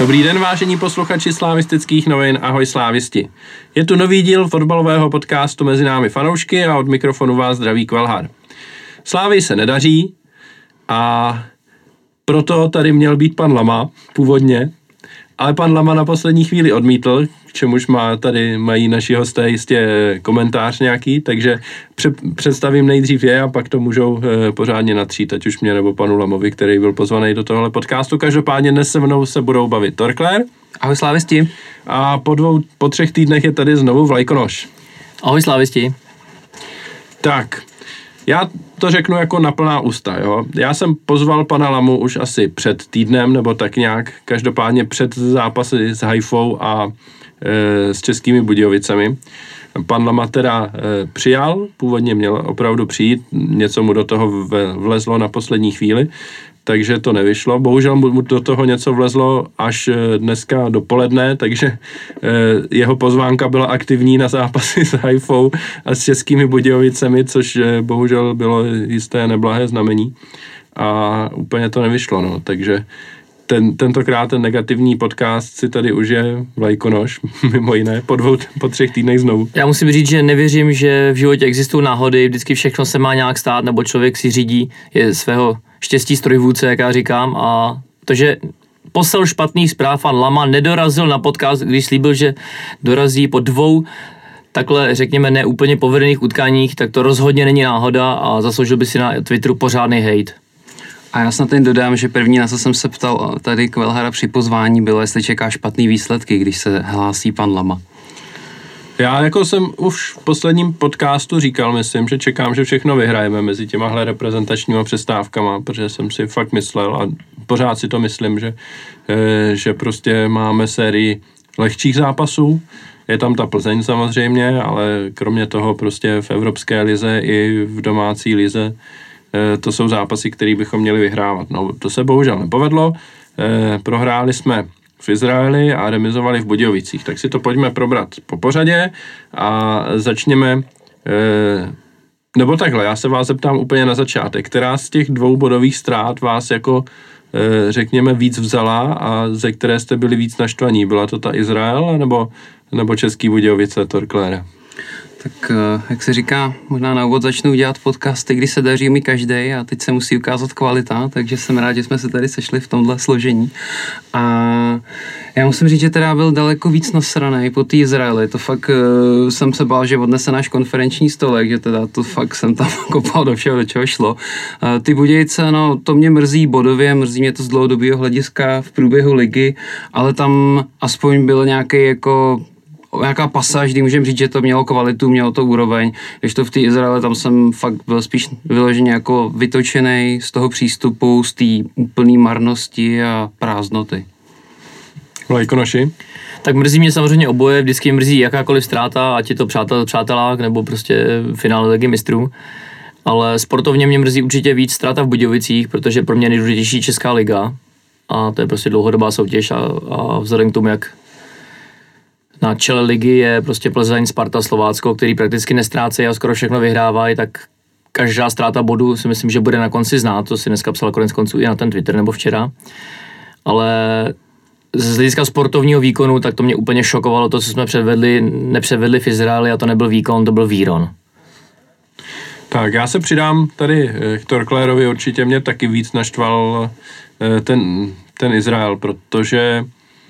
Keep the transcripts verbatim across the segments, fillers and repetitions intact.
Dobrý den, vážení posluchači slavistických novin, ahoj slávisti. Je tu nový díl fotbalového podcastu Mezi námi fanoušky a od mikrofonu vás zdraví Kvelhar. Slávy se nedaří a proto tady měl být pan Lama původně, ale pan Lama na poslední chvíli odmítl, k čemuž má tady mají naši hosté jistě komentář nějaký, takže pře- představím nejdřív je a pak to můžou e, pořádně natřít, ať už mě nebo panu Lamovi, který byl pozvaný do tohle podcastu. Každopádně dnes se mnou se budou bavit Torkler. Ahoj slávisti. A po dvou, po třech týdnech je tady znovu Vlajkonoš. Ahoj slávisti. Tak, já to řeknu jako na plná ústa, jo. Já jsem pozval pana Lamu už asi před týdnem, nebo tak nějak, každopádně před zápasy s Haifou a e, s Českými Budějovicemi. Pan Lama teda e, přijal, původně měl opravdu přijít, něco mu do toho vlezlo na poslední chvíli, takže to nevyšlo. Bohužel mu do toho něco vlezlo až dneska dopoledne, takže jeho pozvánka byla aktivní na zápasy s Haifou a s Českými Budějovicemi, což bohužel bylo jisté neblahé znamení a úplně to nevyšlo, no, takže ten, tentokrát ten negativní podcast si tady už je Vlajkonoš, mimo jiné, po dvou, po třech týdnech znovu. Já musím říct, že nevěřím, že v životě existují náhody, vždycky všechno se má nějak stát, nebo člověk si řídí je svého štěstí strojvůdce, jak já říkám, a to, že poslal špatných zpráv a Lama nedorazil na podcast, když slíbil, že dorazí po dvou takhle, řekněme, neúplně povedených utkáních, tak to rozhodně není náhoda a zasloužil by si na Twitteru pořádný hejt. A já snad jen dodám, že první, na co jsem se ptal tady Kvelhara při pozvání, bylo, jestli čeká špatný výsledky, když se hlásí pan Lama. Já jako jsem už v posledním podcastu říkal, myslím, že čekám, že všechno vyhrajeme mezi těmahle reprezentačníma přestávkama, protože jsem si fakt myslel a pořád si to myslím, že, že prostě máme sérii lehčích zápasů. Je tam ta Plzeň samozřejmě, ale kromě toho prostě v evropské lize i v domácí lize to jsou zápasy, které bychom měli vyhrávat. No, to se bohužel nepovedlo. Prohráli jsme v Izraeli a remizovali v Budějovicích. Tak si to pojďme probrat po pořadě a začněme, eh, nebo takhle, já se vás zeptám úplně na začátek, která z těch dvou bodových ztrát vás jako, eh, řekněme, víc vzala a ze které jste byli víc naštvaní? Byla to ta Izrael nebo, nebo Český Budějovice, Torklére? Tak jak se říká, možná na úvod začnu dělat podcasty, kdy se daří mi každej a teď se musí ukázat kvalita, takže jsem rád, že jsme se tady sešli v tomhle složení. A já musím říct, že teda byl daleko víc nasranej po té Izraeli, to fakt uh, jsem se bál, že odnese náš konferenční stolek, že teda to fakt jsem tam kopal do všeho, do čeho šlo. Uh, ty Budějce, no to mě mrzí bodově, mrzí mě to z dlouhodobého hlediska v průběhu ligy, ale tam aspoň byl nějaký jako nějaká pasáž, kdy můžeme říct, že to mělo kvalitu, mělo to úroveň, když to v té Izraele, tam jsem fakt byl spíš vyloženě jako vytočený z toho přístupu, z té úplné marnosti a prázdnoty. Vlajkonoši? Tak mrzí mě samozřejmě oboje, vždycky mrzí jakákoliv ztráta, ať je to přátel, přátelák nebo prostě finále ligy mistrů, ale sportovně mě mrzí určitě víc ztráta v Budějovicích, protože pro mě je nejdůležitější Česká liga a to je prostě dlouhodobá soutěž a, a vzhledem k tomu, jak na čele ligy je prostě Plzeň, Sparta, Slovácko, který prakticky nestrácejí a skoro všechno vyhrávají, tak každá ztráta bodu si myslím, že bude na konci znát, to si dneska psal konec konců i na ten Twitter nebo včera, ale z hlediska sportovního výkonu, tak to mě úplně šokovalo, to, co jsme předvedli, nepředvedli v Izraeli a to nebyl výkon, to byl výron. Tak já se přidám tady k Torklérovi, určitě mě taky víc naštval ten, ten Izrael, protože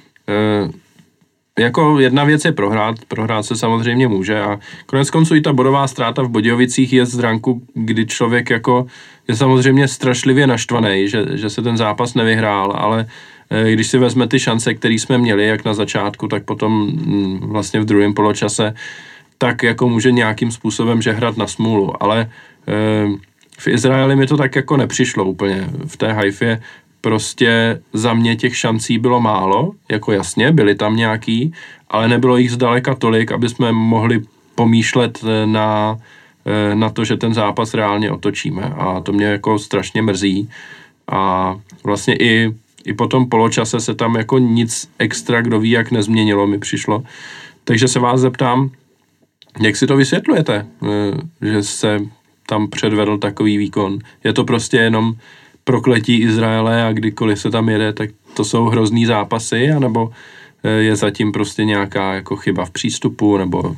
jako jedna věc je prohrát, prohrát se samozřejmě může a konec konců i ta bodová ztráta v Budějovicích je z ranku, kdy člověk jako je samozřejmě strašlivě naštvaný, že, že se ten zápas nevyhrál, ale když si vezme ty šance, které jsme měli, jak na začátku, tak potom vlastně v druhém poločase, tak jako může nějakým způsobem žehrat na smůlu, ale v Izraeli mi to tak jako nepřišlo úplně, v té Haifě prostě za mě těch šancí bylo málo, jako jasně, byly tam nějaký, ale nebylo jich zdaleka tolik, aby jsme mohli pomýšlet na, na to, že ten zápas reálně otočíme a to mě jako strašně mrzí a vlastně i, i po tom poločase se tam jako nic extra, kdo ví, jak nezměnilo, mi přišlo. Takže se vás zeptám, jak si to vysvětlujete, že se tam předvedl takový výkon? Je to prostě jenom prokletí Izraele a kdykoliv se tam jede, tak to jsou hrozný zápasy, anebo je zatím prostě nějaká jako chyba v přístupu, nebo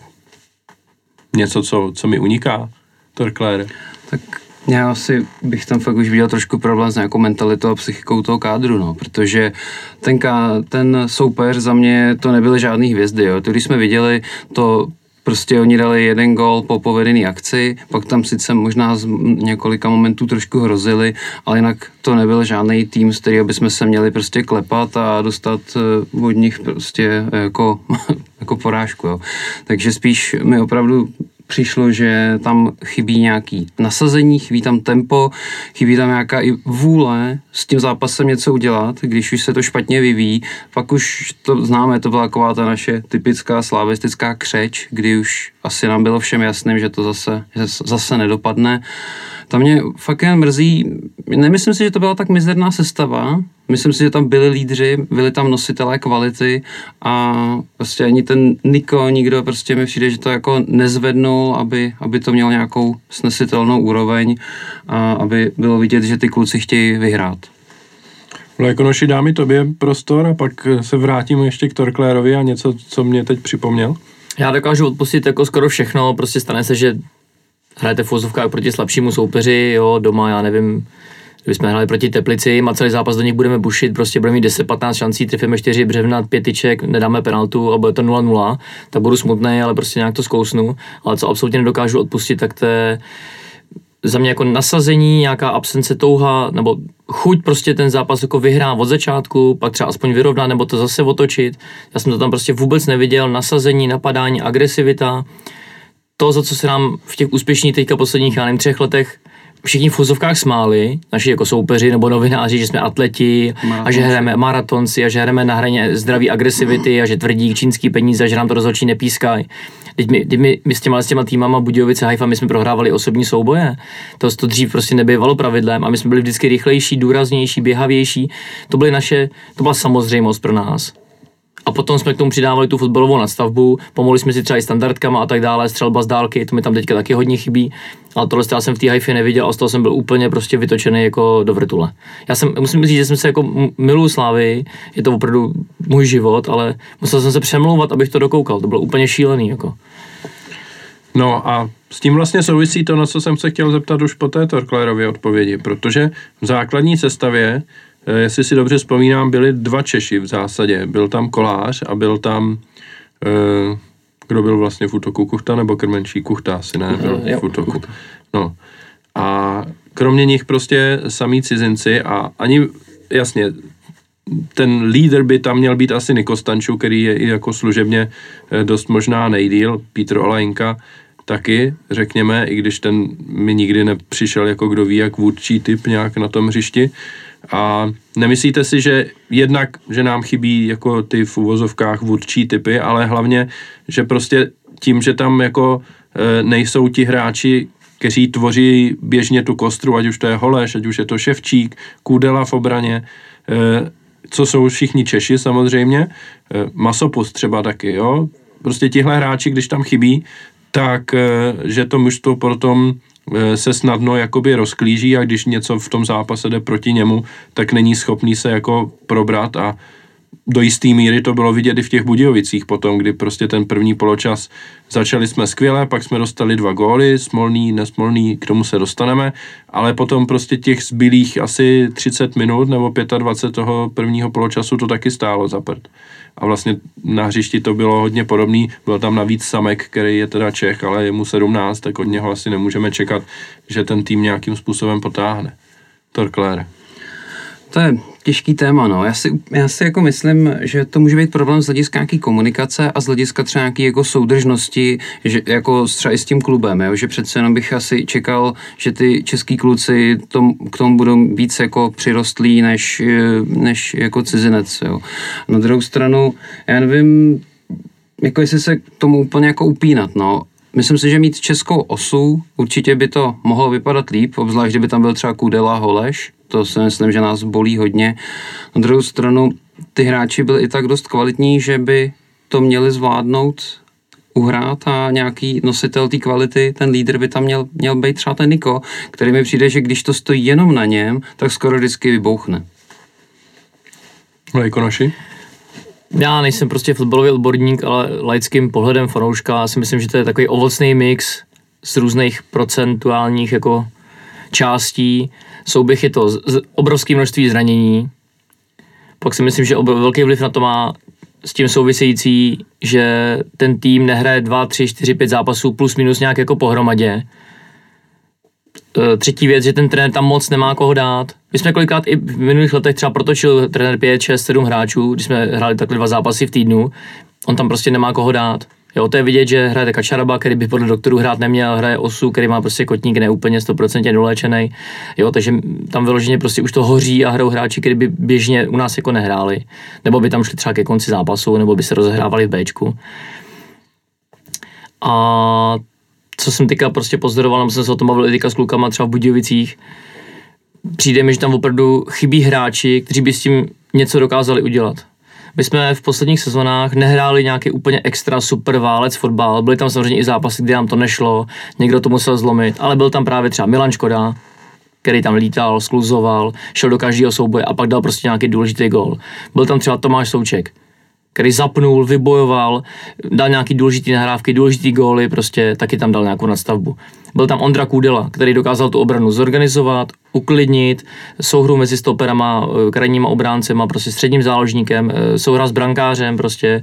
něco, co, co mi uniká, Torklére? Tak já asi bych tam fakt už viděl trošku problém s nějakou mentalitou a psychikou toho kádru, no, protože ten, ká, ten soupeř za mě to nebyly žádný hvězdy, jo. To, když jsme viděli, to prostě oni dali jeden gól po povedený akci, pak tam sice možná z několika momentů trošku hrozili, ale jinak to nebyl žádný tým, z kterého bychom se měli prostě klepat a dostat od nich prostě jako, jako porážku, jo. Takže spíš mi opravdu přišlo, že tam chybí nějaký nasazení, chybí tam tempo, chybí tam nějaká i vůle s tím zápasem něco udělat, když už se to špatně vyvíjí, pak už to známe, to byla taková ta naše typická slavistická křeč, kdy už asi nám bylo všem jasným, že to zase, že zase nedopadne. Tam mě fakt jen mrzí, nemyslím si, že to byla tak mizerná sestava, myslím si, že tam byli lídři, byli tam nositelé kvality a prostě ani ten Niko, nikdo prostě mi přijde, že to jako nezvednul, aby, aby to mělo nějakou snesitelnou úroveň a aby bylo vidět, že ty kluci chtějí vyhrát. Lékonoši, dá mi tobě prostor a pak se vrátím ještě k Torklérovi a něco, co mě teď připomněl. Já dokážu odpustit jako skoro všechno, prostě stane se, že hrajete v uvozovkách proti slabšímu soupeři, jo, doma, já nevím, kdybychom hráli proti Teplici, a celý zápas do nich budeme bušit, prostě budeme mít deset patnáct šancí, trefíme čtyři břevna, pět tyček, nedáme penaltu a bude to nula nula, tak budu smutný, ale prostě nějak to zkousnu, ale co absolutně nedokážu odpustit, tak to je za mě jako nasazení, nějaká absence, touha, nebo chuť prostě ten zápas jako vyhrát od začátku, pak třeba aspoň vyrovnat, nebo to zase otočit. Já jsem to tam prostě vůbec neviděl, nasazení, napadání, agresivita, to, za co se nám v těch úspěšných teďka posledních, já nevím, třech letech všichni v fuzovkách smáli, naši jako soupeři nebo novináři, že jsme atleti maratonci. A že hrajeme maratonci a že hrajeme na hraně zdraví agresivity a že tvrdí čínský peníze a že nám to rozhodčí nepískají. Teď my, my, my s těma, s těma týmama Budějovice, Haifa, my jsme prohrávali osobní souboje. To, to dřív prostě nebývalo pravidlem a my jsme byli vždycky rychlejší, důraznější, běhavější. To byly naše, to byla samozřejmost pro nás. A potom jsme k tomu přidávali tu fotbalovou nadstavbu, pomohli jsme si třeba i standardkama a tak dále, střelba z dálky, to mi tam teďka taky hodně chybí, ale tohle já jsem v té Haifě neviděl a z toho jsem byl úplně prostě vytočený jako do vrtule. Já jsem, musím říct, že jsem se jako miluju Slávy, je to opravdu můj život, ale musel jsem se přemlouvat, abych to dokoukal, to bylo úplně šílený jako. No a s tím vlastně souvisí to, na co jsem se chtěl zeptat už po té Torklérově odpovědi, protože v základní sestavě, jestli si dobře vzpomínám, byli dva Češi v zásadě. Byl tam Kolář a byl tam, eh, kdo byl vlastně v útoku, Kuchta nebo Krmenčí? Kuchta asi ne, byl v útoku. No. A kromě nich prostě samý cizinci a ani, jasně, ten lídr by tam měl být asi Niko Stanču, který je i jako služebně dost možná nejdýl, Petr Olajinka taky, řekněme, i když ten mi nikdy nepřišel jako kdo ví, jak vůdčí typ nějak na tom hřišti. A nemyslíte si, že jednak, že nám chybí jako ty v uvozovkách vůdčí typy, ale hlavně, že prostě tím, že tam jako e, nejsou ti hráči, kteří tvoří běžně tu kostru, ať už to je Holeš, ať už je to Ševčík, Kůdela v obraně, e, co jsou všichni Češi samozřejmě, e, Masopust třeba taky, jo. Prostě tihle hráči, když tam chybí, tak e, že to mužstvo potom se snadno jakoby rozklíží a když něco v tom zápase jde proti němu, tak není schopný se jako probrat a do jistý míry to bylo vidět i v těch Budějovicích potom, kdy prostě ten první poločas začali jsme skvěle, pak jsme dostali dva góly, smolný, nesmolný, k tomu se dostaneme, ale potom prostě těch zbylých asi třicet minut nebo dvacet pět toho prvního poločasu to taky stálo za prd. A vlastně na hřišti to bylo hodně podobný, byl tam navíc Samek, který je teda Čech, ale je mu sedmnáct, tak od něho asi nemůžeme čekat, že ten tým nějakým způsobem potáhne. Torklére. To je těžký téma, no. Já si, já si jako myslím, že to může být problém z hlediska nějaký komunikace a z hlediska třeba nějaký jako soudržnosti, že jako třeba i s tím klubem, jo? Že přece jenom bych asi čekal, že ty český kluci tom, k tomu budou víc jako přirostlí než, než jako cizinec, jo. Na druhou stranu, já nevím, jako jestli se k tomu úplně jako upínat, no. Myslím si, že mít českou osu, určitě by to mohlo vypadat líp, obzvlášť kdyby tam byl třeba Kůdela, Holeš, to si myslím, že nás bolí hodně. Na druhou stranu, ty hráči byli i tak dost kvalitní, že by to měli zvládnout uhrát a nějaký nositel té kvality, ten lídr by tam měl, měl být třeba ten Niko, který mi přijde, že když to stojí jenom na něm, tak skoro vždycky vybouchne. Lejkonoši? Já nejsem prostě fotbalový odborník, ale laickým pohledem fanouška si myslím, že to je takový ovocný mix z různých procentuálních jako částí. Souběh je to z, z obrovské množství zranění. Pak si myslím, že ob, velký vliv na to má s tím související, že ten tým nehraje dva, tři, čtyři, pět zápasů plus minus nějak jako pohromadě. E, třetí věc, že ten trenér tam moc nemá koho dát. My jsme kolikrát i v minulých letech třeba protočil trenér pět, šest, sedm hráčů, když jsme hráli takhle dva zápasy v týdnu, on tam prostě nemá koho dát. Jo, to je vidět, že hraje Kačaraba, který by podle doktorů hrát neměl, hraje Osu, který má prostě kotník neúplně sto procent doléčený. Jo, takže tam vyloženě prostě už to hoří a hrajou hráči, kteří by běžně u nás jako nehráli, nebo by tam šli třeba ke konci zápasu, nebo by se rozehrávali v Bčku. A co jsem teďka prostě pozoroval, nebo jsem se o tom bavil i teďka s klukama třeba v Budějovicích, přijde mi, že tam opravdu chybí hráči, kteří by s tím něco dokázali udělat. My jsme v posledních sezonách nehráli nějaký úplně extra super válec fotbal, byly tam samozřejmě i zápasy, kdy nám to nešlo, někdo to musel zlomit, ale byl tam právě třeba Milan Škoda, který tam lítal, skluzoval, šel do každého souboje a pak dal prostě nějaký důležitý gól. Byl tam třeba Tomáš Souček, který zapnul, vybojoval, dal nějaký důležitý nahrávky, důležitý góly, prostě taky tam dal nějakou nadstavbu. Byl tam Ondra Kůdela, který dokázal tu obranu zorganizovat, uklidnit, souhru mezi stoperama, krajníma obráncema, prostě středním záložníkem, souhra s brankářem, prostě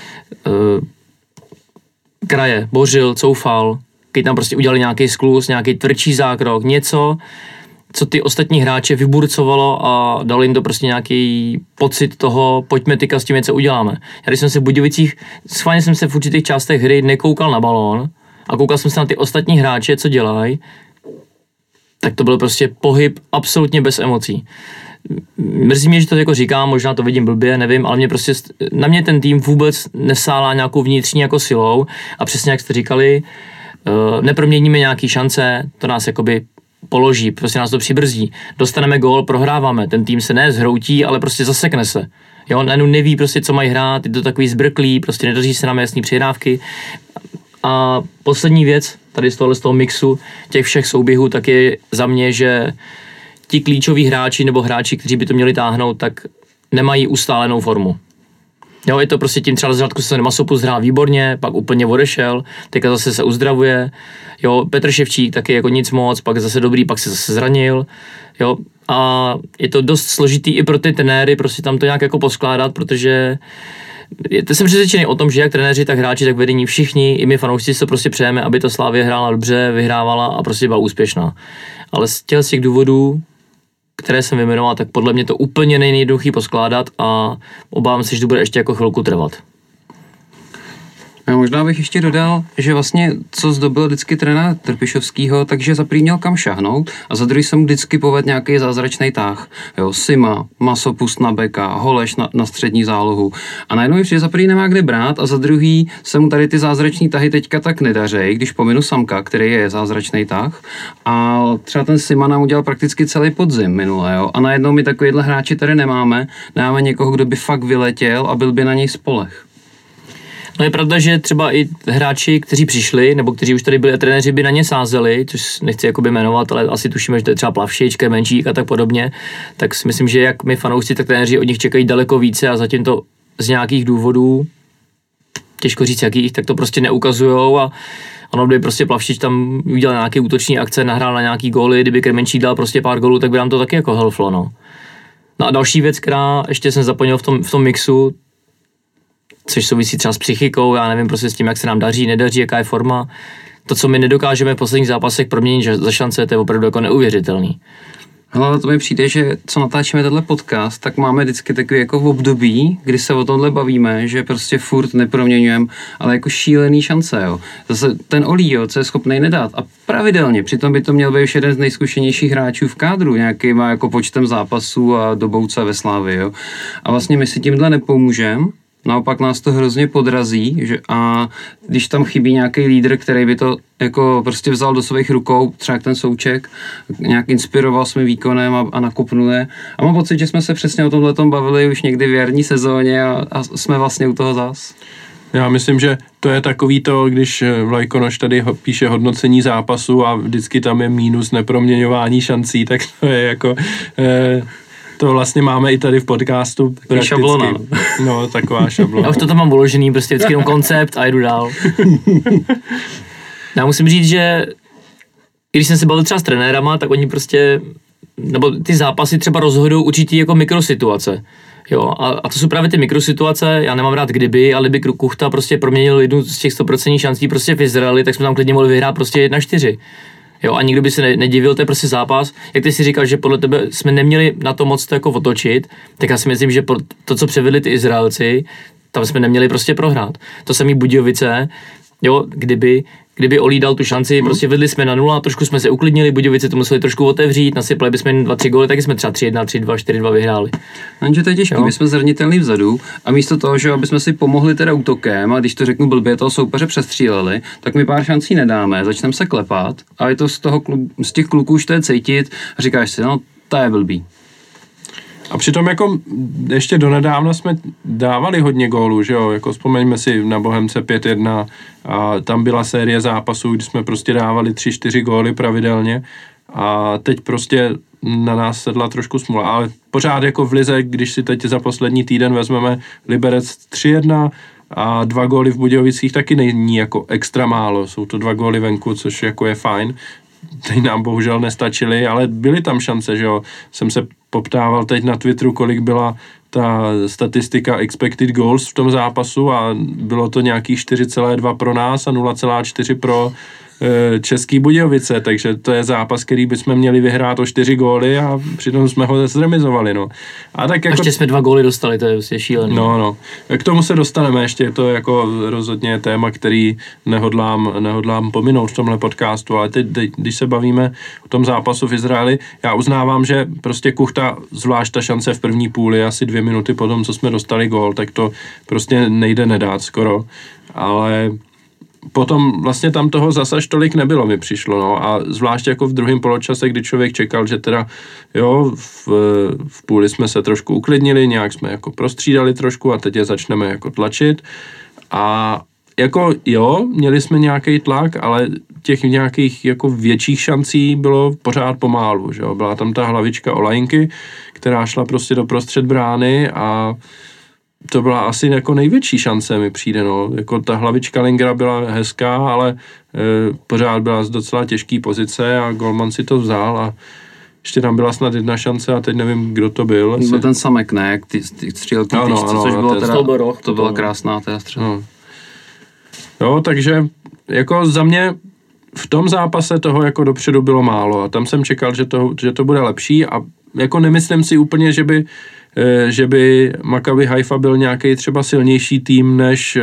kraje, bořil, coufal, když tam prostě udělali nějaký skluz, nějaký tvrdší zákrok, něco, co ty ostatní hráče vyburcovalo a dalo jim to prostě nějaký pocit toho, pojďme tyka s tím něco uděláme. Já když jsem se v Budějovicích, schválně jsem se v určitých částech hry nekoukal na balón a koukal jsem se na ty ostatní hráče, co dělají, tak to byl prostě pohyb absolutně bez emocí. Mrzí mě, že to jako říkám, možná to vidím blbě, nevím, ale mě prostě, na mě ten tým vůbec nesálá nějakou vnitřní jako silou a přesně jak jste říkali, neproměníme nějaký šance, to nás jakoby položí, prostě nás to přibrzdí. Dostaneme gól, prohráváme, ten tým se ne zhroutí, ale prostě zasekne se. Jo, najednou neví prostě, co mají hrát, je to takový zbrklý, prostě nedaří se nám jasný přihrávky. A poslední věc, tady z tohohle z toho mixu těch všech souběhů, tak je za mě, že ti klíčoví hráči nebo hráči, kteří by to měli táhnout, tak nemají ustálenou formu. Jo, je to prostě tím třeba z řádku se Masopust hrál výborně, pak úplně odešel, teďka zase se uzdravuje. Jo, Petr Ševčík taky jako nic moc, pak zase dobrý, pak se zase zranil. Jo, a je to dost složitý i pro ty trenéry, prostě tam to nějak jako poskládat, protože jsem přesvědčený o tom, že jak trenéři, tak hráči, tak vedení, všichni, i my fanoušci si to prostě přejeme, aby ta Slavie hrála dobře, vyhrávala a prostě byla úspěšná. Ale z těch, z těch důvodů, které jsem vyjmenoval, tak podle mě to úplně nejjednoduchý poskládat a obávám se, že to bude ještě jako chvilku trvat. Já možná bych ještě dodal, že vlastně co zdobil vždycky trenér Trpišovskýho, takže za první měl kam šahnout a za druhý se mu vždycky povedl nějaký zázračný tah. Jo, Sima, Masopust na beka, Holeš na, na střední zálohu. A najednou mi přijde za první nemá kde brát a za druhý se mu tady ty zázrační tahy teďka tak nedařejí, když pominu Samka, který je zázračný tah. A třeba ten Sima nám udělal prakticky celý podzim minule, jo. A najednou my takovýhle hráči tady nemáme, nemáme někoho, kdo by fakt vyletěl a byl by na něj spoleh. No je pravda, že třeba i hráči, kteří přišli, nebo kteří už tady byli, trenéři by na ně sázeli, což nechci jakoby jmenovat, ale asi tušíme, že to je třeba Plavšič, Kemenčík a tak podobně, tak si myslím, že jak my fanoušci, tak trenéři od nich čekají daleko více a zatím to z nějakých důvodů, těžko říct jakých, tak to prostě neukazujou a ono, kdyby prostě Plavšič tam udělal nějaké útoční akce, nahrál na nějaký góly, kdyby Kemenčík dal prostě pár gólů, tak by nám to taky jako helflo, no. No a další věc, která ještě jsem zapomněl v tom, v tom mixu, což souvisí třeba s psychikou, já nevím prostě s tím, jak se nám daří, nedaří, jaká je forma. To, co my nedokážeme v posledních zápasech proměnit za šance, to je opravdu jako neuvěřitelný. Ale to mi přijde, že co natáčíme tenhle podcast, tak máme vždycky takový jako v období, kdy se o tomhle bavíme, že prostě furt neproměňujeme, ale jako šílený šance, jo. Zase ten Olí, jo, co je schopný nedat a pravidelně, přitom by to měl být jeden z nejzkušenějších hráčů v kádru, nějaký má jako počtem zápasů a dobouce ve Slávii, jo. A vlastně my si tímhle nepomůžeme. Naopak nás to hrozně podrazí, že a když tam chybí nějaký lídr, který by to jako prostě vzal do svých rukou, třeba ten Souček, nějak inspiroval svým výkonem a, a nakopnul je. A mám pocit, že jsme se přesně o tomhletom bavili už někdy v jarní sezóně a, a jsme vlastně u toho zas. Já myslím, že to je takový to, když Vlajkonoš tady ho, píše hodnocení zápasu a vždycky tam je mínus neproměňování šancí, tak to je jako... Eh, to vlastně máme i tady v podcastu prakticky. Šablona. No, taková šablona. Já už to tam mám uložený, prostě vždycky jenom koncept a jdu dál. Já musím říct, že když jsem se bavil třeba s trenérama, tak oni prostě, nebo ty zápasy třeba rozhodují určitý jako mikrosituace. Jo, a, a to jsou právě ty mikrosituace, já nemám rád kdyby, ale kdyby Kuchta prostě proměnil jednu z těch sto procent šancí prostě v Izraeli, tak jsme tam klidně mohli vyhrát prostě jedna čtyři. Jo, a nikdo by se ne, nedivil, to je prostě zápas. Jak ty si říkal, že podle tebe jsme neměli na to moc to jako otočit, tak já si myslím, že to, co převedli ty Izraelci, tam jsme neměli prostě prohrát. To samý Budějovice, jo, kdyby, kdyby Olí dal tu šanci, hmm. prostě vedli jsme na nula, trošku jsme se uklidnili, Budějovice to museli trošku otevřít, nasypali bychom jen dva, tři góly, taky jsme třeba tři jedna, tři dva, čtyři dva vyhráli. Takže to je těžký, my jsme zranitelní vzadu a místo toho, že aby jsme si pomohli teda útokem a když to řeknu blbě, toho soupeře přestříleli, tak my pár šancí nedáme, začneme se klepat a je to z toho klub, z těch kluků už to je cítit a říkáš si, no to je blbý. A přitom jako ještě donedávna jsme dávali hodně gólů, že jo, jako vzpomeňme si na Bohemce pět jedna a tam byla série zápasů, kdy jsme prostě dávali tři čtyři góly pravidelně a teď prostě na nás sedla trošku smůla, ale pořád jako v lize, když si teď za poslední týden vezmeme Liberec tři jedna a dva góly v Budějovicích taky není jako extra málo, jsou to dva góly venku, což jako je fajn. Teď nám bohužel nestačily, ale byly tam šance, že jo. Jsem se poptával teď na Twitteru, kolik byla ta statistika expected goals v tom zápasu a bylo to nějakých čtyři celá dva pro nás a nula celá čtyři pro e, Český Budějovice, takže to je zápas, který bychom měli vyhrát o čtyři góly a přitom jsme ho zremizovali, no. A tak jako... ještě jsme dva góly dostali, to je prostě šílený. No, no. K tomu se dostaneme ještě, to je jako rozhodně téma, který nehodlám, nehodlám pominout v tomhle podcastu, ale teď, když se bavíme o tom zápasu v Izraeli, já uznávám, že prostě Kuchta, zvlášť ta šance v první půli, asi dvě minuty po tom, co jsme dostali gól, tak to prostě nejde nedát skoro, ale potom vlastně tam toho zas až tolik nebylo, mi přišlo, no, a zvlášť jako v druhém poločase, kdy člověk čekal, že teda, jo, v, v půli jsme se trošku uklidnili, nějak jsme jako prostřídali trošku a teď je začneme jako tlačit a jako jo, měli jsme nějaký tlak, ale těch nějakých jako větších šancí bylo pořád pomálu, že jo, byla tam ta hlavička Olajinky, která šla prostě do prostřed brány a to byla asi jako největší šance, mi přijde, no. Jako ta hlavička Lingera byla hezká, ale e, pořád byla z docela těžké pozice a golman si to vzal a ještě tam byla snad jedna šance a teď nevím, kdo to byl. Byl ten Samek, ne? Jak ty, ty střílky, ano, tyčce, ano, což bylo teda, roh, to byla krásná teda střela. No. Jo, takže jako za mě v tom zápase toho jako dopředu bylo málo a tam jsem čekal, že to, že to bude lepší a jako nemyslím si úplně, že by že by Maccabi Haifa byl nějaký třeba silnější tým než,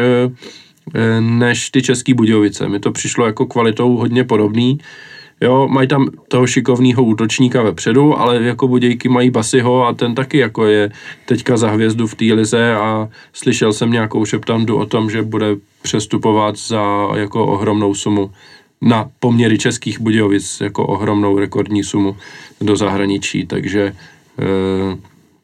než ty Český Budějovice. Mi to přišlo jako kvalitou hodně podobný. Jo, mají tam toho šikovného útočníka vepředu, ale jako Budějky mají Basiho a ten taky jako je teďka za hvězdu v té lize a slyšel jsem nějakou šeptandu o tom, že bude přestupovat za jako ohromnou sumu na poměry Českých Budějovic, jako ohromnou rekordní sumu do zahraničí, takže e,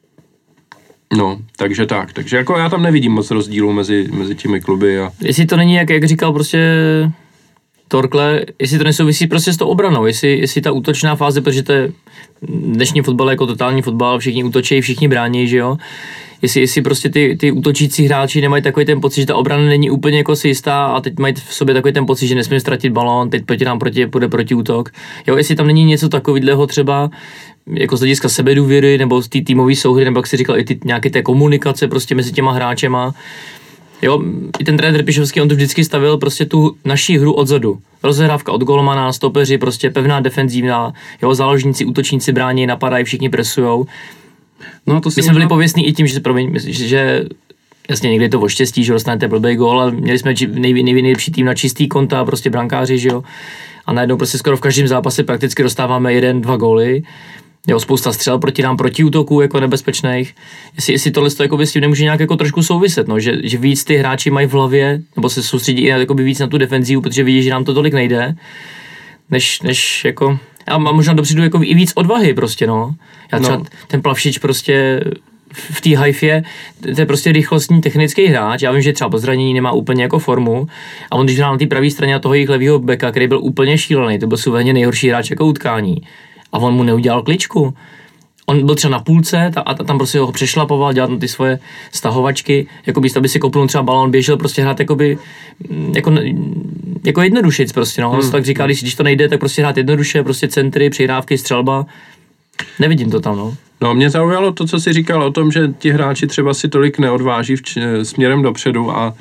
no, takže tak, takže jako já tam nevidím moc rozdílů mezi, mezi těmi kluby a... Jestli to není, jak, jak říkal prostě Torkle, jestli to nesouvisí prostě s tou obranou, jestli, jestli ta útočná fáze, protože to je dnešní fotbal jako totální fotbal, všichni útočí, všichni brání, že jo, jestli, jestli prostě ty, ty útočící hráči nemají takový ten pocit, že ta obrana není úplně jako si jistá a teď mají v sobě takový ten pocit, že nesmí ztratit balón, teď proti nám proti, půjde proti útok, jo, jestli tam není něco takového třeba, jako z hlediska sebedůvěry, nebo z té týmové souhry, nebo jak jsi říkal, i ty, nějaké té komunikace prostě mezi těma hráčema. Jo, i ten trenér Trpišovský, on tu vždycky stavil prostě tu naší hru odzadu. Rozehrávka od golmana, stopeři, prostě pevná defenzívna, jo, záložníci, útočníci brání, napadají, všichni presujou. No, to si My jsme byli pověstní i tím, že, promiň, že jasně někdy je to o štěstí, že dostanete blbý gól, ale měli jsme nej, nej, nejlepší tým na čistý konta, prostě brankáři, že jo. A najednou prostě skoro v každém zápase prakticky dostáváme jeden, dva góly. Jo, spousta střel proti nám, proti útoků jako nebezpečných. Jestli, jestli tohle to jako s tím nemůže nějak jako trošku souviset, no, že, že víc ty hráči mají v hlavě, nebo se soustředí i na, víc na tu defenzivu, protože vidí, že nám to tolik nejde, než, než jako, a možná dopředu jako i víc odvahy prostě, no. Já třeba no. ten Plavšič prostě v té Haifě, to je prostě rychlostní technický hráč, já vím, že třeba po zranění nemá úplně jako formu a on když hrál na té pravé straně na toho jejich levýho beka, který byl úplně šílený, to byl suverénně nejhorší hráč jako utkání a on mu neudělal kličku. On byl třeba na půlce a tam prostě ho přešlapoval, dělat na ty svoje stahovačky, jako by si kopnul třeba balón, běžel prostě hrát jakoby, jako, jako jednodušic prostě, no. On hmm. tak říká, když, když to nejde, tak prostě hrát jednoduše, prostě centry, přihrávky, střelba. Nevidím to tam, no. No, mě zaujalo to, co jsi říkal o tom, že ti hráči třeba si tolik neodváží v č- směrem dopředu a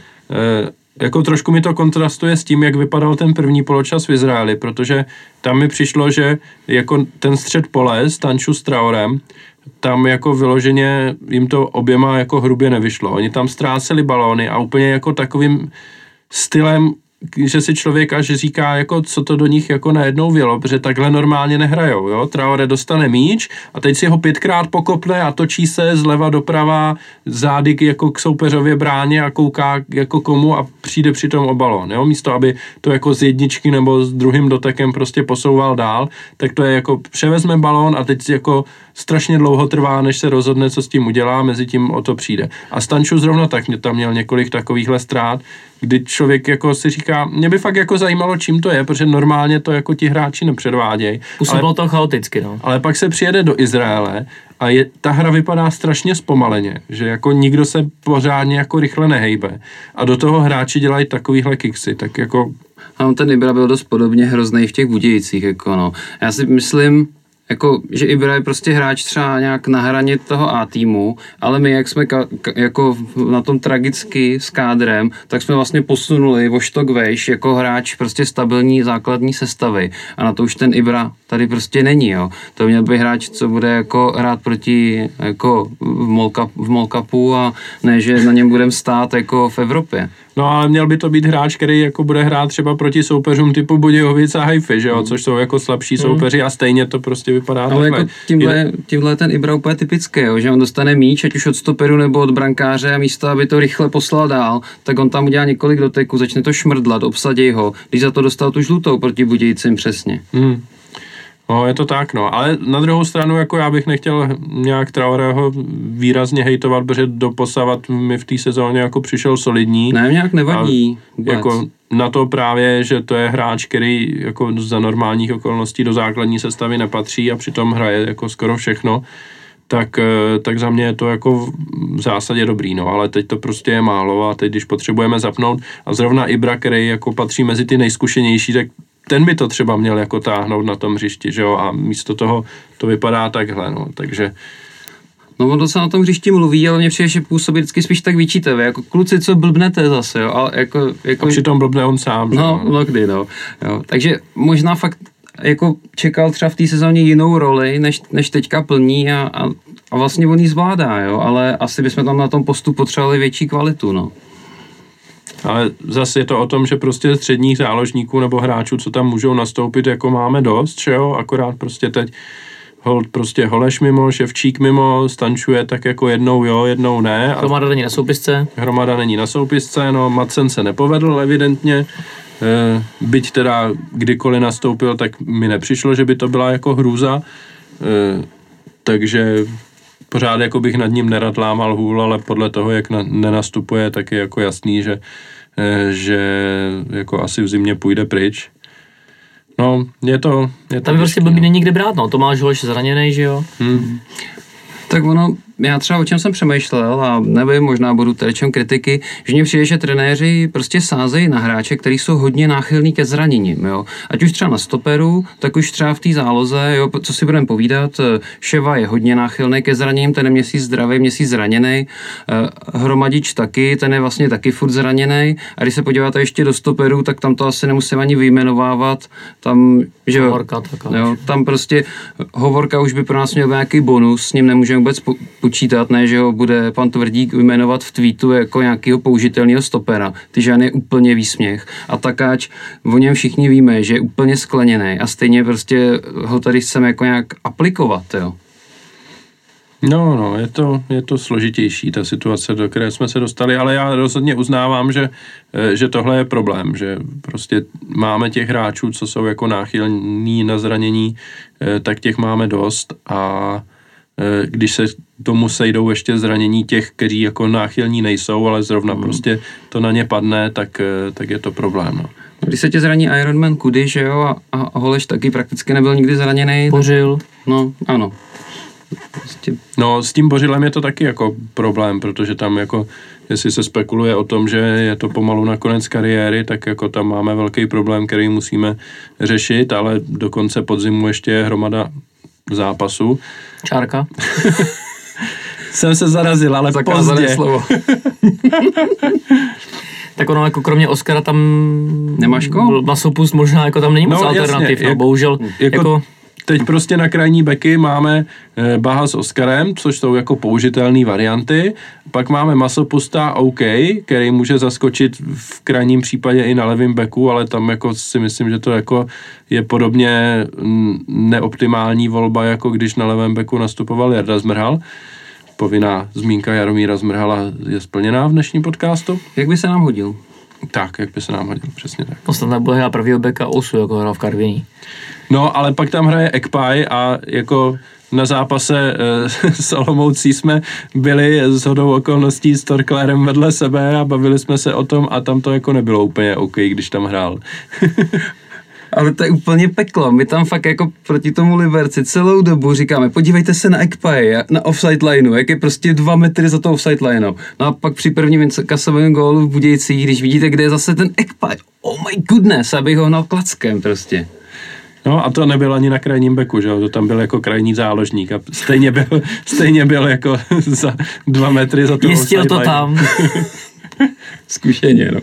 e, jako trošku mi to kontrastuje s tím, jak vypadal ten první poločas v Izraeli, protože tam mi přišlo, že jako ten střed pole s Tanču s Traorem, tam jako vyloženě jim to oběma jako hrubě nevyšlo. Oni tam ztráceli balóny a úplně jako takovým stylem, že si člověk až říká, jako, co to do nich jako najednou vělo, protože takhle normálně nehrajou, jo. Traore dostane míč a teď si ho pětkrát pokopne a točí se zleva doprava zády jako k soupeřově bráně a kouká jako komu a přijde přitom o balón, jo. Místo, aby to jako z jedničky nebo s druhým dotekem prostě posouval dál, tak to je jako převezme balón a teď jako strašně dlouho trvá, než se rozhodne, co s tím udělá, mezi tím o to přijde. A Stanču zrovna tak, mě tam měl několik takovýchhle ztrát, kdy člověk jako si říká, mě by fakt jako zajímalo, čím to je, protože normálně to jako ti hráči nepředvádějí. Působilo to chaoticky, no. Ale pak se přijede do Izraele a je, ta hra vypadá strašně zpomaleně, že jako nikdo se pořádně jako rychle nehejbe. A do toho hráči dělají takovýhle kiksy, tak jako... A on ten Ibra byl dost podobně hrozný v těch Budějicích, jako no. Já si myslím, jako, že Ibra je prostě hráč třeba nějak na hraně toho A týmu, ale my, jak jsme ka, ka, jako na tom tragicky s kádrem, tak jsme vlastně posunuli o štok vejš jako hráč prostě stabilní základní sestavy. A na to už ten Ibra tady prostě není, jo. To měl by hráč, co bude jako hrát proti jako v, molka, v molkapu a ne, že na něm budeme stát jako v Evropě. No ale měl by to být hráč, který jako bude hrát třeba proti soupeřům typu Budějovic a Haify, že jo, mm. což jsou jako slabší mm. soupeři a stejně to prostě vypadá ale takhle. Jako tímhle, tímhle ten Ibra úplně typický, jo, že on dostane míč, ať už od stoperu nebo od brankáře a místo, aby to rychle poslal dál, tak on tam udělá několik doteků, začne to šmrdlat, obsadí ho, když za to dostal tu žlutou proti Budějcím přesně. Mm. No, je to tak, no, ale na druhou stranu, jako já bych nechtěl nějak Traoreho výrazně hejtovat, protože doposavat mi v té sezóně jako přišel solidní. Ne, nějak nevadí. Jako na to právě, že to je hráč, který jako za normálních okolností do základní sestavy nepatří a přitom hraje jako skoro všechno, tak, tak za mě je to jako v zásadě dobrý, no, ale teď to prostě je málo a teď, když potřebujeme zapnout a zrovna Ibra, který jako patří mezi ty nejzkušenější, tak ten by to třeba měl jako táhnout na tom hřišti, že jo, a místo toho to vypadá takhle, no, takže... No on to se na tom hřišti mluví, ale mě přijde, že působí vždycky spíš tak vyčítavě, jako kluci, co blbnete zase, jo, ale jako... jako... A přitom blbne on sám, že no, no, kdy, no, jo, takže možná fakt jako čekal třeba v té sezóně jinou roli, než, než teďka plní a, a, a vlastně on ji zvládá, jo, ale asi bychom tam na tom postu potřebovali větší kvalitu, no. Ale zase je to o tom, že prostě středních záložníků nebo hráčů, co tam můžou nastoupit, jako máme dost, že jo, akorát prostě teď hold, prostě Holeš mimo, Ševčík mimo, Stančuje tak jako jednou jo, jednou ne. Hromada není na soupisce. Hromada není na soupisce, no Madsen se nepovedl evidentně, e, byť teda kdykoliv nastoupil, tak mi nepřišlo, že by to byla jako hrůza, e, takže pořád jako bych nad ním nerad lámal hůl, ale podle toho, jak na, nenastupuje, tak je jako jasný, že, že jako asi v zimě půjde pryč. No, je to... Je to tam prostě blbý není kde brát, no. Tomáš Holeš zraněnej, že jo? Hmm. Tak ono, já třeba o čem jsem přemýšlel a nevím, možná budu terčem kritiky, že mně přijde, že trenéři prostě sázejí na hráče, který jsou hodně náchylní ke zraněním, jo. Ať už třeba na stoperu, tak už třeba v té záloze, jo, co si budeme povídat, Ševa je hodně náchylný ke zraněním, ten je měsíc zdravý, měsíc zraněný, Hromadič taky, ten je vlastně taky furt zraněný, a když se podíváte ještě do stoperu, tak tam to asi nemusím ani vyjmenovávat, tam, že Hovorka, jo, tam prostě Hovorka už by pro nás měl nějaký bonus, s ním nemůžeme vůbec po, počítat, ne, že ho bude pan Tvrdík vyjmenovat v tweetu jako nějakého použitelného stopera. Ty žádný úplně výsměch. A Takáč, o něm všichni víme, že je úplně skleněný a stejně prostě ho tady chceme jako nějak aplikovat, jo. No, no, je to, je to složitější, ta situace, do které jsme se dostali, ale já rozhodně uznávám, že, že tohle je problém, že prostě máme těch hráčů, co jsou jako náchylní na zranění, tak těch máme dost a když se tomu sejdou ještě zranění těch, kteří jako náchylní nejsou, ale zrovna mm. prostě to na ně padne, tak, tak je to problém. No. Když se tě zraní Ironman Kudy, že jo, a, a Holeš taky prakticky nebyl nikdy zraněný. Bořil. No, ano. Prostě. No, s tím Bořilem je to taky jako problém, protože tam jako, jestli se spekuluje o tom, že je to pomalu na konec kariéry, tak jako tam máme velký problém, který musíme řešit, ale do konce podzimu ještě je hromada zápasů. Čárka. Jsem se zarazil, ale zakázané pozdě. Slovo. Tak ono jako kromě Oscara tam nemáš koho? Masopust možná jako tam není moc no, alternativ, jasně, no, jak, bohužel jako, jako teď prostě na krajní beky máme eh, Baha s Oscarem, což jsou jako použitelné varianty, pak máme Masopusta OK, který může zaskočit v krajním případě i na levém beku, ale tam jako si myslím, že to jako je podobně neoptimální volba, jako když na levém beku nastupoval Jarda Zmrhal. Povinná zmínka Jaromíra Zmrhala je splněná v dnešním podcastu. Jak by se nám hodil? Tak, jak by se nám hodil, přesně tak. Ostatně bude hrát prvního beka Osu, jako hrál v Karviní. No, ale pak tam hraje Ekpaj a jako na zápase e, s Olomoucí jsme byli shodou okolností s Torklérem vedle sebe a bavili jsme se o tom a tam to jako nebylo úplně OK, když tam hrál. Ale to je úplně peklo. My tam fakt jako proti tomu Liberci celou dobu říkáme, podívejte se na Ekpaje, na offside lineu, jak je prostě dva metry za tou offside lineou. No a pak při prvním kasovém gólu v Budějcích, když vidíte, kde je zase ten Ekpaj, oh my goodness, abych ho hnal klackem prostě. No a to nebyl ani na krajním beku, že jo, to tam byl jako krajní záložník a stejně byl, stejně byl jako za dva metry za tou jistil to tam. Zkušeně, no.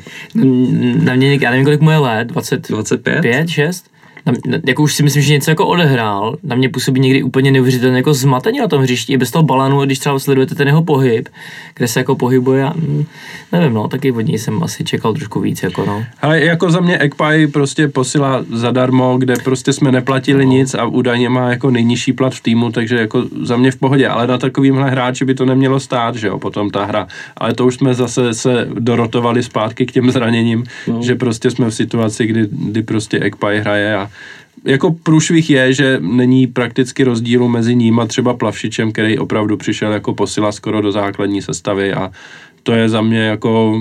Na mě, já nevím, kolik mu je let, dvacet, dvacet pět? pět, šest? Na, na, jako už si myslím, že něco jako odehrál, na mě působí někdy úplně neuvěřitelně jako zmatení na tom hřišti, i bez toho balanu, když třeba sledujete ten jeho pohyb, kde se jako pohybuje, já, nevím, no, taky od něj jsem asi čekal trošku víc, jako no. Ale jako za mě Ekpaj prostě posila zadarmo, kde prostě jsme neplatili no. nic a údajně má jako nejnižší plat v týmu, takže jako za mě v pohodě, ale na takovýmhle hráči by to nemělo stát, že jo, potom ta hra, ale to už jsme zase se dorotovali zpátky k těm zraněním, no. že prostě jsme v situaci, kdy, kdy prostě Ekpaj hraje a jako průšvih je, že není prakticky rozdílu mezi ním a třeba Plavšičem, který opravdu přišel jako posila skoro do základní sestavy a to je za mě jako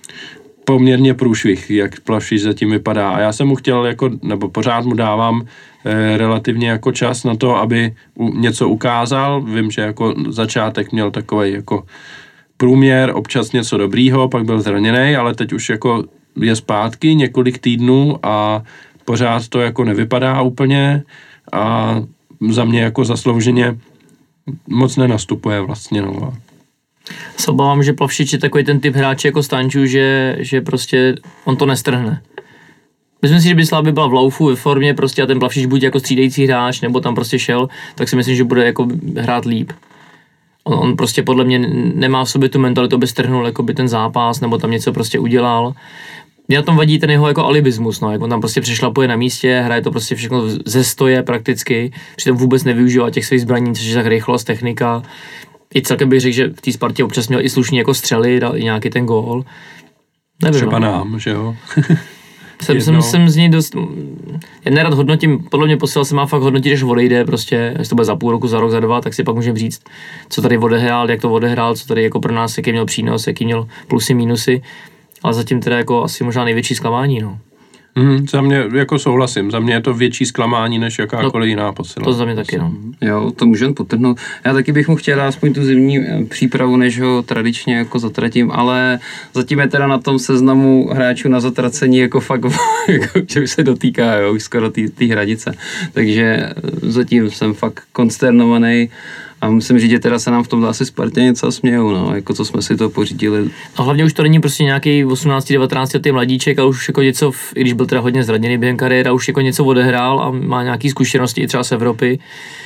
poměrně průšvih, jak Plavšič zatím vypadá a já jsem mu chtěl jako, nebo pořád mu dávám eh, relativně jako čas na to, aby u, něco ukázal, vím, že jako začátek měl takovej jako průměr, občas něco dobrýho, pak byl zraněný, ale teď už jako je zpátky několik týdnů a pořád to jako nevypadá úplně a za mě jako zaslouženě moc nenastupuje vlastně. No. Se obávám, že Plavšič je takový ten typ hráče jako Stančů, že, že prostě on to nestrhne. Myslím si, že by Slavia byla v laufu ve formě prostě a ten Plavšič buď jako střídající hráč, nebo tam prostě šel, tak si myslím, že bude jako hrát líp. On, on prostě podle mě nemá v sobě tu mentalitu, aby strhnul jako by ten zápas, nebo tam něco prostě udělal. Mě na tom vadí ten jeho jako alibismus, no, jak on tam prostě přešlapuje na místě, hraje to prostě všechno ze stoje prakticky, přitom vůbec nevyužívá těch svých zbraní, což je tak rychlost, technika. I celkem bych řekl, že v té Spartě občas měl i slušný jako střely, dal i nějaký ten gól. Nevím, třeba no. nám, že jo? jsem, jsem, jsem z něj dost, já nerad hodnotím, podle mě posílal se má fakt hodnotit, když odejde prostě, jestli to bude za půl roku, za rok, za dva, tak si pak můžeme říct, co tady odehrál, jak to odehrál, co tady jako pro nás, jaký měl přínos, jaký měl plusy, mínusy. Ale zatím teda jako asi možná největší zklamání, no. Mm, za mě jako souhlasím, za mě je to větší zklamání, než jakákoliv no, jiná posila. To za mě taky, no. Jo, to můžeme potrhnout. Já taky bych mu chtěl dát aspoň tu zimní přípravu, než ho tradičně jako zatratím, ale zatím je teda na tom seznamu hráčů na zatracení jako fakt, jako, že už se dotýká, jo, už skoro té hranice. Takže zatím jsem fakt konsternovaný. A musím říct, že teda se nám v tomhle asi Spartě něco smějou, no, jako co jsme si to pořídili. A hlavně už to není prostě nějaký osmnáct devatenáct letý mladíček, ale už jako něco, v, i když byl teda hodně zraněný během kariéry, už jako něco odehrál a má nějaký zkušenosti i třeba z Evropy.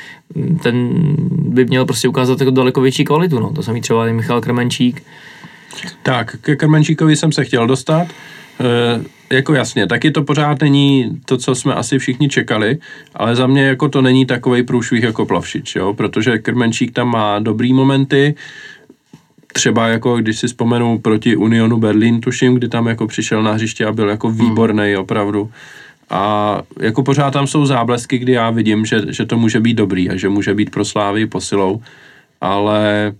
Ten by měl prostě ukázat jako daleko větší kvalitu, no, to samý třeba i Michal Krmenčík. Tak, ke Krmenčíkovi jsem se chtěl dostat. E, jako jasně, taky to pořád není to, co jsme asi všichni čekali, ale za mě jako to není takovej průšvih jako Plavšič, jo, protože Krmenčík tam má dobrý momenty, třeba jako když si vzpomenu proti Unionu Berlín, tuším, kdy tam jako přišel na hřiště a byl jako výborný opravdu. A jako pořád tam jsou záblesky, kdy já vidím, že, že to může být dobrý a že může být pro Slávy posilou, ale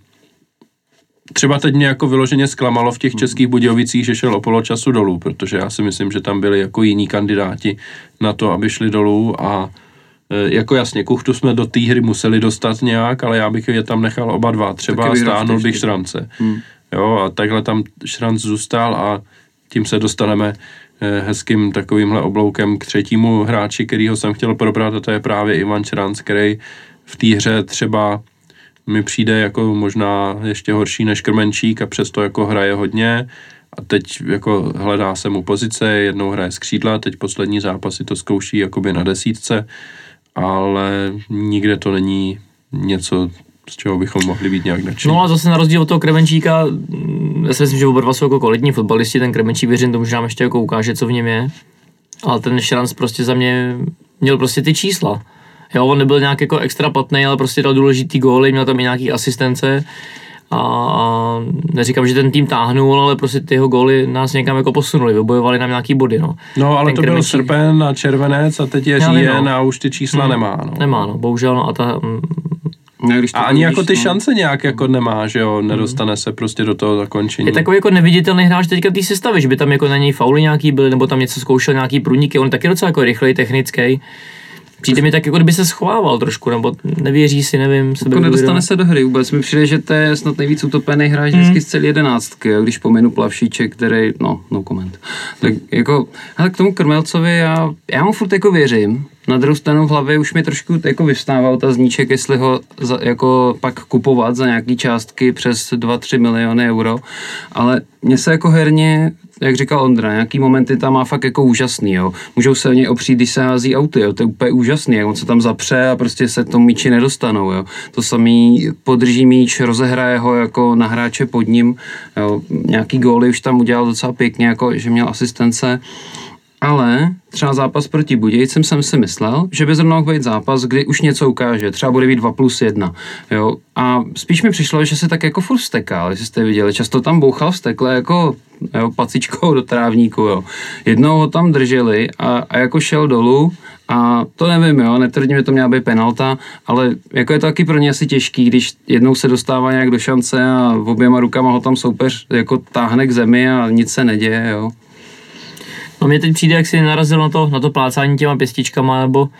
třeba teď mě jako vyloženě zklamalo v těch Českých Budějovicích, že šel o poločasu dolů, protože já si myslím, že tam byli jako jiní kandidáti na to, aby šli dolů a e, jako jasně, Kuchtu jsme do té hry museli dostat nějak, ale já bych je tam nechal oba dva, třeba stáhnul bych Šrance. Hmm. Jo, a takhle tam Šranc zůstal a tím se dostaneme e, hezkým takovýmhle obloukem k třetímu hráči, kterýho jsem chtěl probrat, a to je právě Ivan Šranc, který v té hře třeba mi přijde jako možná ještě horší než Krmenčík a přesto jako hraje hodně a teď jako hledá se mu pozice, jednou hraje z křídla, teď poslední zápasy to zkouší jakoby na desítce, ale nikde to není něco, z čeho bychom mohli být nějak nadšení. No a zase na rozdíl od toho Krmenčíka, já si myslím, že oba dva jsou jako kvalitní fotbalisti, ten Krmenčík věřím tomu, že nám ještě jako ukáže, co v něm je, ale ten Šranc prostě za mě měl prostě ty čísla. Jo, on nebyl nějak jako extra platný, ale prostě dal důležitý góly, měl tam i nějaký asistence a, a neříkám, že ten tým táhnul, ale prostě ty jeho góly nás někam jako posunuli, vybojovali nám nějaký body, no. No, ale ten to Krmenčík... byl srpen a červenec a teď je říjen no. A už ty čísla hmm. nemá, no. Nemá, no, bohužel, no a ta... No, a ani jako ty šance nějak jako nemá, že jo, nedostane se prostě do toho zakončení. Je takový jako neviditelný hráč teďka té sestavy, že by tam jako na něj fauly nějaký byly, nebo tam něco zkoušel, nějaký průniky, on je taky docela jako rychlej, technický. Přijde mi tak, jako kdyby se schovával trošku, nebo nevěří si, nevím. Jako nedostane se do hry vůbec. Mi přijde, že to je snad nejvíc utopený hráč vždycky mm. z celé jedenáctky, jo, když pominu Plavšíček, který, no, no comment. Tak jako, ale k tomu Krmelcovi já, já mu furt jako věřím. Na druhou stranu v hlavě už mi trošku jako vyvstával ta zníček, jestli ho za, jako pak kupovat za nějaký částky přes dva tři miliony euro, ale mně se jako herně, jak říkal Ondra, nějaký momenty tam má fakt jako úžasný, jo. Můžou se o něj opřít, když se hází auty, jo. To je úplně úžasný, jak on se tam zapře a prostě se tomu míči nedostanou, jo. To samý podrží míč, rozehraje ho jako na hráče pod ním, jo. Nějaký góly už tam udělal docela pěkně, jako že měl asistence. Ale třeba zápas proti Budějcem jsem si myslel, že by zrovna mohl být zápas, kdy už něco ukáže, třeba bude být dva plus jedna, jo. A spíš mi přišlo, že se tak jako furt vstekal, jestli jste viděli, často tam bouchal vstekle jako jo, pacičkou do trávníku, jo. Jednou ho tam drželi a, a jako šel dolů a to nevím, jo, netvrdím, že to měla být penalta, ale jako je to taky pro ně asi těžký, když jednou se dostává nějak do šance a oběma rukama ho tam soupeř jako táhne k zemi a nic se neděje, jo. No mě teď přijde, jak si narazil na to, na to plácání těma pěstičkama, nebo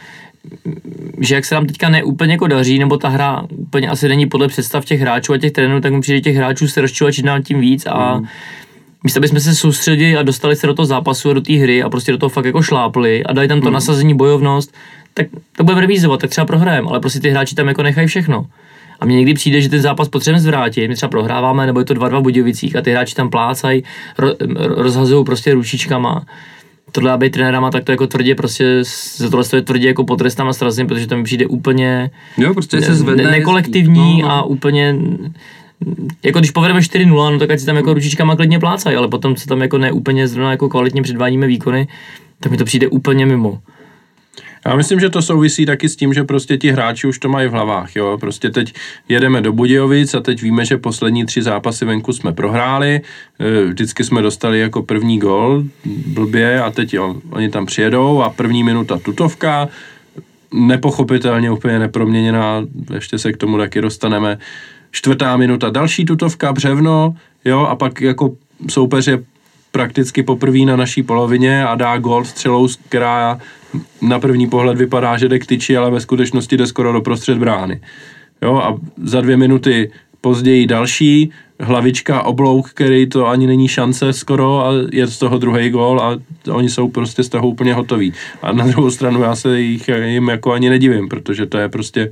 že jak se nám teďka neúplně jako daří, nebo ta hra úplně asi není podle představ těch hráčů a těch trenérů, tak mi přijde těch hráčů se rozčilovat čím dál tím víc a mm. místo bychom se soustředili a dostali se do toho zápasu a do té hry a prostě do toho fakt jako šlápli a dali tam to mm. nasazení, bojovnost, tak to budeme revízovat, tak třeba prohrajeme, ale prostě ty hráči tam jako nechají všechno. A mně někdy přijde, že ten zápas potřebujeme zvrátit, my třeba prohráváme, nebo je to dva dva v Budějovicích a ty hráči tam plácají, ro, rozhazují prostě ručičkama. Tohle aby trenérama tak to jako tvrdě prostě, za tohle je tvrdě jako potrestám a srazím, protože to mi přijde úplně jo, prostě se zvedne, ne, nekolektivní no, no. A úplně, jako když povedeme čtyři nula, no tak ať si tam jako ručičkama klidně plácají, ale potom se tam jako ne úplně zrovna jako kvalitně předvádíme výkony, tak mi to přijde úplně mimo. Já myslím, že to souvisí taky s tím, že prostě ti hráči už to mají v hlavách, jo, prostě teď jedeme do Budějovic a teď víme, že poslední tři zápasy venku jsme prohráli, vždycky jsme dostali jako první gól, blbě a teď jo, oni tam přijedou a první minuta tutovka, nepochopitelně úplně neproměněná, ještě se k tomu taky dostaneme, čtvrtá minuta další tutovka, břevno, jo, a pak jako soupeř je prakticky poprvé na naší polovině a dá gól střelou, která na první pohled vypadá, že jde k tyči, ale ve skutečnosti jde skoro do prostřed brány. Jo, a za dvě minuty později další, hlavička, oblouk, který to ani není šance skoro a je z toho druhý gól a oni jsou prostě z toho úplně hotoví. A na druhou stranu já se jich, jim jako ani nedivím, protože to je prostě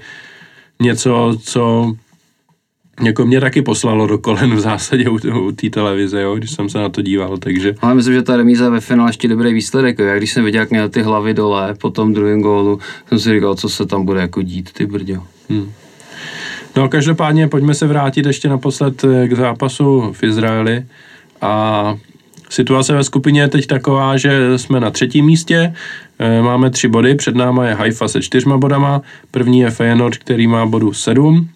něco, co jako mě taky poslalo do kolen v zásadě u, u té televize, jo, když jsem se na to díval, takže... Ale myslím, že ta remíza ve finále ještě dobrý výsledek, jo. Já když jsem viděl, jak měl ty hlavy dole po tom druhém gólu, jsem si říkal, co se tam bude jako dít, ty brďo. Hmm. No každopádně pojďme se vrátit ještě naposled k zápasu v Izraeli a situace ve skupině je teď taková, že jsme na třetím místě, máme tři body, před náma je Haifa se čtyřma bodama, první je Feyenoord, který má bodu sedm,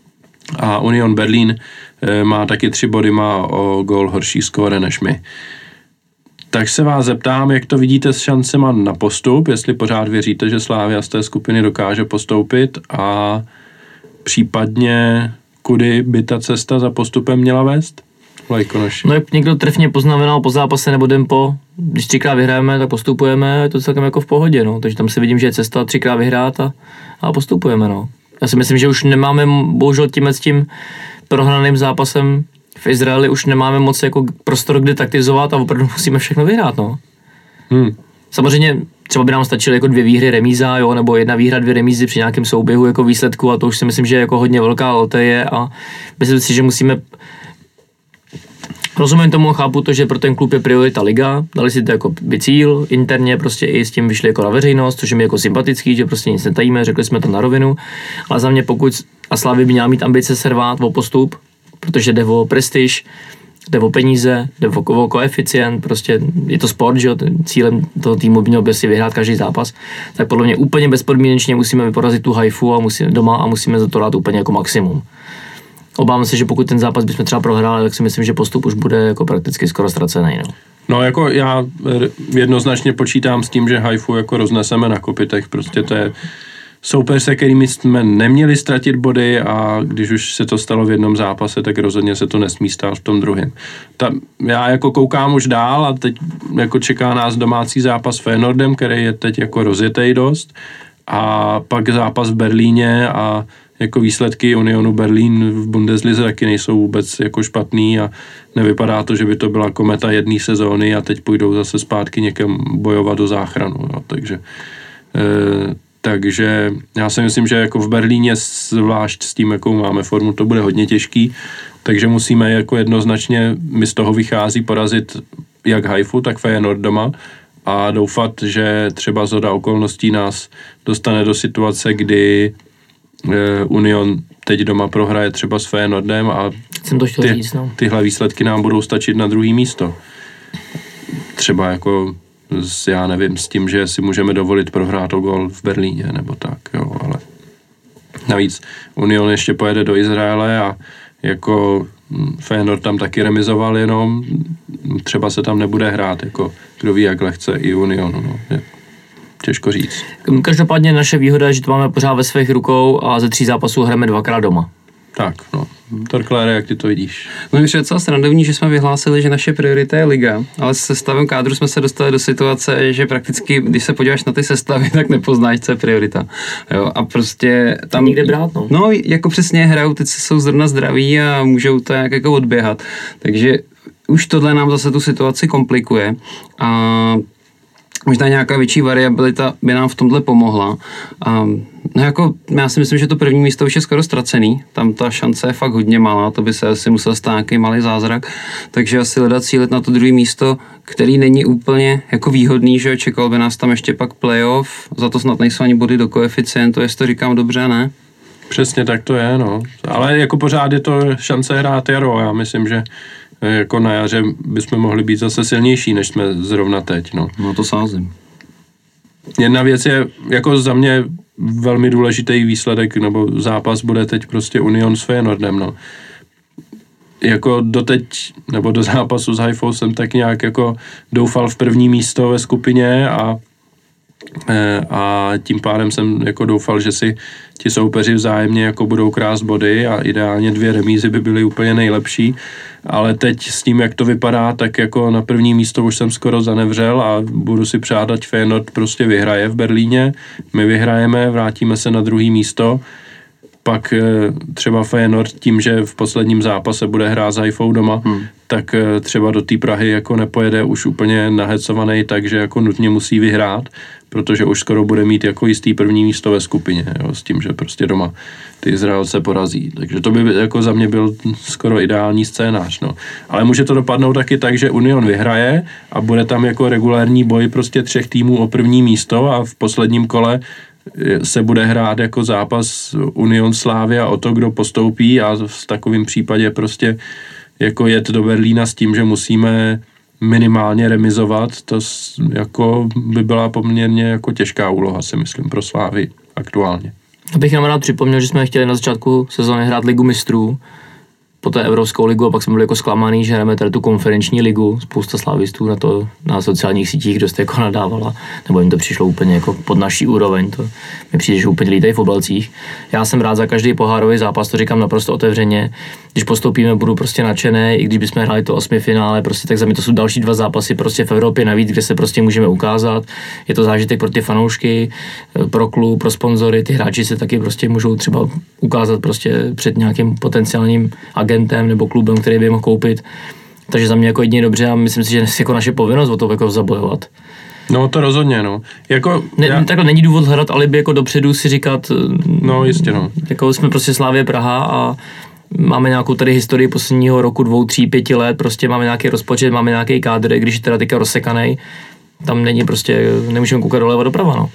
a Union Berlin má taky tři body, má o gól horší skóre než my. tak se vás zeptám, jak to vidíte s šancema na postup, jestli pořád věříte, že Slavia z té skupiny dokáže postoupit a případně kudy by ta cesta za postupem měla vést? Lajkonoši. No jak někdo trefně poznamenal po zápase nebo den po, když třikrát vyhrajeme, tak postupujeme, je to celkem jako v pohodě, no. Takže tam si vidím, že je cesta třikrát vyhrát a, a postupujeme, no. Já si myslím, že už nemáme, bohužel tímhle s tím prohraným zápasem v Izraeli už nemáme moc jako prostor, kde taktizovat a opravdu musíme všechno vyhrát, no. Hmm. Samozřejmě třeba by nám stačily jako dvě výhry remíza, jo, nebo jedna výhra, dvě remízy při nějakém souběhu jako výsledku a to už si myslím, že je jako hodně velká loterie a myslím si, že musíme. Rozumím tomu, chápu to, že pro ten klub je priorita liga, dali si to jako by cíl, interně prostě i s tím vyšli jako na veřejnost, což je mi jako sympatický, že prostě nic netajíme, řekli jsme to na rovinu, ale za mě pokud a Slavia by měla mít ambice se rvát o postup, protože jde o prestiž, jde o peníze, jde o, o koeficient, prostě je to sport, že jo, cílem toho týmu by měl by si vyhrát každý zápas, tak podle mě úplně bezpodmínečně musíme vyporazit tu Haifu a musíme doma a musíme za to dát úplně jako maximum. Obávám se, že pokud ten zápas bychom třeba prohráli, tak si myslím, že postup už bude jako prakticky skoro ztracený. No. No jako já jednoznačně počítám s tím, že Haifu jako rozneseme na kopytech, prostě to je soupeř, se kterými jsme neměli ztratit body a když už se to stalo v jednom zápase, tak rozhodně se to nesmí stát v tom druhém. Ta, já jako koukám už dál a teď jako čeká nás domácí zápas s Feyenoordem, který je teď jako rozjetej dost a pak zápas v Berlíně a jako výsledky Unionu Berlín v Bundeslize taky nejsou vůbec jako špatný a nevypadá to, že by to byla kometa jedné sezóny a teď půjdou zase zpátky někam bojovat do záchranu. Jo. Takže, e, takže já si myslím, že jako v Berlíně zvlášť s tím, jakou máme formu, to bude hodně těžký, takže musíme jako jednoznačně, my z toho vychází porazit jak Haifu, tak Feyenoord doma a doufat, že třeba zhoda okolností nás dostane do situace, kdy Union teď doma prohraje třeba s Feyenoordem a Jsem to chtěl ty, říct, no. tyhle výsledky nám budou stačit na druhý místo. Třeba jako s, já nevím, s tím, že si můžeme dovolit prohrát o gol v Berlíně nebo tak, jo, ale navíc Union ještě pojede do Izraele a jako Feyenoord tam taky remizoval jenom, třeba se tam nebude hrát, jako kdo ví, jak lehce i Unionu, no, je těžko říct. Každopádně naše výhoda je, že to máme pořád ve svých rukou a ze tří zápasů hrajeme dvakrát doma. Tak, no. Torklére, jak ty to vidíš? No je docela srandovní, že jsme vyhlásili, že naše priorita je liga, ale se sestavem kádru jsme se dostali do situace, že prakticky, když se podíváš na ty sestavy, tak nepoznáš, co je priorita. Jo, a prostě tam... Nikde brát, no. No, jako přesně hrajou, teď jsou zrovna zdraví a můžou to jak jako odběhat. Takže už tohle nám zase tu situaci komplikuje a možná nějaká větší variabilita by nám v tomhle pomohla. A, no jako, já si myslím, že to první místo už je skoro ztracený. Tam ta šance je fakt hodně malá, to by se asi musel stát nějaký malý zázrak. Takže asi hledat cílit na to druhé místo, který není úplně jako výhodný, že čekal by nás tam ještě pak playoff, za to snad nejsou ani body do koeficientu, jestli to říkám dobře, ne? Přesně tak to je, no. Ale jako pořád je to šance hrát jaro. Já myslím, že jako na jaře bychom mohli být zase silnější, než jsme zrovna teď, no. No to sázím. Jedna věc je, jako za mě velmi důležitý výsledek, nebo zápas bude teď prostě Union s Feyenoordem, no. Jako doteď, nebo do zápasu s Haifou jsem tak nějak jako doufal v první místo ve skupině a a tím pádem jsem jako doufal, že si ti soupeři vzájemně jako budou krást body a ideálně dvě remízy by byly úplně nejlepší, ale teď s tím, jak to vypadá, tak jako na první místo už jsem skoro zanevřel a budu si přát, ať Feyenoord prostě vyhraje v Berlíně, my vyhrajeme, vrátíme se na druhý místo, pak třeba Feyenoord tím, že v posledním zápase bude hrát s Haifou doma, hmm. tak třeba do té Prahy jako nepojede už úplně nahecovaný, takže jako nutně musí vyhrát, protože už skoro bude mít jako jistý první místo ve skupině, jo, s tím, že prostě doma ty Izraelce porazí. Takže to by jako za mě byl skoro ideální scénář, no. Ale může to dopadnout taky tak, že Union vyhraje a bude tam jako regulární boj prostě třech týmů o první místo a v posledním kole se bude hrát jako zápas Union Slavia o to, kdo postoupí a v takovém případě prostě jako jet do Berlína s tím, že musíme minimálně remizovat, to jako by byla poměrně jako těžká úloha, si myslím, pro Slávy aktuálně. Abych nám rád připomněl, že jsme chtěli na začátku sezóny hrát Ligu mistrů, po té Evropskou ligu a pak jsme byli jako zklamaný, že hrajeme tady tu konferenční ligu. Spousta slávistů na to na sociálních sítích dost jako nadávala, nebo jim to přišlo úplně jako pod naší úroveň, to mi přijde, že úplně lítají v oblacích. Já jsem rád za každý pohárový zápas, to říkám naprosto otevřeně. Když postoupíme, budu prostě nadšený, i když bychom hráli to osmifinále, prostě tak za mě to jsou další dva zápasy prostě v Evropě navíc, kde se prostě můžeme ukázat. Je to zážitek pro ty fanoušky, pro klub, pro sponzory, ty hráči se taky prostě můžou třeba ukázat prostě před nějakým potenciálním agentem nebo klubem, který by je mohl koupit. Takže za mě jako jedině dobře a myslím si, že je jako naše povinnost o to jako zabojovat. No to rozhodně, no. Jako, ne, já... Takhle není důvod hledat alibi jako dopředu si říkat, no jistě, no. Jako jsme prostě Slavie Praha a máme nějakou tady historii posledního roku, dvou, tří, pěti let, prostě máme nějaký rozpočet, máme nějaký kádr, když je teda teďka rozsekanej, tam není prostě, nemůžeme koukat doleva doprava, no.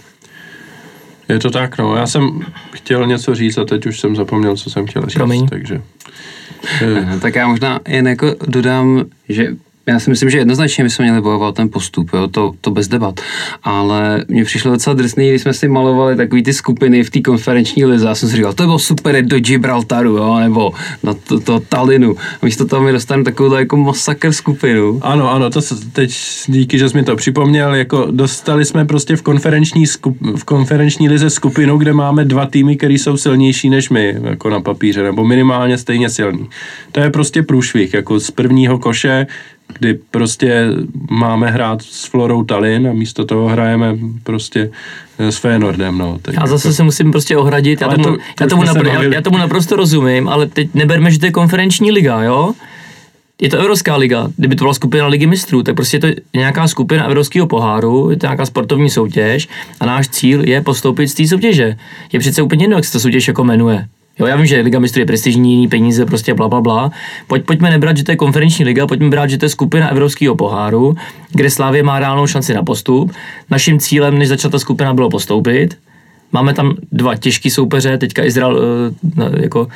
Je to tak, no. Já jsem chtěl něco říct a teď už jsem zapomněl, co jsem chtěl říct, Promiň. takže... Aha, tak já možná jen jako dodám, že já si myslím, že jednoznačně bychom měli bojovat ten postup, jo, to, to bez debat. Ale mně přišlo docela drsný, když jsme si malovali takový ty skupiny v té konferenční lize. Já jsem si říkal, to bylo super do Gibraltaru, jo, nebo na to, to Talinu. A místo toho mi dostaneme takovou jako masakr skupinu. Ano, ano, to teď díky, že jsi mi to připomněl, jako dostali jsme prostě v konferenční, skup, v konferenční lize skupinu, kde máme dva týmy, které jsou silnější než my, jako na papíře, nebo minimálně stejně silný. To je prostě průšvih, jako z prvního koše, kdy prostě máme hrát s Florou Tallinn a místo toho hrajeme prostě s Feyenoordem, no. Tak já zase jako... se musím prostě ohradit, já tomu, to, to já, tomu napr- já, já tomu naprosto rozumím, ale teď neberme, že to je konferenční liga, jo? Je to Evropská liga, kdyby to byla skupina Ligy mistrů, tak prostě je to nějaká skupina Evropského poháru, je to nějaká sportovní soutěž a náš cíl je postoupit z té soutěže. Je přece úplně jedno, jak se ta soutěž jako jmenuje. Jo, já vím, že Liga mistrů je prestižní, jiný peníze, prostě bla, bla, bla. Pojď, pojďme nebrat, že to je konferenční liga, pojďme brát, že to je skupina Evropského poháru, kde Slavie má reálnou šanci na postup. Naším cílem, než začala ta skupina, bylo postoupit. Máme tam dva těžký soupeře, teďka Izrael, jako...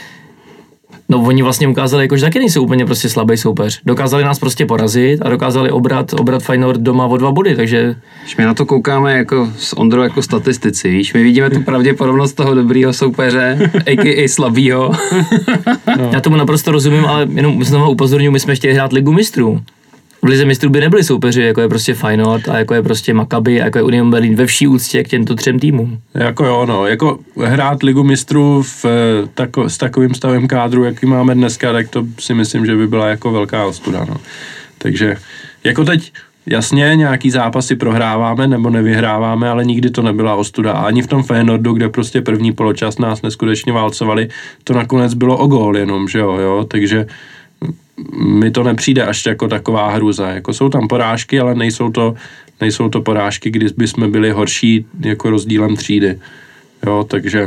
No, oni vlastně ukázali, jako, že taky nejsou úplně prostě slabý soupeř. Dokázali nás prostě porazit a dokázali obrat, obrat Feyenoord doma o dva body, takže... Když my na to koukáme jako s Ondrou jako statistici, víš, my vidíme tu pravděpodobnost toho dobrýho soupeře, a k a slabýho. No. Já tomu naprosto rozumím, ale jenom znovu upozorňuji, my jsme chtěli hrát Ligu mistrů. V Lize mistrů by nebyli soupeři, jako je prostě Feyenoord a jako je prostě Maccabi a jako je Union Berlin, ve vší úctě k těmto třem týmům. Jako jo, no, jako hrát Ligu mistrů v, tako, s takovým stavem kádru, jaký máme dneska, tak to si myslím, že by byla jako velká ostuda, no. Takže jako teď jasně nějaký zápasy prohráváme nebo nevyhráváme, ale nikdy to nebyla ostuda. A ani v tom Feyenoordu, kde prostě první poločas nás neskutečně válcovali, to nakonec bylo o gól jenom, že jo, jo, takže mi to nepřijde až jako taková hruza. Jako jsou tam porážky, ale nejsou to, nejsou to porážky, kdy bychom byli horší jako rozdílem třídy. Jo, takže...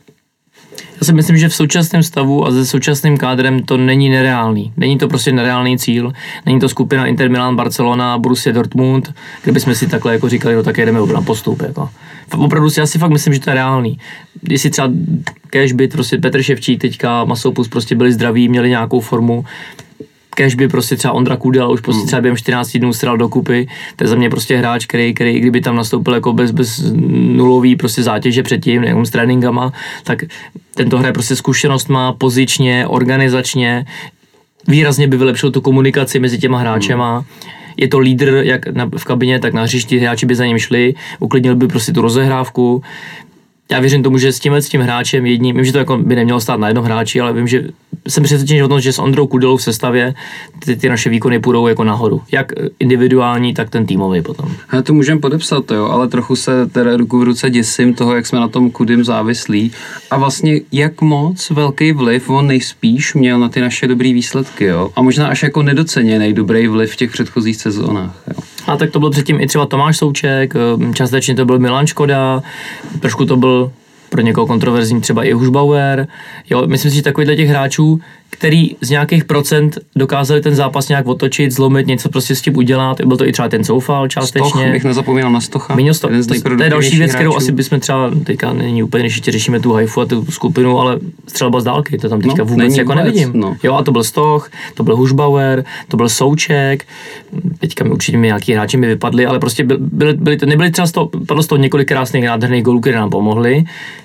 Já si myslím, že v současném stavu a se současným kádrem to není nereálný. Není to prostě nereálný cíl. Není to skupina Inter Milan, Barcelona, Borussia Dortmund, kde bychom si takhle jako říkali, no tak jedeme na postup. Jako. Opravdu si asi fakt myslím, že to je reálný. Když si třeba Cashby, prostě Petr Ševčík, teďka Masopus prostě byli zdraví, měli nějakou formu, Cashby prostě třeba Ondra Kudela už prostě třeba během čtrnáct dnů stral dokupy, to je za mě prostě hráč, který, který kdyby tam nastoupil jako bez, bez nulový prostě zátěže předtím, nejenom s tréninkama, tak tento hraje prostě zkušenost má pozičně, organizačně, výrazně by vylepšil tu komunikaci mezi těma hráčema. Je to lídr jak na, v kabině, tak na hřišti, hráči by za ním šli, uklidnil by prostě tu rozehrávku. Já věřím tomu, že s tímhle s tím hráčem jedním, vím, že to jako by nemělo stát na jednom hráči, ale vím, že jsem přesvědčený o tom, že s Ondrou Kudelou v sestavě ty, ty naše výkony půjdou jako nahoru. Jak individuální, tak ten týmový potom. Já to můžeme podepsat, jo, ale trochu se teda ruku v ruce děsím toho, jak jsme na tom Kudym závislí a vlastně jak moc velký vliv on nejspíš měl na ty naše dobrý výsledky, jo. A možná až jako nedoceněný dobrý vliv v těch předchozích sezónách, jo. A tak to byl předtím i třeba Tomáš Souček, částečně to byl Milan Škoda, trošku to byl pro někoho kontroverzní třeba i Hušbauer. Jo, myslím si, že takovýhle těch hráčů, který z nějakých procent dokázali ten zápas nějak otočit, zlomit, něco prostě s tím udělat. Byl to i třeba ten Soufal částečně. Stoch, bych nezapomněl na Stocha. Stoch, to, to je další věc, kterou asi bychom třeba, teďka není úplně, než ještě řešíme tu Haifu a tu skupinu, ale střelba z dálky, to tam teďka no, vůbec jako vůbec, nevidím. No. Jo, a to byl Stoch, to byl Hušbauer, to byl Souček, teďka mi určitě nějaký hráči mi vypadli, ale prostě byli, byli, byli, nebyli třeba z toho, padlo z toho několik krásných nádherných gólů, které nám pomohly.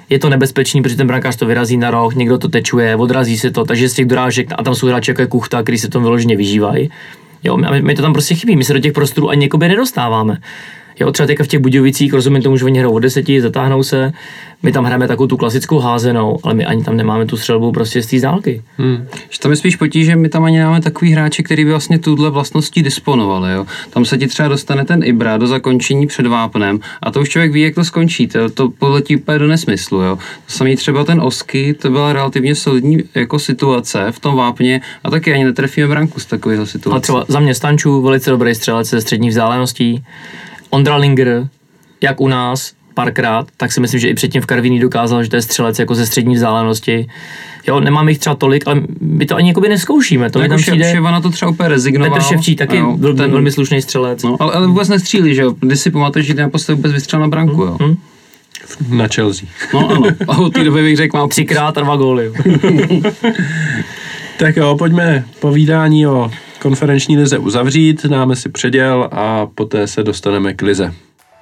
je to nebezpečný, protože ten brankář to vyrazí na roh, někdo to tečuje, odrazí se to, takže z těch dorážek, a tam jsou hráči jako je Kuchta, který se tom vyloženě vyžívají. Jo, my, my to tam prostě chybí, my se do těch prostorů ani jakoby nedostáváme. Jo, třeba teďka v těch Budějovicích, rozumím tomu, že oni hrajou od deseti, zatáhnou se, my tam hrajeme takovou tu klasickou házenou, ale my ani tam nemáme tu střelbu prostě z té dálky. Hmm. Že tam je spíš potíže, my tam ani nemáme takový hráči, který by vlastně tuhle vlastností disponovali. Jo. Tam se ti třeba dostane ten Ibra do zakončení před vápnem a to už člověk ví, jak to skončí, to, to poletí úplně do nesmyslu. Jo. To samý třeba ten Osky, to byla relativně solidní jako situace v tom vápně a taky ani netrefíme branku z takového situace. A třeba za mě Stančů, velice dobrý střelec ze střední vzdáleností. Ondra Linger, jak u nás, párkrát, tak si myslím, že i předtím v Karviní dokázal, že to je střelec jako ze střední vzdálenosti. Jo, nemám jich třeba tolik, ale my to ani jakoby neskoušíme. To jako tam přijde. Ševa na to třeba úplně rezignoval. Petr Ševčí taky jo, byl ten velmi slušný střelec. No, ale, ale vůbec nestřílí, že jo? Když si pamatuješ, že naposledy vůbec vystřelil na branku, jo? Hmm. Na Chelsea. No ano, a od té doby bych řekl, mám třikrát a dva góly. Tak jo, pojďme povídání o konferenční lize uzavřít, dáme si předěl a poté se dostaneme k lize.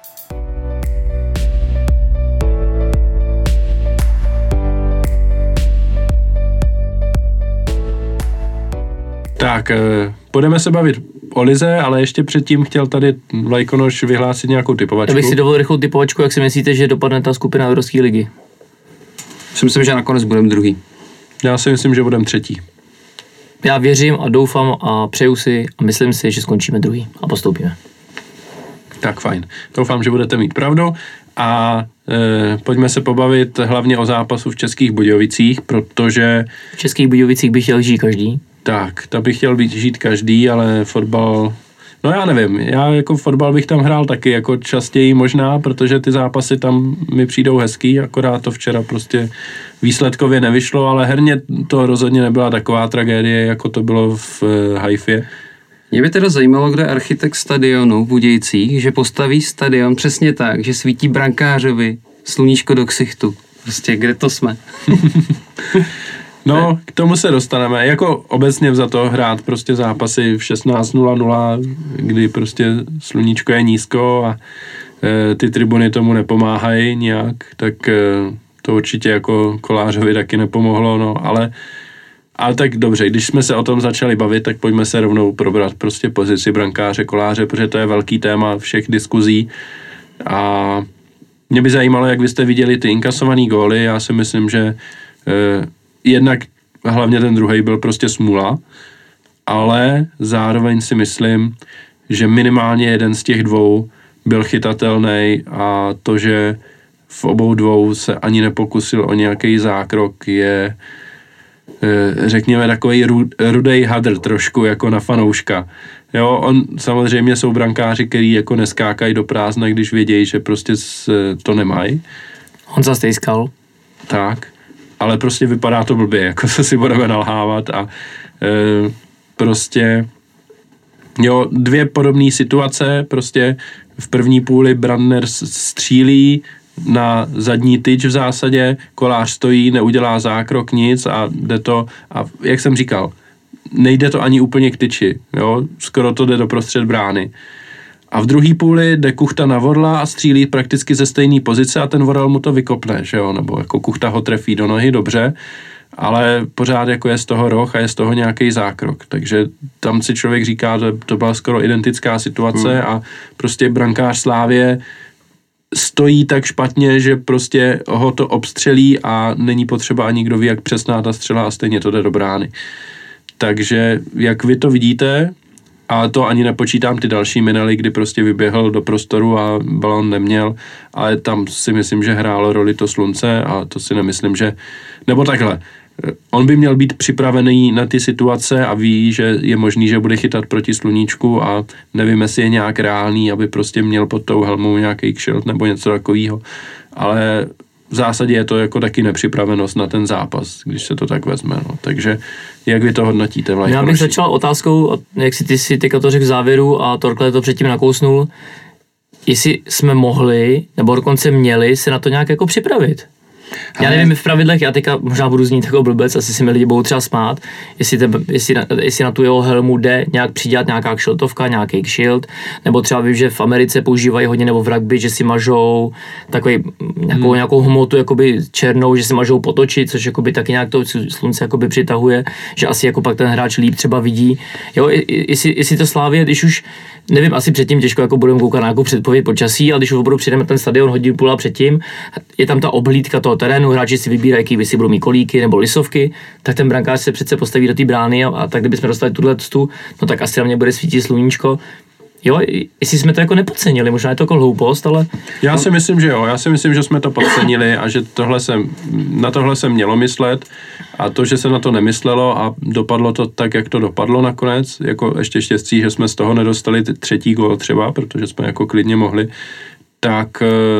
Tak, budeme se bavit o lize, ale ještě předtím chtěl tady Vlajkonoš vyhlásit nějakou typovačku. Já bych si dovolil rychlou typovačku, jak si myslíte, že dopadne ta skupina Evropské ligy? Si myslím, že nakonec budeme druhý. Já si myslím, že budeme třetí. Já věřím a doufám a přeju si a myslím si, že skončíme druhý a postoupíme. Tak fajn. Doufám, že budete mít pravdu a e, pojďme se pobavit hlavně o zápasu v Českých Budějovicích, protože... V Českých Budějovicích by chtěl žít každý. Tak, to by chtěl být žít každý, ale fotbal... No já nevím, já jako fotbal bych tam hrál taky jako častěji možná, protože ty zápasy tam mi přijdou hezký, akorát to včera prostě výsledkově nevyšlo, ale herně to rozhodně nebyla taková tragédie, jako to bylo v uh, Haifě. Mě by teda zajímalo, kdo je architekt stadionu v Budějcích, že postaví stadion přesně tak, že svítí brankářovi sluníčko do ksichtu. Prostě kde to jsme? No, k tomu se dostaneme. Jako obecně za to hrát prostě zápasy v šestnáct nula nula, kdy prostě sluníčko je nízko a e, ty tribuny tomu nepomáhají nějak, tak e, to určitě jako Kolářovi taky nepomohlo, no, ale ale tak dobře, když jsme se o tom začali bavit, tak pojďme se rovnou probrat prostě pozici brankáře Koláře, protože to je velký téma všech diskuzí a mě by zajímalo, jak vy jste viděli ty inkasovaný góly. Já si myslím, že e, jednak hlavně ten druhý byl prostě smůla, ale zároveň si myslím, že minimálně jeden z těch dvou byl chytatelný a to, že v obou dvou se ani nepokusil o nějaký zákrok, je řekněme takový rudej hadr trošku jako na fanouška. Jo, on samozřejmě jsou brankáři, který jako neskákají do prázdna, když vědějí, že prostě to nemají. Honza Stejskal. Tak, ale prostě vypadá to blbě, jako se si budeme nalhávat a e, prostě jo, dvě podobné situace, prostě v první půli Brandner střílí na zadní tyč v zásadě, Kolář stojí, neudělá zákrok, nic a jde to, a jak jsem říkal, nejde to ani úplně k tyči, jo, skoro to jde do prostřed brány. A v druhý půli jde Kuchta na Vorla a střílí prakticky ze stejné pozice a ten Vorel mu to vykopne, že jo, nebo jako Kuchta ho trefí do nohy, dobře, ale pořád jako je z toho roh a je z toho nějaký zákrok, takže tam si člověk říká, že to byla skoro identická situace hmm. a prostě brankář Slávie stojí tak špatně, že prostě ho to obstřelí a není potřeba ani kdo ví, jak přesná ta střela a stejně to jde do brány. Takže jak vy to vidíte, a to ani nepočítám ty další minely, kdy prostě vyběhl do prostoru a balon neměl, ale tam si myslím, že hrálo roli to slunce a to si nemyslím, že... Nebo takhle, on by měl být připravený na ty situace a ví, že je možný, že bude chytat proti sluníčku a nevím, jestli je nějak reálný, aby prostě měl pod tou helmou nějaký kšilt nebo něco takového, ale v zásadě je to jako taky nepřipravenost na ten zápas, když se to tak vezme. No. Takže jak vy to hodnotíte, Vlajko? Já bych začal otázkou, jak si ty si teďka to řekl v závěru a Torkle to předtím nakousnul, jestli jsme mohli, nebo dokonce měli se na to nějak jako připravit. Já nevím, v pravidlech, já teďka možná budu znít jako blbec, asi si mi lidi budou třeba smát, jestli, te, jestli, na, jestli na tu jeho helmu jde nějak přidělat nějaká kšiltovka, nějaký kšilt, nebo třeba vím, že v Americe používají hodně, nebo v rugby, že si mažou takový, nějakou, hmm. nějakou hmotu jakoby černou, že si mažou potočit, což jakoby taky nějak to slunce jakoby přitahuje, že asi jako pak ten hráč líp třeba vidí. Jo, jestli, jestli to Slávě, když už nevím, asi předtím těžko jako budeme koukat na nějakou předpověď počasí, ale když už opravdu přijdeme ten stadion hodinu půl a předtím, je tam ta oblídka toho terénu, hráči si vybírají, jaký si budou mít kolíky nebo lisovky, tak ten brankář se přece postaví do té brány a, a tak kdybychom dostali tuhle tu, no tak asi na mě bude svítit sluníčko. Jo, jestli jsme to jako nepodcenili, možná je to jako hloupost, ale... Já si myslím, že jo, já si myslím, že jsme to podcenili a že tohle se, na tohle se mělo myslet a to, že se na to nemyslelo a dopadlo to tak, jak to dopadlo nakonec, jako ještě štěstí, že jsme z toho nedostali třetí gól třeba, protože jsme jako klidně mohli, tak,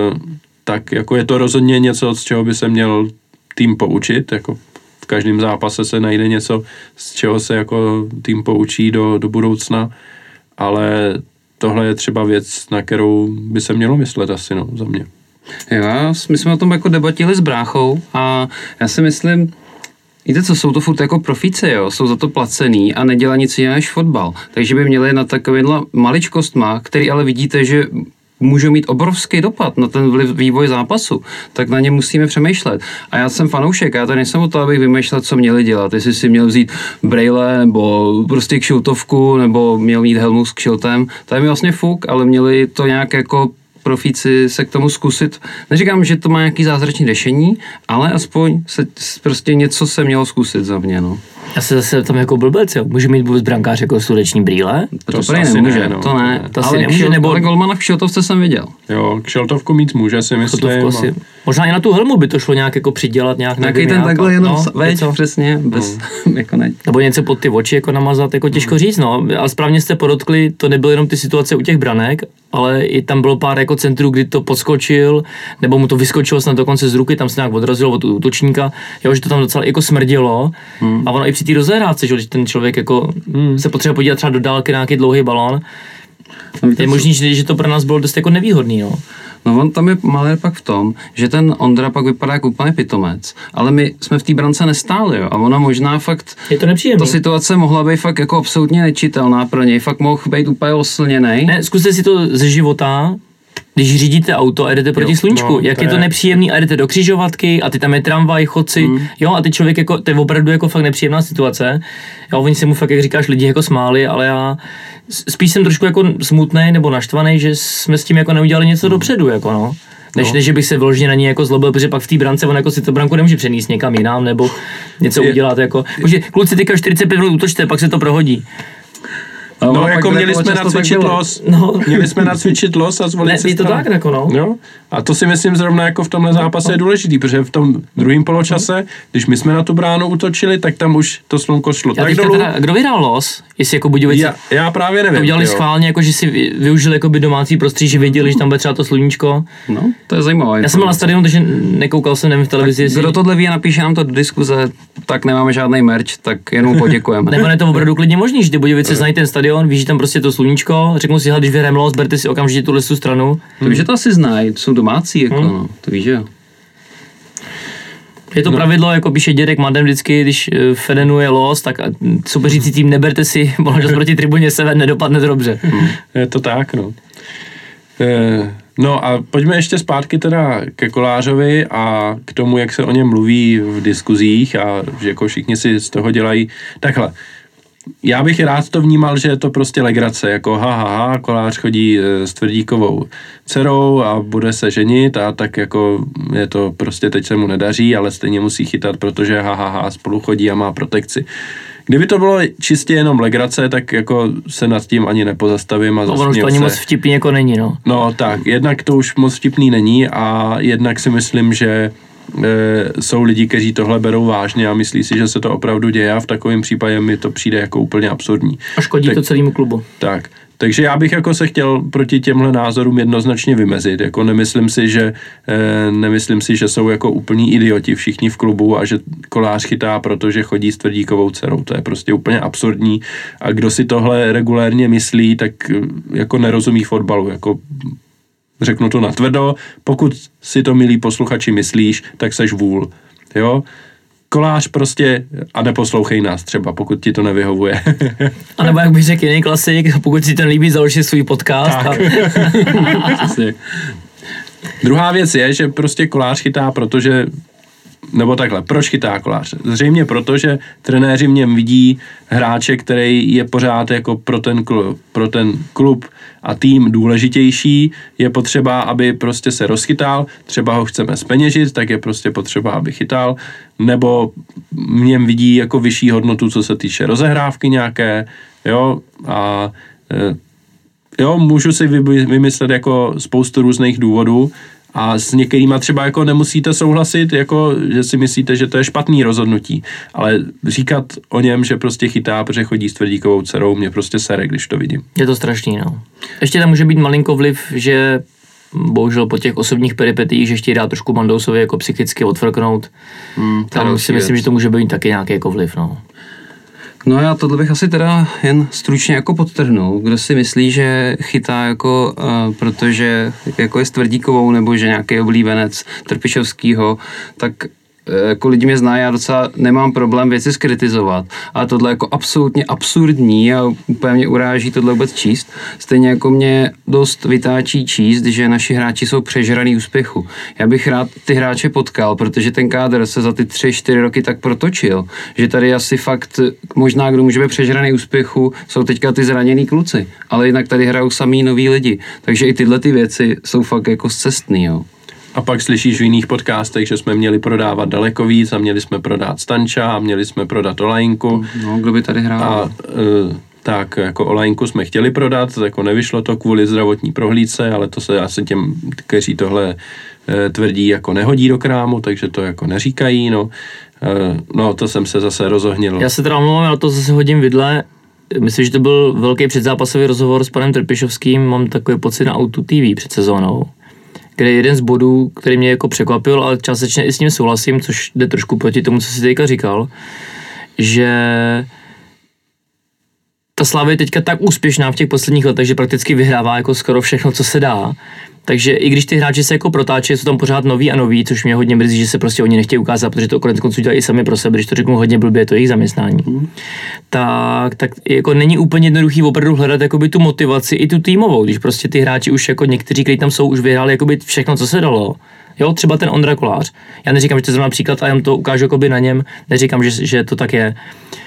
tak jako je to rozhodně něco, z čeho by se měl tým poučit, jako v každém zápase se najde něco, z čeho se jako tým poučí do, do budoucna, ale tohle je třeba věc, na kterou by se mělo myslet asi, no, za mě. Jo, my jsme o tom jako debatili s bráchou a já si myslím, víte co, jsou to furt jako profíci, jo, jsou za to placený a nedělá nic jiného než fotbal, takže by měli na takovýmhle maličkostma, který ale vidíte, že můžou mít obrovský dopad na ten vliv, vývoj zápasu, tak na ně musíme přemýšlet. A já jsem fanoušek, já tady nejsem o to, abych vymýšlel, co měli dělat, jestli si měl vzít brejle, nebo prostě kšiltovku, nebo měl mít helmu s kšiltem, to je mi vlastně fuk, ale měli to nějak jako profíci se k tomu zkusit. Neříkám, že to má nějaký zázračný řešení, ale aspoň se, prostě něco se mělo zkusit za mě, no. Já se zase tam jako blbec, jo. Může mít vůbec brankář jako sluneční brýle? To, to, to prý nemůže, ne, no. to ne. To ale, nemůže, kšil, nebo... ale golmana v kšiltovce jsem viděl. Jo, kšiltovku mít může, si myslím. A... Možná i na tu helmu by to šlo nějak jako přidělat nějak. Nějaký ten takhle jenom, no, veď, přesně, bez, no. jako ne. Nebo něco pod ty oči jako namazat, jako těžko mm. říct, no. Ale správně jste podotkli, to nebyly jenom ty situace u těch branek, ale i tam bylo pár jako centrů, kdy to podskočil, nebo mu to vyskočilo snad dokonce z ruky, tam se nějak odrazilo od útočníka, jo, že to tam docela jako smrdilo. Mm. A ono i při té rozehrávce, že ten člověk jako mm. se potřebuje podívat třeba do dálky na nějaký dlouhý balón. Je možný, že, že to pro nás bylo dost jako nevýhodný, no. No on tam je malé pak v tom, že ten Ondra pak vypadá jako úplně pitomec, ale my jsme v té brance nestáli, jo, a ona možná fakt, je to nepříjemný. Ta situace mohla být fakt jako absolutně nečitelná pro něj, fakt mohl být úplně oslněnej. Ne, zkuste si to ze života, když řídíte auto a jdete proti jo, sluníčku, no, jak je to je... nepříjemný a jdete do křižovatky a ty tam je tramvaj, chodci, mm. jo, a ty člověk jako, to je opravdu jako fakt nepříjemná situace. Jo, oni se mu fakt, jak říkáš, lidi jako smáli, ale já spíš jsem trošku jako smutnej nebo naštvaný, že jsme s tím jako neudělali něco mm. dopředu, jako no. Než, no. než bych se vyloženě na ní jako zlobil, protože pak v té brance on jako si to branku nemůže přenést někam jinam nebo něco je... udělat jako. Protože kluci teďka čtyřicet pět minut útočte, pak se to prohodí. No, no jako měli jsme nacvičit los, no. měli jsme nacvičit los a zvolit ne, si to tak jako no. Jo? A to si myslím zrovna jako v tomhle zápase je důležitý, protože v tom druhém poločase, když my jsme na tu bránu útočili, tak tam už to slunko šlo já tak dolů. Teda, kdo vyhrál los? Jestli jako Budějovice? Já, já právě nevím. To udělali jo. schválně, jako že si využili jako by domácí prostředí, že věděli, že tam bude třeba to sluníčko. No, to je zajímavé. Já jsem byl na stadionu, takže nekoukal jsem, nevím v televizi. Jestli... Kdo tohle ví a napíše nám to do diskuze, tak nemáme žádný merch, tak jenom poděkujeme. Nebo je to opravdu klidně možný, že ty Budějovice znají ten stadion, víš, že tam prostě to sluníčko, řeknu si, když vyhrajeme los, berte si okamžitě tuhle stranu. To víš, že to asi znají, jsou domácí, jako hmm. no, to víš, že jo. Je to no. pravidlo, jako píše dědek Madem vždycky, když v Edenu je los, tak soupeřící tým neberte si, možná proti tribuně Sever nedopadne to dobře. Hmm. Je to tak, no. E, no a pojďme ještě zpátky teda ke Kolářovi a k tomu, jak se o něm mluví v diskuzích a že jako všichni si z toho dělají takhle. Já bych rád to vnímal, že je to prostě legrace, jako ha, ha, ha, Kolář chodí s Tvrdíkovou dcerou a bude se ženit a tak jako je to prostě teď se mu nedaří, ale stejně musí chytat, protože ha, ha, ha, spolu chodí a má protekci. Kdyby to bylo čistě jenom legrace, tak jako se nad tím ani nepozastavím a zasměju se. Ono už to ani moc vtipný jako není, no. No tak, jednak to už moc vtipný není a jednak si myslím, že E, jsou lidi, kteří tohle berou vážně a myslí si, že se to opravdu děje a v takovém případě mi to přijde jako úplně absurdní. A škodí tak, to celému klubu. Tak, takže já bych jako se chtěl proti těmhle názorům jednoznačně vymezit. Jako nemyslím si, že e, nemyslím si, že jsou jako úplní idioti všichni v klubu a že Kolář chytá, protože chodí s Tvrdíkovou dcerou. To je prostě úplně absurdní a kdo si tohle regulérně myslí, tak jako nerozumí fotbalu. Jako řeknu to natvrdo, pokud si to, milí posluchači, myslíš, tak seš vůl, jo. Kolář prostě a neposlouchej nás třeba, pokud ti to nevyhovuje. A nebo jak bych řekl jiný klasik, pokud si ten líbí, založit svůj podcast. A... Druhá věc je, že prostě kolář chytá, protože nebo takhle, proč chytá kolář? Zřejmě proto, že trenéři v něm vidí hráče, který je pořád jako pro ten klub, pro ten klub a tým důležitější, je potřeba, aby prostě se rozchytal, třeba ho chceme zpeněžit, tak je prostě potřeba, aby chytal, nebo v něm vidí jako vyšší hodnotu, co se týče rozehrávky nějaké, jo, a jo, můžu si vymyslet jako spoustu různých důvodů, a s některýma třeba jako nemusíte souhlasit, jako že si myslíte, že to je špatný rozhodnutí, ale říkat o něm, že prostě chytá, protože chodí s tvrdíkovou dcerou, mě prostě sere, když to vidím. Je to strašný, no. Ještě tam může být malinko vliv, že bohužel po těch osobních peripetích, že ještě dá trošku Mandousovi jako psychicky odfrknout. Hmm, tam si myslím, věc. Že to může být taky nějaký jako vliv, no. No já tohle bych asi teda jen stručně jako podtrhnul, kdo si myslí, že chytá jako, uh, protože jako je s Tvrdíkovou nebo že nějaký oblíbenec Trpišovskýho, tak jako lidi mě znají, já docela nemám problém věci skritizovat, ale tohle jako absolutně absurdní a úplně mě uráží tohle vůbec číst. Stejně jako mě dost vytáčí číst, že naši hráči jsou přežraný úspěchu. Já bych rád ty hráče potkal, protože ten kádr se za ty tři, čtyři roky tak protočil, že tady asi fakt možná, kdo může být přežraný úspěchu, jsou teďka ty zraněný kluci, ale jinak tady hrajou samý noví lidi, takže i tyhle ty věci jsou fakt jako scestný, jo. A pak slyšíš v jiných podcastech, že jsme měli prodávat daleko víc a měli jsme prodat Stanča a měli jsme prodat Olajnku. No, kdo by tady hrál? A e, tak, jako Olajnku jsme chtěli prodat, jako nevyšlo to kvůli zdravotní prohlídce, ale to se asi těm, kteří tohle e, tvrdí, jako nehodí do krámu, takže to jako neříkají, no. E, no, to jsem se zase rozohnil. Já se teda omlouvám, ale to zase hodím vidle. Myslím, že to byl velký předzápasový rozhovor s panem Trpišovským, mám takový pocit na Auto T V před sezónou, kde je jeden z bodů, který mě jako překvapil, ale částečně i s ním souhlasím, což jde trošku proti tomu, co jsi teďka říkal, že ta Slavia je teďka tak úspěšná v těch posledních letech, že prakticky vyhrává jako skoro všechno, co se dá. Takže i když ty hráči se jako protáčí, jsou tam pořád noví a noví, což mě hodně mrzí, že se prostě oni nechtějí ukázat, protože to konec konců dělají i sami pro sebe, když to řeknu hodně blbě, je to jejich zaměstnání. Mm. Tak, tak jako není úplně jednoduchý opravdu hledat jakoby tu motivaci i tu týmovou, když prostě ty hráči už jako někteří, kteří tam jsou, už vyhráli jakoby všechno, co se dalo. Jo, třeba ten Ondra Kolář. Já neříkám, že to je zrovna příklad a jen to ukážu jakoby na něm, neříkám, že, že to tak je.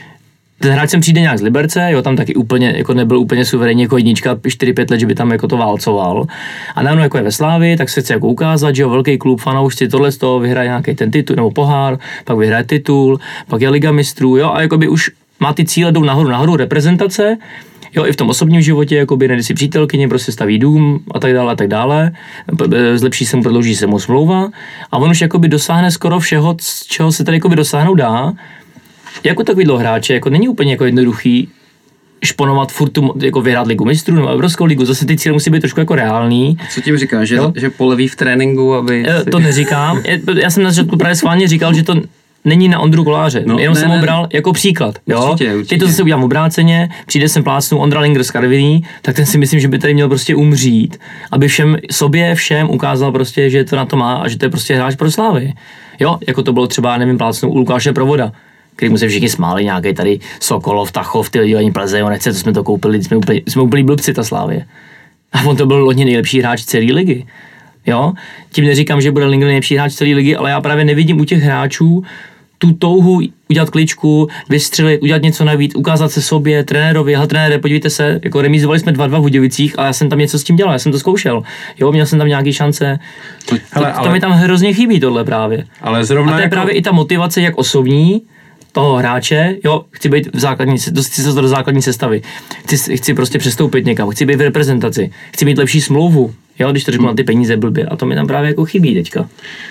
Ten hráč sem přijde nějak z Liberce, jo, tam taky úplně, jako nebyl úplně suverénní jako jednička, čtyři pět let, že by tam jako to válcoval. A najednou jako je ve Slávii, tak se chce jako ukázat, že jo, velký klub, fanoušci, tohle z toho vyhraje nějaký ten titul, nebo pohár, pak vyhraje titul, pak je Liga mistrů, jo, a jakoby už má ty cíle, jdou nahoru, nahoru, reprezentace, jo, i v tom osobním životě, jakoby nejde si přítelkyně, prostě staví dům a tak dále a tak dále, zlepší se mu, prodlouží se mu smlouva a on už jakoby dosáhne skoro všeho, z čeho se tady jakoby dosáhnout dá. Jako takovýhle hráče, jako není úplně jako jednoduchý šponovat furt tu, jako vyhrát ligu mistrů nebo Evropskou ligu, zase ty cíle musí být trošku jako reálný. Co tím říkáš, že, že poleví v tréninku, aby... To neříkám, já jsem na začátku právě schválně říkal, že to není na Ondru Koláře, no, jenom ne, jsem ho bral jako příklad, jo. Určitě, určitě. Teď to zase udělám obráceně, přijde sem plásnu Ondra Linger z Karviní, tak ten si myslím, že by tady měl prostě umřít, aby všem, sobě všem ukázal prostě, že to na to má a že to je prostě hráč pro Slávy. Jo, jako to bylo třeba, nevím, plásnu u Lukáše Provoda, který mu se všichni smáli, nějaký tady Sokolov, Tachov, ty lidi ani Plzeň, nechce, to jsme to koupili, jsme úplně, jsme úplně blbci, ta Slávie. A on to byl loni nejlepší hráč celé ligy. Jo? Tím neříkám, že bude Linger nejlepší hráč celé ligy, ale já právě nevidím u těch hráčů tu touhu udělat kličku, vystřelit, udělat něco navíc, ukázat se sobě, trenérovi, hele trenére, podívejte se, jako remízovali jsme dva dva v Budějovicích a já jsem tam něco s tím dělal, já jsem to zkoušel. Jo, měl jsem tam nějaký šance. To, hele, to, ale, to mi tam hrozně chybí tohle právě. Ale zrovna a to je jako... právě i ta motivace jak osobní toho hráče, jo, chci být v základní, chci se do základní sestavy, chci, chci prostě přestoupit někam, chci být v reprezentaci, chci mít lepší smlouvu, jo, když to řeknu na ty peníze blbě a to mi tam právě jako chybí teďka.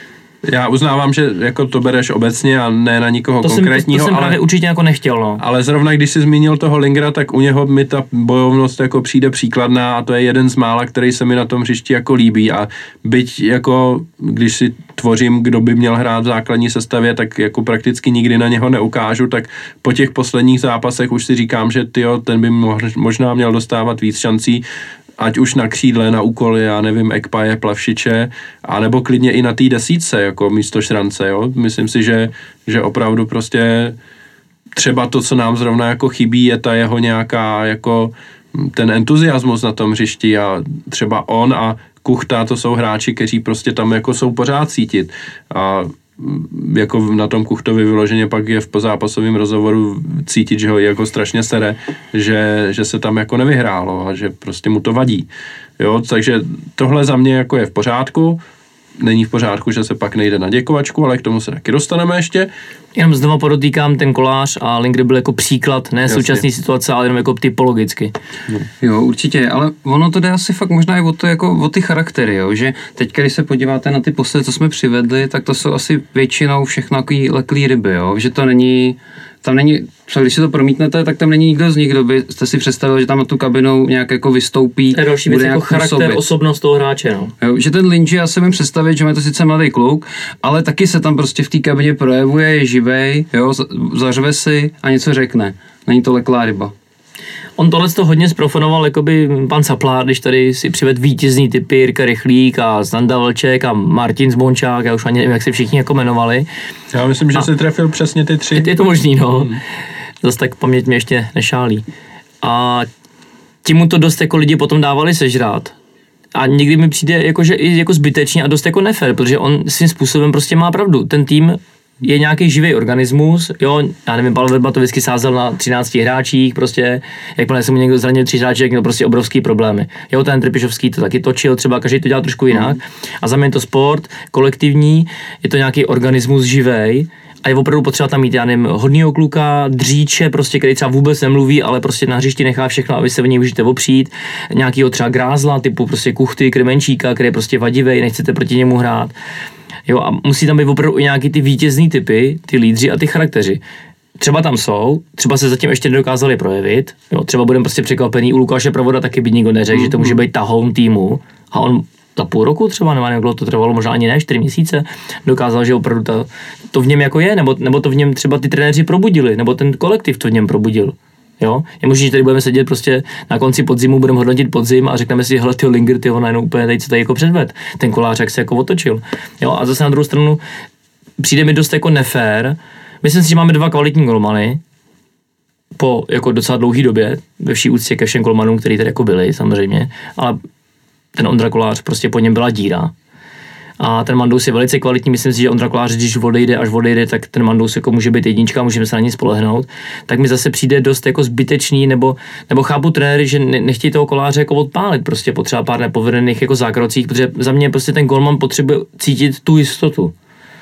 Já uznávám, že jako to bereš obecně a ne na nikoho to konkrétního, jsem, to, to jsem ale právě určitě jako nechtěl, no. Ale zrovna když jsi zmínil toho Lingera, tak u něho mi ta bojovnost jako přijde příkladná a to je jeden z mála, který se mi na tom hřišti jako líbí a byť jako, když si tvořím, kdo by měl hrát v základní sestavě, tak jako prakticky nikdy na něho neukážu, tak po těch posledních zápasech už si říkám, že tyjo, ten by možná měl dostávat víc šancí. ať už na křídle, na úkoly, já nevím, Ekpaje, Plavšiče, anebo klidně i na té desítce, jako místo Šrance, jo. Myslím si, že, že opravdu prostě třeba to, co nám zrovna jako chybí, je ta jeho nějaká jako ten entuziasmus na tom hřišti a třeba on a Kuchta, to jsou hráči, kteří prostě tam jako jsou pořád cítit a jako na tom Kuchtovi vyloženě pak je v pozápasovém rozhovoru cítit, že ho jako strašně sere, že, že se tam jako nevyhrálo a že prostě mu to vadí. Jo, takže tohle za mě jako je v pořádku. Není v pořádku, že se pak nejde na děkovačku, ale k tomu se taky dostaneme ještě. Jenom znova podotýkám, ten Kolář a Lindgren byl jako příklad, ne současné situace, ale jenom jako typologicky. No. Jo, určitě, ale ono to jde asi fakt možná i o, to, jako, o ty charaktery, jo? Že teď, když se podíváte na ty poslední, co jsme přivedli, tak to jsou asi většinou všechno takový leklý ryby, jo? Že to není, tam není, když si to promítnete, tak tam není nikdo z nich, kdo byste si představil, že tam na tu kabinu nějak jako vystoupí. To je další věc jako charakter, působit. Osobnost toho hráče, no. Jo, že ten Lindsay, já si můžu představit, že je to sice mladý kluk, ale taky se tam prostě v té kabině projevuje, je živej, jo, zařve si a něco řekne. Není to leklá ryba. On tohle to hodně zprofonoval, jakoby pan Saplár, když tady si přived vítězný typy Jirka Rychlík a Standa Vlček a Martin Zbončák, já už ani nevím, jak se všichni jako jmenovali. Já myslím, že a si trefil přesně ty tři. Je to možný, no. Hmm. Zase tak paměť mě ještě nešálí. A tím mu to dost jako lidi potom dávali sežrát. A někdy mi přijde jako, že i jako zbytečně a dost jako nefér, protože on svým způsobem prostě má pravdu. Ten tým je nějaký živý organismus, jo, já nevím, Pavel Vrba to vždycky sázel na třinácti hráčích, prostě, jakmile se mu někdo zranil tři hráči, tak měl prostě obrovský problémy. Jo, ten Trpišovský to taky točil, třeba každý to dělal trošku jinak. A za mě je to sport, kolektivní, je to nějaký organismus živej, a je opravdu potřeba tam mít, já nevím, hodnýho kluka, dříče, prostě, který třeba vůbec nemluví, ale prostě na hřišti nechá všechno, aby se v něj můžete opřít. Nějakýho třeba grázla, typu prostě Kuchty, Kremenčíka, který je prostě vadivej, nechcete proti němu hrát. Jo, a musí tam být opravdu i nějaký ty vítězný typy, ty lídři a ty charakteři. Třeba tam jsou, třeba se zatím ještě nedokázali projevit, jo, třeba budeme prostě překvapený, u Lukáše Pravoda taky by nikdo neřekl, mm-hmm. že to může být tahoun týmu a on za půl roku třeba, nebo nevím, to trvalo, možná ani ne, čtyři měsíce, dokázal, že opravdu ta, to v něm jako je, nebo, nebo to v něm třeba ty trenéři probudili, nebo ten kolektiv to v něm probudil. Jo? Je možné, že tady budeme sedět prostě na konci podzimu, budeme hodnotit podzim a řekneme si, hele, tyho Linger, tyho najednou úplně tady, co tady jako předved. Ten Kolář, jak se jako otočil. Jo? A zase na druhou stranu přijde mi dost jako nefér. Myslím si, že máme dva kvalitní golmany po jako docela dlouhý době, ve vší úctě ke všem golmanům, který tady jako byli, samozřejmě, ale ten Ondra Kolář, prostě po něm byla díra. A ten Mandous je velice kvalitní, myslím si, že Ondra Kolář, když odejde, až odejde, tak ten Mandous jako může být jednička, můžeme se na něj spolehnout. Tak mi zase přijde dost jako zbytečný, nebo, nebo chápu trenéry, že ne, nechtějí toho Koláře jako odpálit, prostě potřeba pár nepovedených jako zákrocích, protože za mě prostě ten golman potřebuje cítit tu jistotu.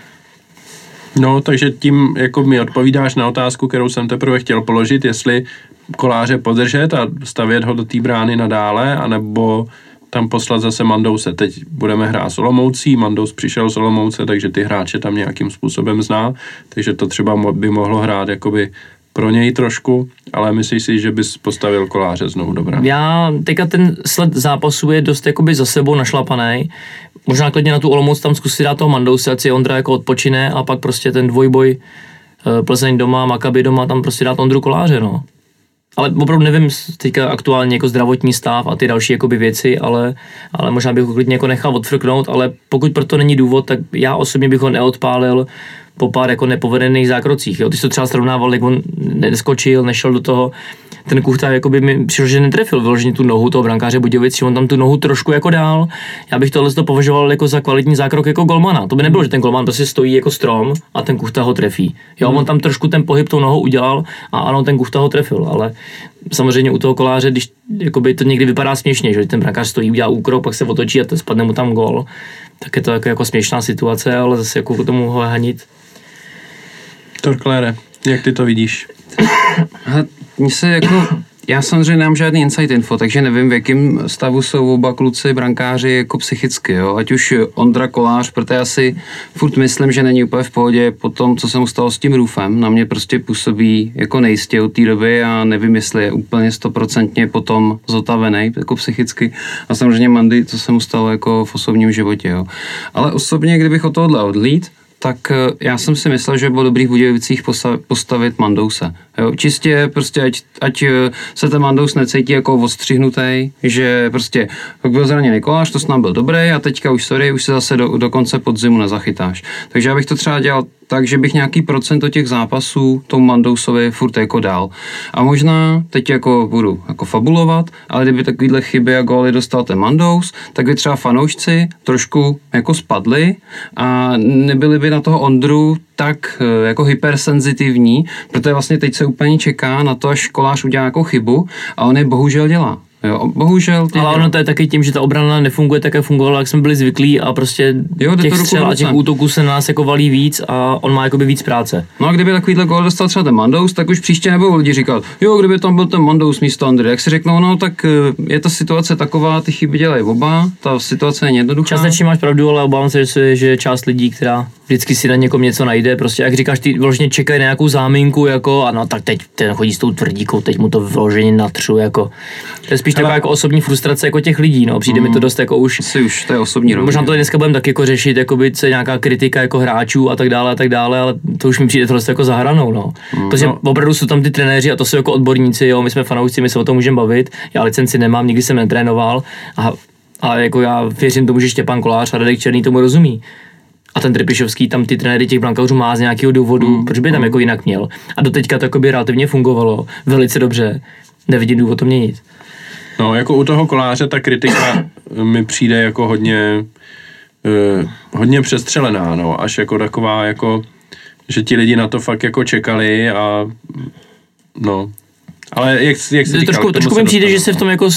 No, takže tím jako mi odpovídáš na otázku, kterou jsem teprve chtěl položit, jestli Koláře podržet a stavět ho do té brány nadále, anebo tam poslat zase Mandouse. Teď budeme hrát s Olomoucí, Mandous přišel z Olomouce, takže ty hráče tam nějakým způsobem zná, takže to třeba by mohlo hrát jakoby pro něj trošku, ale myslíš si, že bys postavil Koláře znovu do brány? Já teďka ten sled zápasu je dost jakoby za sebou našlapaný. Možná klidně na tu Olomouc tam zkusit dát toho Mandouse, ať si Ondra jako odpočine a pak prostě ten dvojboj Plzeň doma, Maccabi doma, tam prostě dát Ondru Koláře, no. Ale opravdu nevím teďka aktuálně jako zdravotní stav a ty další jakoby věci, ale, ale možná bych ho klidně jako nechal odfrknout, ale pokud proto není důvod, tak já osobně bych ho neodpálil po pár jako nepovedených zákrocích. Jo. Ty jsi to třeba srovnával, jak on neskočil, nešel do toho. Ten Kuchta jakoby mi přišel, že netrefil vyloženě tu nohu toho brankáře Budějovic, že on tam tu nohu trošku jako dál. Já bych tohle to považoval jako za kvalitní zákrok jako golmana. To by nebylo, že ten golman prostě stojí jako strom a ten Kuchta ho trefí. Jo, on tam trošku ten pohyb tou nohou udělal a ano, ten Kuchta ho trefil, ale samozřejmě u toho Koláře, když jakoby to někdy vypadá směšně, že ten brankář stojí, udělá úkrok, pak se otočí a to spadne mu tam gól, tak je to jako, jako směšná situace, ale zase jako k tomu ho hanit. Torklére, jak ty to vidíš? Mně se jako, já samozřejmě nemám žádný inside info, takže nevím, v jakém stavu jsou oba kluci brankáři jako psychicky, jo? Ať už Ondra Kolář, protože já si furt myslím, že není úplně v pohodě po tom, co se mu stalo s tím Rufem. Na mě prostě působí jako nejistě od té doby a nevím, jestli je úplně stoprocentně potom zotavený jako psychicky. A samozřejmě Mandy, co se mu stalo jako v osobním životě, jo? Ale osobně, kdybych od tohohle odlít, tak já jsem si myslel, že bylo dobrý v Budějovicích postavit Mandouse. Jo, čistě prostě, ať, ať se ten Mandous necítí jako odstřihnutý, že prostě byl zraněný kolář, to s nám byl dobrý a teďka už sorry, už se zase do, do konce podzimu nezachytáš. Takže já bych to třeba dělal tak, že bych nějaký procento těch zápasů tomu Mandousovi furt jako dal. A možná teď jako budu jako fabulovat, ale kdyby takovýhle chyby a góly dostal ten Mandous, tak by třeba fanoušci trošku jako spadli a nebyli by na toho Ondru tak jako hypersenzitivní, protože vlastně teď se úplně čeká na to, až kolář udělá nějakou chybu a on je bohužel dělá. Jo, bohužel. Ale ono to je taky tím, že ta obrana nefunguje tak, jak fungovala, jak jsme byli zvyklí a prostě jo, těch střel a těch útoků se na nás jako valí víc a on má jakoby víc práce. No a kdyby takovýhle gól dostal třeba ten Mandous, tak už příště nebudou lidi říkat, jo, kdyby tam byl ten Mandous místo Ondry, jak si řeknou, no tak je ta situace taková, ty chyby dělají oba, ta situace není jednoduchá. Částečně máš pravdu, ale obávám se, že, že část lidí, která vždycky si na někom něco najde, prostě jak říkáš, ty vloženě čekají na nějakou záminku, jako a no tak teď ten chodí s tou tvrdíkou, teď mu to vloženě natřu, jako. To je spíš taková jako osobní frustrace jako těch lidí, no, přijde mm, mi to dost jako už. Si už, to je osobní rovně. Možná to dneska budeme taky jako řešit, jako by se nějaká kritika jako hráčů a tak dále a tak dále, ale to už mi přijde tohle jako za hranou, no. Mm, Protože no. opravdu jsou tam ty trenéři a to jsou jako odborníci, jo, my jsme fanoušci, my se o tom můžeme bavit, já licenci nemám, nikdy jsem netrénoval, a, ale jako já věřím tomu, že Štěpán Kolář a Radek Černý tomu rozumí. A ten Trpišovský tam ty trenéry těch brankářů má z nějakého důvodu, mm, proč by tam mm. jako jinak měl. A doteďka to jako by relativně fungovalo, velice dobře, nevidím důvod to měnit. No, jako u toho Koláře ta kritika mi přijde jako hodně, uh, hodně přestřelená, no, až jako taková, jako, že ti lidi na to fakt jako čekali a no, ale jak, jak jsi říkal, trošku, trošku mi přijde, že se v tom jako,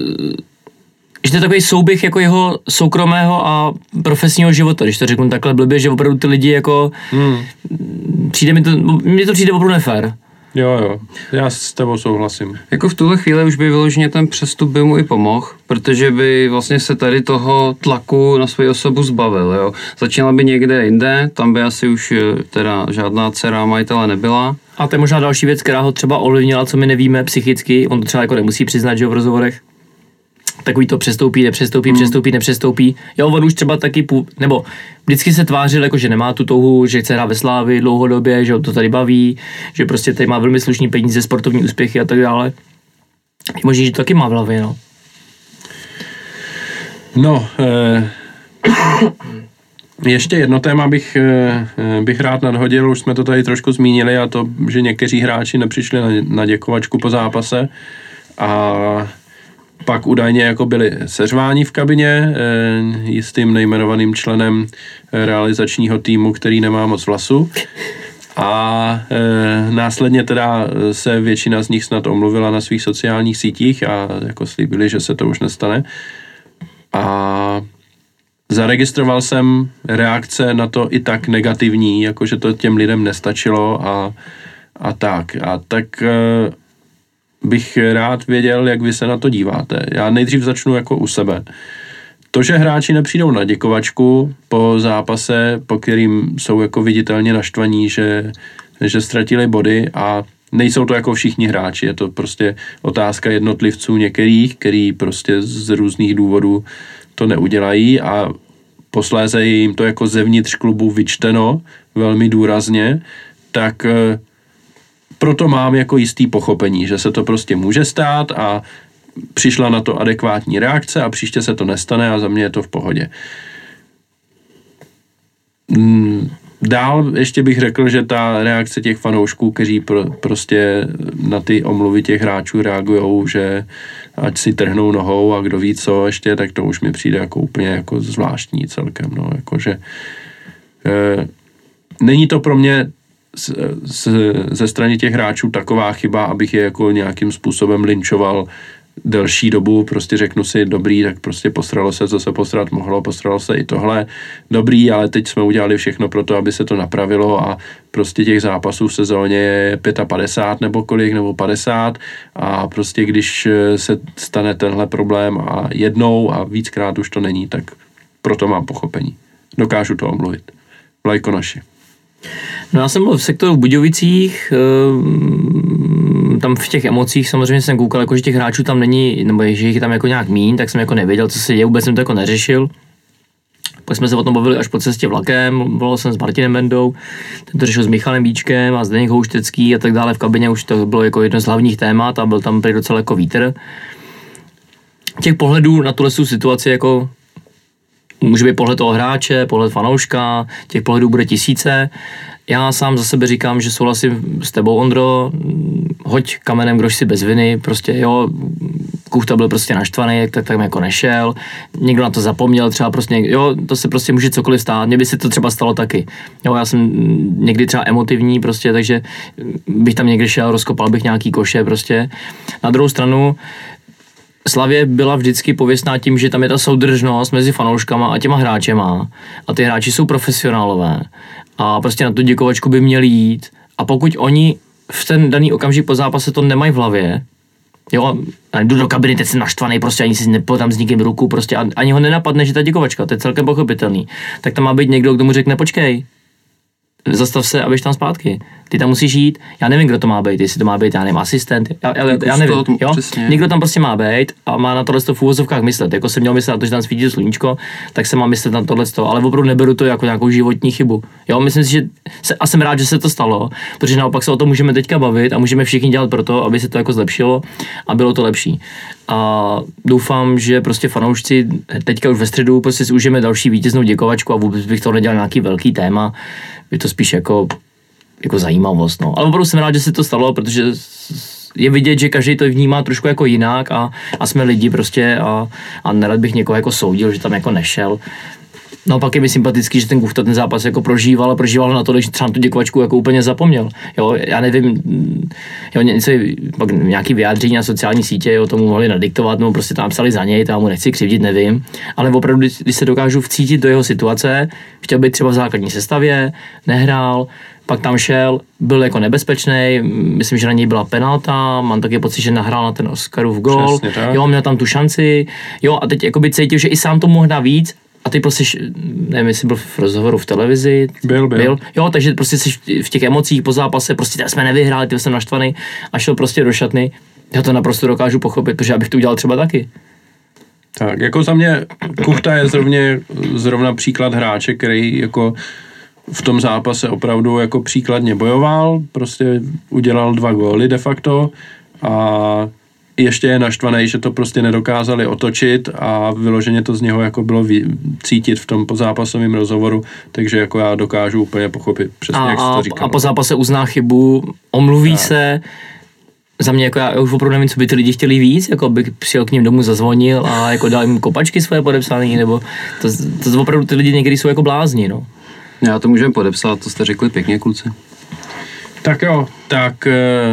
že to je takový souběh jako jeho soukromého a profesního života, když to řeknu takhle blbě, že opravdu ty lidi jako, hmm. přijde mi to, mně to přijde opravdu nefér. Jo, jo, já s tebou souhlasím. Jako v tuhle chvíli už by vyloženě ten přestup by mu i pomohl, protože by vlastně se tady toho tlaku na svou osobu zbavil, jo. Začínala by někde jinde, tam by asi už teda žádná dcera majitele nebyla. A to je možná další věc, která ho třeba ovlivnila, co my nevíme psychicky, on to třeba jako nemusí přiznat, že v rozhovorech. Takový to přestoupí, nepřestoupí, hmm. přestoupí, nepřestoupí. Jo, on už třeba taky, pů, nebo vždycky se tvářil, jako, že nemá tu touhu, že chce hrát ve Slávii dlouhodobě, že ho to tady baví, že prostě tady má velmi slušný peníze, sportovní úspěchy a tak dále. Je možný, že to taky má v hlavě, no. No, eh, ještě jedno téma bych, eh, bych rád nadhodil, už jsme to tady trošku zmínili, a to, že někteří hráči nepřišli na, na děkovačku po zápase a pak údajně jako byli seřváni v kabině e, jistým nejmenovaným členem realizačního týmu, který nemá moc vlasu. A e, následně teda se většina z nich snad omluvila na svých sociálních sítích a jako slíbili, že se to už nestane. A zaregistroval jsem reakce na to i tak negativní, jako že to těm lidem nestačilo a, a tak. A tak e, bych rád věděl, jak vy se na to díváte. Já nejdřív začnu jako u sebe. To, že hráči nepřijdou na děkovačku po zápase, po kterým jsou jako viditelně naštvaní, že, že ztratili body, a nejsou to jako všichni hráči, je to prostě otázka jednotlivců některých, který prostě z různých důvodů to neudělají a posléze je jim to jako zevnitř klubu vyčteno velmi důrazně, tak proto mám jako jistý pochopení, že se to prostě může stát a přišla na to adekvátní reakce a příště se to nestane a za mě je to v pohodě. Dál ještě bych řekl, že ta reakce těch fanoušků, kteří pro, prostě na ty omluvy těch hráčů reagujou, že ať si trhnou nohou a kdo ví co ještě, tak to už mi přijde jako úplně jako zvláštní celkem. No, jakože, e, není to pro mě z, z, ze strany těch hráčů taková chyba, abych je jako nějakým způsobem linčoval delší dobu, prostě řeknu si, dobrý, tak prostě posralo se, co se posrat mohlo, posralo se i tohle, dobrý, ale teď jsme udělali všechno pro to, aby se to napravilo a prostě těch zápasů v sezóně je padesát pět nebo kolik, nebo padesát a prostě když se stane tenhle problém a jednou a víckrát už to není, tak proto mám pochopení. Dokážu to omluvit. Vlajko naši. No já jsem byl v sektoru v Budějovicích, tam v těch emocích samozřejmě jsem koukal, jako, že těch hráčů tam není, nebo že jich je tam jako nějak míň, tak jsem jako nevěděl, co se děje, vůbec jsem to jako neřešil. pak jsme se o tom bavili až po cestě vlakem, mluvil jsem s Martinem Bendou, ten to řešil s Michalem Víčkem a Zdeněk Houštecký a tak dále, v kabině už to bylo jako jedno z hlavních témat a byl tam prý docela jako vítr. Těch pohledů na tuhle situaci jako může být pohled toho hráče, pohled fanouška, těch pohledů bude tisíce. Já sám za sebe říkám, že souhlasím s tebou, Ondro, hoď kamenem, kdož si bez viny, prostě jo, Kuchta byl prostě naštvaný, tak tam jako nešel, někdo na to zapomněl, třeba prostě, jo, to se prostě může cokoliv stát, mně by se to třeba stalo taky. Jo, já jsem někdy třeba emotivní prostě, takže bych tam někdy šel, rozkopal bych nějaký koše prostě. Na druhou stranu, Slavě byla vždycky pověstná tím, že tam je ta soudržnost mezi fanouškama a těma hráčema a ty hráči jsou profesionálové a prostě na tu děkovačku by měli jít a pokud oni v ten daný okamžik po zápase to nemají v hlavě, jo, a jdu do kabiny, teď jsem naštvaný, prostě ani si nepodám s nikým ruku, prostě ani ho nenapadne, že ta děkovačka, to je celkem pochopitelný, tak tam má být někdo, kdo mu řekne, počkej, zastav se a běž tam zpátky. Ty tam musíš jít, já nevím, kdo to má být, jestli to má být, já nevím, asistent, já, já, já nevím, jo? Někdo tam prostě má být a má na tohle v úvozovkách myslet, jako jsem měl myslet na to, že tam svítí to sluníčko, tak se má myslet na tohle, ale opravdu neberu to jako nějakou životní chybu. Jo, myslím si, že se, a jsem rád, že se to stalo, protože naopak se o tom můžeme teďka bavit a můžeme všichni dělat pro to, aby se to jako zlepšilo a bylo to lepší. A doufám, že prostě fanoušci teďka už ve středu prostě si užijeme další vítěznou děkovačku a vůbec bych to nedělal nějaký velký téma, je to spíš jako jako zajímavost, no. Ale opravdu jsem rád, že se to stalo, protože je vidět, že každý to vnímá trošku jako jinak a, a jsme lidi prostě a, a nerad bych někoho jako soudil, že tam jako nešel. No pak je mi sympatický, že ten Kuchta ten zápas jako prožíval a prožíval na to, že třeba tu děkovačku jako úplně zapomněl. Jo, já nevím, jo, něco, pak nějaký vyjádření na sociální sítě, jo, tomu mohli nadiktovat, nebo prostě tam psali za něj, to já mu nechci křivdit, nevím. Ale opravdu, když se dokážu vcítit do jeho situace, chtěl být třeba v základní sestavě, nehrál, pak tam šel, byl jako nebezpečný, myslím, že na něj byla penalta, mám taky pocit, že nahrál na ten Oscarův gól, jo, měl tam tu šanci, jo, a teď jakoby cítil, že i sám to mohl dát víc, a ty prostě, nevím, jestli byl v rozhovoru v televizi. Byl, byl. byl. Jo, takže prostě jsi v těch emocích po zápase, prostě jsme nevyhráli, ty jsem naštvaný a šel prostě do šatny. Já to naprosto dokážu pochopit, protože já bych to udělal třeba taky. Tak, jako za mě Kuchta je zrovna, zrovna příklad hráče, který jako v tom zápase opravdu jako příkladně bojoval, prostě udělal dva góly de facto a ještě je naštvaný, že to prostě nedokázali otočit a vyloženě to z něho jako bylo cítit v tom pozápasovém rozhovoru, takže jako já dokážu úplně pochopit přesně, a, jak jsi to říkal. A po zápase uzná chybu, omluví tak se. Za mě jako já už opravdu nevím, co by ty lidi chtěli víc, jako bych přijel k ním domů, zazvonil a jako dal jim kopačky svoje podepsané, nebo to, to opravdu ty lidi někdy jsou jako blázni, no. Já to můžeme podepsat, to jste řekli pěkně, kluci. Tak jo, tak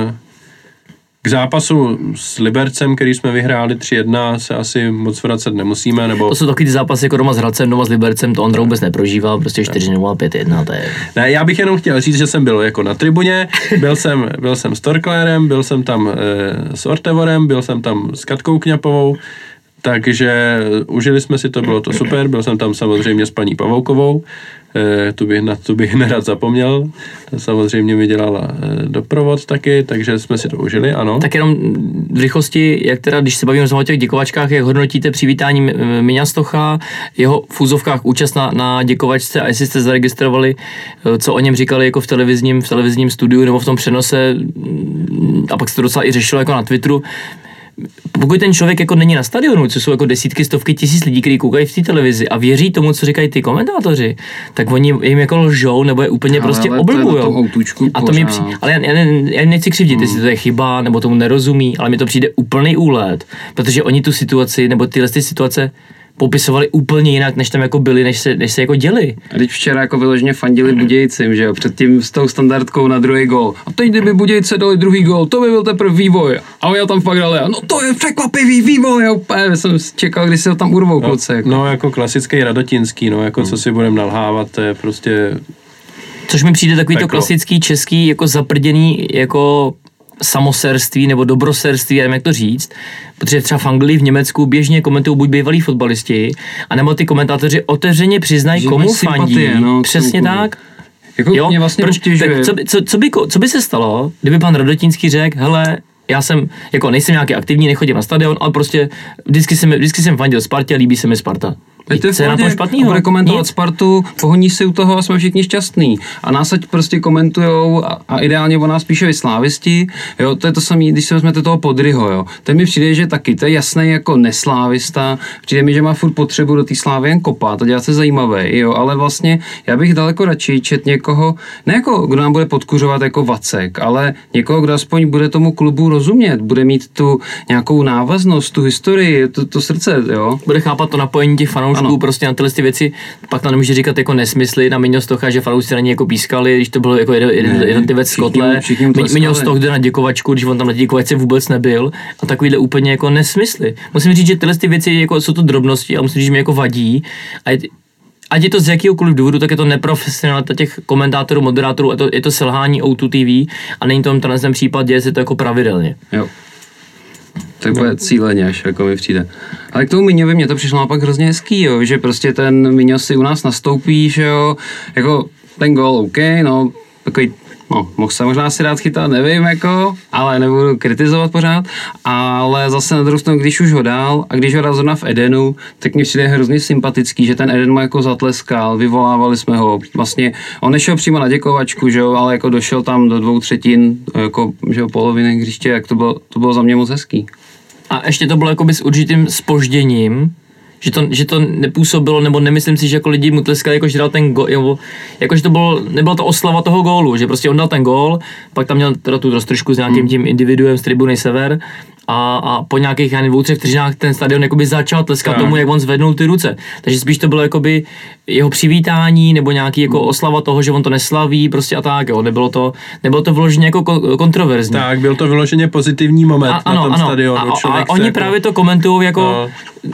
k zápasu s Libercem, který jsme vyhráli tři jedna, se asi moc vracet nemusíme, nebo... To jsou takový ty zápasy jako doma s Hradcem, doma s Libercem, to Ondra vůbec neprožíval, prostě čtyři nula, pět jedna, to je... Ne, já bych jenom chtěl říct, že jsem byl jako na tribuně, byl jsem, byl jsem s Torklérem, byl jsem tam e, s Ortevorem, byl jsem tam s Katkou Kňapovou, takže užili jsme si to, bylo to super, byl jsem tam samozřejmě s paní Pavoukovou, e, tu bych, na tu bych nerad zapomněl, ta samozřejmě mi dělala e, doprovod taky, takže jsme si to užili, ano. Tak jenom v rychlosti, jak teda, když se bavíme o těch děkovačkách, jak hodnotíte přivítání Miňa Stocha, jeho v úzovkách účast na, na děkovačce a jestli jste zaregistrovali, co o něm říkali jako v televizním, v televizním studiu nebo v tom přenose a pak se to docela i řešilo jako na Twitteru. Pokud ten člověk jako není na stadionu, co jsou jako desítky, stovky tisíc lidí, kteří koukají v té televizi a věří tomu, co říkají ty komentátoři, tak oni jim jako lžou nebo je úplně ale, prostě oblbujou. A to mi přijde, ale já, já, já nechci křivdit, hmm. jestli to je chyba, nebo tomu nerozumí, ale mi to přijde úplný úlet, protože oni tu situaci, nebo tyhle ty situace popisovali úplně jinak, než tam jako byli, než se, než se jako děli. A teď včera jako vyloženě fandili Budějcím, že jo, předtím s tou standardkou na druhý gól. A teď kdyby Budějce dali druhý gól, to by byl teprve vývoj. A já tam fakt dali, no to je překvapivý vývoj, já úplně jsem čekal, když se ho tam urvou no, kluci. Jako. No jako klasický Radotinský, no jako hmm. co si budeme nalhávat, to je prostě... Což mi přijde takový peklo. To klasický český, jako zaprděný, jako samoserství nebo dobroserství, nevím, jak to říct, protože třeba v Anglii, v Německu běžně komentují buď bývalí fotbalisti, anebo ty komentátoři otevřeně přiznají, komu fandí. No, přesně tak. Jako jo? Mě vlastně proč, tak co, by, co, co, by, co by se stalo, kdyby pan Radotinský řekl, hele, já jsem, jako nejsem nějaký aktivní, nechodím na stadion, ale prostě vždycky jsem, vždycky jsem fandil Spartě a líbí se mi Sparta. To je v Co je na tom pohodě, špatnýho? bude komentovat Nic. Spartu, pohoní si u toho a jsme všichni šťastní. A nás ať prostě komentujou a, a ideálně o nás píše i slávisti, jo, to je to samé, když se vezmete toho Podryho, jo. Ten mi přijde, že taky, to je jasný jako neslávista, přijde mi, že má furt potřebu do té slávy jen kopat a dělat se zajímavý, jo, ale vlastně já bych daleko radši čet někoho, ne jako kdo nám bude podkuřovat jako Vacek, ale někoho, kdo aspoň bude tomu klubu rozumět, bude mít tu nějakou návaznost, tu historii, to, to srdce, jo. Bude chápat to napojení těch fanoušků, ano. Prostě na tyhle ty věci, pak tam nemůže říkat jako nesmysly na Miňo Stocha, že fanoušci na něj jako pískali, když to bylo jako jeden, jeden, jeden ty věc z kotle, Miňo Stoch jde na děkovačku, když on tam na děkovačce vůbec nebyl a takovýhle úplně jako nesmysly. Musím říct, že tyhle ty věci jako jsou to drobnosti a musím říct, že mi jako vadí a je, ať je to z jakýhokoliv důvodu, tak je to neprofesionalita těch komentátorů, moderátorů, a to, je to selhání O dva T V a není to tenhle ten případ, děje se to jako pravidelně. Jo. Tak bude cíleně, až jako mi přijde. Ale k tomu Miňovi mě to přišlo naopak hrozně hezký, jo, že prostě ten Miňo si u nás nastoupí, že jo, jako ten gól, OK, no, takový, no, mohl se možná si dát chytat, nevím, jako, ale nebudu kritizovat pořád, ale zase na druhou stranu, když už ho dal a když ho dal zrovna v Edenu, tak mi přijde hrozně sympatický, že ten Eden mu jako zatleskal, vyvolávali jsme ho, vlastně, on nešel přímo na děkovačku, že jo, ale jako došel tam do dvou třetin, jako, že jo, poloviny hřiště, jak to bylo, to bylo za mě moc hezký. A ještě to bylo jakoby s určitým zpožděním, že to, že to nepůsobilo, nebo nemyslím si, že jako lidi mu tleskali, jako že dal ten gól, jako že to bylo, nebyla to oslava toho gólu, že prostě on dal ten gól, pak tam měl teda tu roztržku s nějakým tím individuem z tribuny Sever a, a po nějakých, já nevím, dvou, třech vteřinách ten stadion jakoby začal tleskat tomu, jak on zvednul ty ruce. Takže spíš to bylo jakoby jeho přivítání, nebo nějaký jako oslava toho, že on to neslaví, prostě a tak, jo, nebylo to, nebylo to vyloženě jako kontroverzní. Tak, byl to vyloženě pozitivní moment a, ano, na tom ano. stadionu. A, a, a oni jako... právě to komentují jako, no.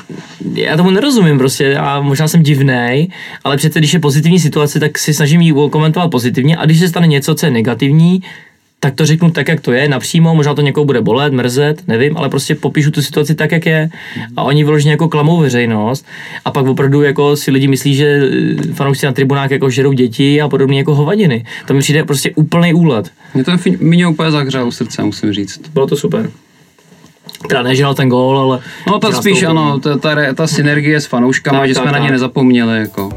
Já tomu nerozumím prostě, a možná jsem divnej, ale přece když je pozitivní situace, tak si snažím ji komentovat pozitivně a když se stane něco, co je negativní, tak to řeknu tak, jak to je, napřímo, možná to někoho bude bolet, mrzet, nevím, ale prostě popíšu tu situaci tak, jak je a oni vyloženě jako klamou veřejnost a pak opravdu jako si lidi myslí, že fanoušci na tribunách jako žerou děti a podobně jako hovadiny. To mi přijde prostě úplný úlet. Mě to mě úplně zahřál u srdce, musím říct. Bylo to super. Teda nežral ten gól, ale... No to spíš ano, ta, ta, ta synergie s fanouškama, tak, že tak, jsme tak. na ně nezapomněli, jako.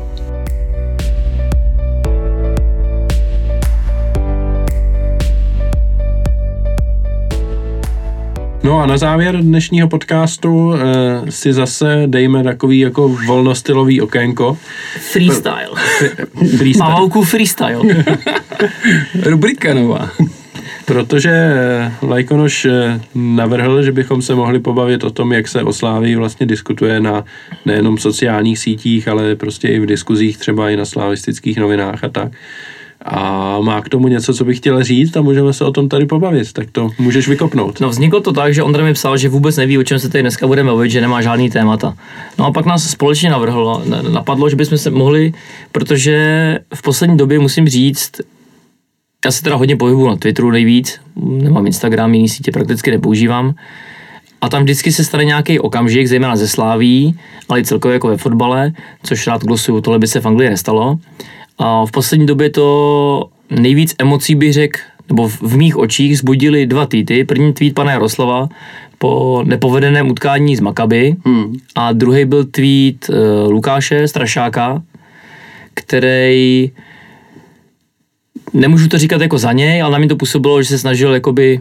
No a na závěr dnešního podcastu eh, si zase dejme takový jako volnostylový okénko. Freestyle. freestyle. Mavauku freestyle. Rubrika nová. Protože Lajkonoš navrhl, že bychom se mohli pobavit o tom, jak se o Slávii vlastně diskutuje na nejenom sociálních sítích, ale prostě i v diskuzích, třeba i na slavistických novinách a tak. A má k tomu něco, co bych chtěl říct a můžeme se o tom tady pobavit, tak to můžeš vykopnout. No vzniklo to tak, že Ondra mi psal, že vůbec neví, o čem se tady dneska budeme mluvit, že nemá žádný témata. No a pak nás společně navrhlo, napadlo, že bychom se mohli, protože v poslední době musím říct, já se teda hodně pohybuju na Twitteru nejvíc, nemám Instagram, jiný sítě prakticky nepoužívám. A tam vždycky se stane nějaký okamžik, zejména ze Sláví, ale i celkově jako ve fotbale, což rád glosuju, tohle by se v Anglii nestalo. A v poslední době to nejvíc emocí bych řekl, nebo v mých očích zbudili dva tweety. První tweet pana Jaroslava po nepovedeném utkání z Maccabi hmm. a druhý byl tweet uh, Lukáše Strašáka, který, nemůžu to říkat jako za něj, ale na mě to působilo, že se snažil jakoby,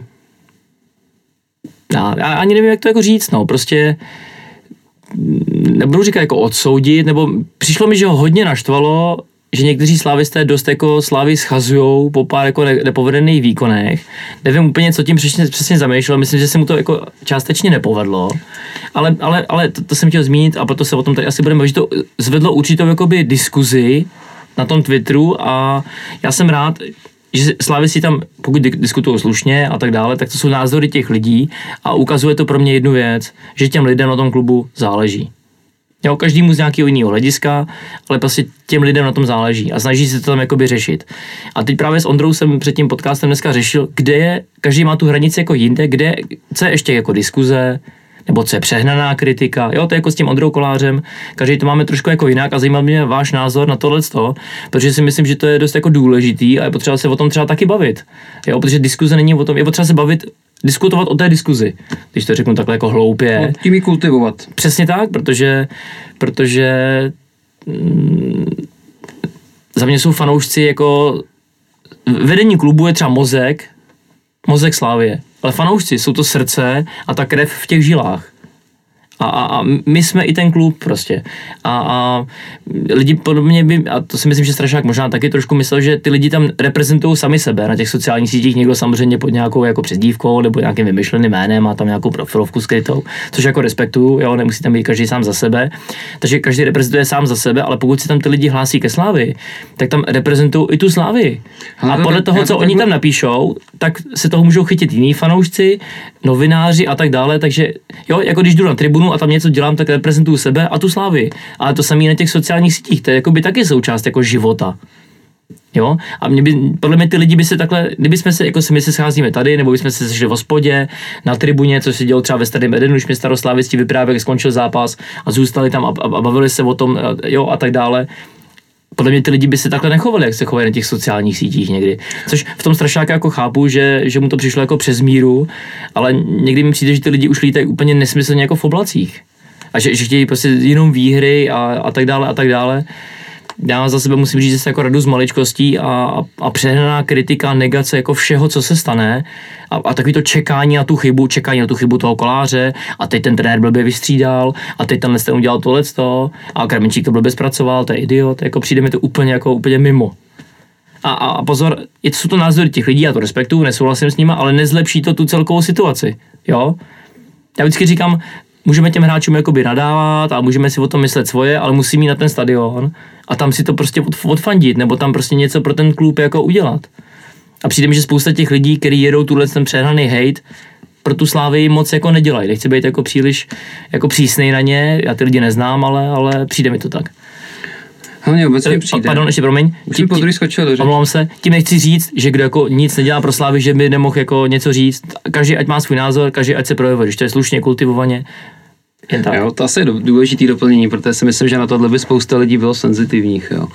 já, já ani nevím, jak to jako říct, no, prostě nebudu říkat jako odsoudit, nebo přišlo mi, že ho hodně naštvalo, že někteří slávisté dost jako Slávy schazujou po pár jako nepovedených výkonech. Nevím úplně, co tím přesně, přesně zamýšlel, myslím, že se mu to jako částečně nepovedlo, ale, ale, ale to, to jsem chtěl zmínit a proto se o tom tady asi budeme bavit, že to zvedlo určitou jakoby diskuzi na tom Twitteru a já jsem rád, že Slávisti tam, pokud diskutují slušně a tak dále, tak to jsou názory těch lidí a ukazuje to pro mě jednu věc, že těm lidem na tom klubu záleží. Jo, každému z nějakého jiného hlediska, ale prostě těm lidem na tom záleží a snaží se to tam jakoby řešit. A teď právě s Ondrou jsem před tím podcastem dneska řešil, kde je, každý má tu hranici jako jinde, kde, co je ještě jako diskuze, nebo co je přehnaná kritika, jo, to je jako s tím Ondrou Kolářem, každý to máme trošku jako jinak a zajímá mě váš názor na tohleto, protože si myslím, že to je dost jako důležitý a je potřeba se o tom třeba taky bavit, jo, protože diskuze není o tom, je potřeba se bavit diskutovat o té diskuzi, když to řeknu takhle jako hloupě. No, tím ji kultivovat. Přesně tak, protože, protože mm, za mě jsou fanoušci jako, vedení klubu je třeba mozek, mozek Slavie, ale fanoušci jsou to srdce a ta krev v těch žilách. A, a, a my jsme i ten klub prostě. A, a lidi podobně by, a to si myslím, že Strašák možná taky trošku myslel, že ty lidi tam reprezentují sami sebe na těch sociálních sítích, někdo samozřejmě pod nějakou jako přezdívkou nebo nějakým vymyšleným jménem, má tam nějakou profilovku skrytou, což jako respektuju, jo, nemusí tam být každý sám za sebe. Takže každý reprezentuje sám za sebe, ale pokud si tam ty lidi hlásí ke Slávii, tak tam reprezentují i tu Slávii. A podle toho, co oni tam napíšou, tak se toho můžou chytit jiní fanoušci, novináři a tak dále, takže jo, jako když jdu na tribunu a tam něco dělám, tak reprezentuju sebe a tu Slávii. Ale to samé na těch sociálních sítích, to je jako by taky součást jako života. Jo? A mě by, podle mě ty lidi by se takhle, kdyby jsme se, jako my se scházíme tady, nebo bychom se sešli v hospodě, na tribuně, co se dělo třeba ve Starém Edenu, když mi staroslávisti vyprávěli, jak skončil zápas a zůstali tam a, a, a bavili se o tom, jo, a tak dále. Podle mě ty lidi by se takhle nechovali, jak se chovají na těch sociálních sítích někdy. Což v tom Strašáka jako chápu, že, že mu to přišlo jako přes míru, ale někdy mi přijde, že ty lidi už lítají úplně nesmyslně jako v oblacích. A že, že chtějí prostě jenom výhry a, a tak dále a tak dále. Já za sebe musím říct, že se jako radu z maličkostí a, a, a přehnaná kritika, negace jako všeho, co se stane a, a takový to čekání na tu chybu, čekání na tu chybu toho Koláře a teď ten trenér blbě vystřídal a teď tenhle ten udělal tohleto a Krmenčík to blbě zpracoval, to je idiot, jako přijde mi to úplně jako úplně mimo. A, a, a pozor, je, jsou to názory těch lidí, já to respektuju, nesouhlasím s nima, ale nezlepší to tu celkovou situaci, jo? Já vždycky říkám, můžeme těm hráčům jakoby nadávat a můžeme si o tom myslet svoje, ale musí mít na ten stadion a tam si to prostě odfandit, nebo tam prostě něco pro ten klub jako udělat. A přijde mi, že spousta těch lidí, kteří jedou tuhle ten přehnaný hejt, pro tu Slávii moc jako nedělají. Nechci být jako příliš jako přísnej na ně, já ty lidi neznám, ale, ale přijde mi to tak. Hlavně obecně přijde. Pardon, ještě promiň. Už mi podruhý skočil do řeči. Omlouvám se. Tím nechci říct, že kdo jako nic nedělá pro Slávy, že by nemohl jako něco říct. Každý ať má svůj názor, každý ať se projevuje, když to je slušně, kultivovaně. Jen tak. Jo, to asi je důležitý doplnění, protože si myslím, že na tohle by spousta lidí bylo senzitivních, jo.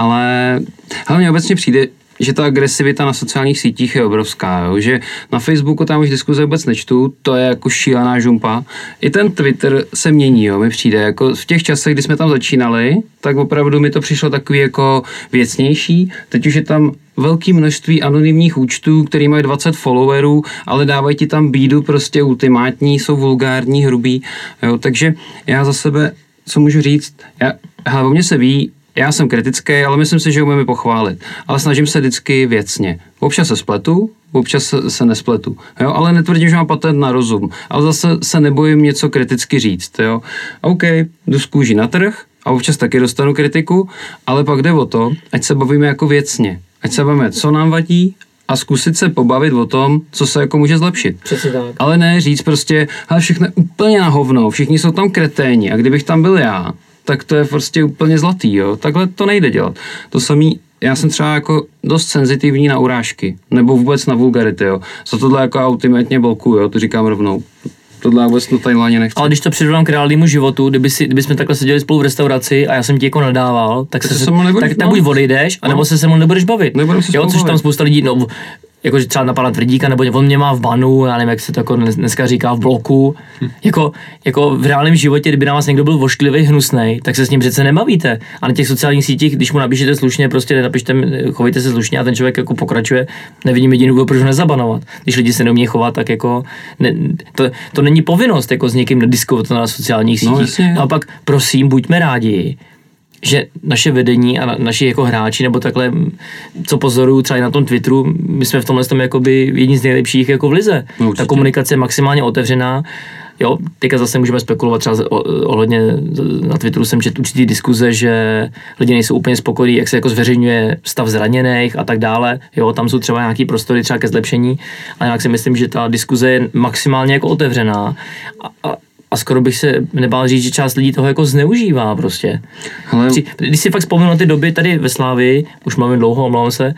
Ale hlavně obecně přijde, že ta agresivita na sociálních sítích je obrovská, jo? Že na Facebooku tam už diskuze vůbec nečtu, to je jako šílená žumpa. I ten Twitter se mění, jo, mi přijde, jako v těch časech, kdy jsme tam začínali, tak opravdu mi to přišlo takový jako věcnější, teď už je tam velké množství anonymních účtů, který mají dvacet followerů, ale dávají ti tam bídu prostě ultimátní, jsou vulgární, hrubý, jo, takže já za sebe, co můžu říct, já, hele, o mě se ví, já jsem kritický, ale myslím si, že umím pochválit. Ale snažím se vždycky věcně. Občas se spletu, občas se, se nespletu. Jo? Ale netvrdím, že mám patent na rozum. Ale zase se nebojím něco kriticky říct. Jo? OK, jdu z kůží na trh a občas taky dostanu kritiku, ale pak jde o to, ať se bavíme jako věcně. Ať se bavíme, co nám vadí, a zkusit se pobavit o tom, co se jako může zlepšit. Přesně tak. Ale ne říct prostě, hele, všechno je úplně na hovno, všichni jsou tam kreténi a kdybych tam byl já, tak to je prostě úplně zlatý, jo. Takhle to nejde dělat. To samý, já jsem třeba jako dost senzitivní na urážky, nebo vůbec na vulgarity, jo. Za tohle jako ultimátně blokuju, jo, to říkám rovnou. Tohle já vůbec tady ani nechci. Ale když to předávám k reálnému životu, kdyby, si, kdyby jsme takhle seděli spolu v restauraci a já jsem ti jako nadával, tak se, se, se nebudeš, tak, tak buď odejdeš, anebo no. se se mnou nebudeš bavit. Nebudem se jo, což tam spousta lidí, no, jakože třeba na pana Tvrdíka, nebo on mě má v banu, já nevím, jak se to jako dneska říká, v bloku. Hm. Jako, jako v reálném životě, kdyby na vás někdo byl vošklivý, hnusnej, tak se s ním přece nebavíte. A na těch sociálních sítích, když mu napíšete slušně, prostě nenapište, chovejte se slušně a ten člověk jako pokračuje, nevidím jedinou důvod, proč ho nezabanovat. Když lidi se neumí chovat, tak jako ne, to, to není povinnost jako s někým nediskovat na sociálních sítích. No, a pak prosím, buďme rádi, že naše vedení a na, naši jako hráči nebo takhle, co pozoruju třeba i na tom Twitteru, my jsme v tomhle tom jakoby jedni z nejlepších jako v lize. No, ta komunikace je maximálně otevřená. Jo, teďka zase můžeme spekulovat třeba ohledně, na Twitteru jsem četl určitý diskuze, že lidi nejsou úplně spokojení, jak se jako zveřejňuje stav zraněných a tak dále. Jo, tam jsou třeba nějaký prostory třeba ke zlepšení, ale jinak si myslím, že ta diskuze je maximálně jako otevřená. A, a A skoro bych se nebál říct, že část lidí toho jako zneužívá prostě. Ale... Když si fakt vzpomínám na ty doby tady ve Slávii, už máme dlouho, omlouvám se,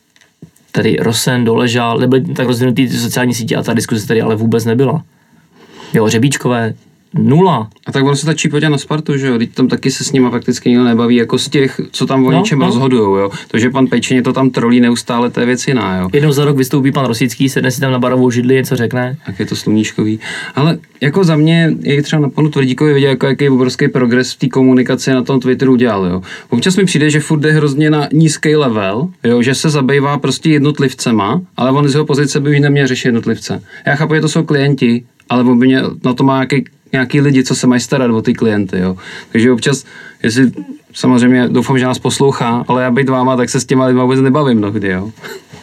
tady Rosen, Doležal, nebyly tak rozvinutý ty sociální sítě a ta diskuze tady ale vůbec nebyla. Jo, Řebíčkové, Nula. A tak ono se tačí podívat na Spartu, že jo, teď tam taky se s nima prakticky nikdo nebaví, jako z těch, co tam o no, něčem no. rozhodujou, jo. To, že pan Pečeně to tam trolí neustále, to je věc jiná, jo. Jednou za rok vystoupí pan Rosický, sedne si tam na barovou židli, něco řekne. Tak je to sluníčkový. Ale jako za mě je třeba na panu Tvrdíkovi vidět, jako jaký obrovský progres v té komunikaci na tom Twitteru udělal, jo. Občas mi přijde, že furt jde hrozně na nízký level, jo, že se zabývá prostě jednotlivcema, ale on z jeho pozice by už neměl řešit jednotlivce. Já chápu, že to jsou klienti, ale on by mě na to má nějaký nějaký lidi, co se mají starat o ty klienty, jo. Takže občas, jestli samozřejmě doufám, že nás poslouchá, ale já být váma, tak se s těma lidma vůbec nebavím mnohdy, jo.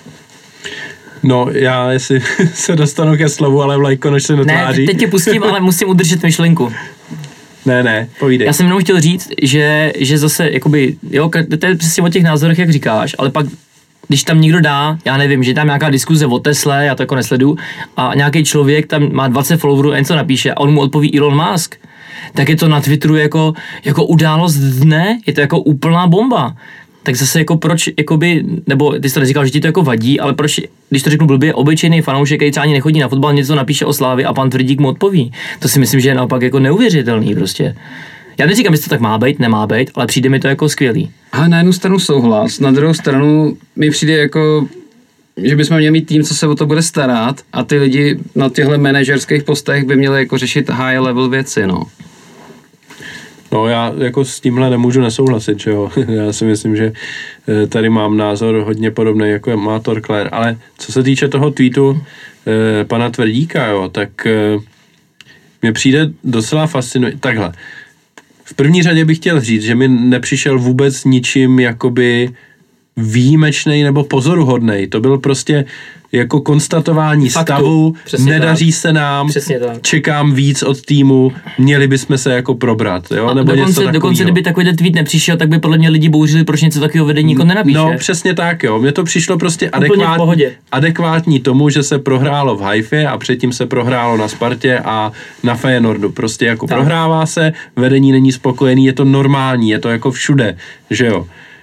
No, já jestli se dostanu ke slovu, ale Vlajko, se netváří. Ne, teď tě pustím, ale musím udržet myšlenku. Ne, ne, povídej. Já jsem jenom chtěl říct, že, že zase, jakoby, jo, to je přesně o těch názorech, jak říkáš, ale pak když tam někdo dá, já nevím, že tam nějaká diskuze o Tesle, já to jako nesledu, a nějaký člověk tam má dvacet followerů a něco napíše a on mu odpoví Elon Musk, tak je to na Twitteru jako, jako událost dne, je to jako úplná bomba. Tak zase jako proč, jakoby, nebo ty jsi to neříkal, že ti to jako vadí, ale proč, když to řeknu blbě, obyčejný fanoušek, který třeba ani nechodí na fotbal, něco napíše o Slávy a pan Tvrdík mu odpoví. To si myslím, že je naopak jako neuvěřitelný prostě. Já neříkám, jestli to tak má být, nemá být, ale přijde mi to jako skvělý. Ale na jednu stranu souhlas, na druhou stranu mi přijde jako, že bychom měli mít tým, co se o to bude starat a ty lidi na těchto manažerských postech by měli jako řešit high level věci, no. No já jako s tímhle nemůžu nesouhlasit, že jo. Já si myslím, že tady mám názor hodně podobný, jako má Torkler, ale co se týče toho tweetu eh, pana Tvrdíka, jo, tak eh, mně přijde docela fascinující. Takhle. V první řadě bych chtěl říct, že mi nepřišel vůbec ničím jakoby výjimečnej nebo pozoruhodnej. To byl prostě jako konstatování Faktu. stavu, Přesně nedaří tak. se nám, čekám víc od týmu, měli bychom se jako probrat. Jo? Nebo dokonce, něco dokonce, kdyby takový tweet nepřišel, tak by podle mě lidi bouřili, proč něco takového vedení jako nenapíše. No přesně tak, jo. Mně to přišlo prostě adekvátní, adekvátní tomu, že se prohrálo v Haifě a předtím se prohrálo na Spartě a na Feyenoordu. Prostě jako tak. prohrává se, vedení není spokojený, je to normální, je to jako všude, že jo.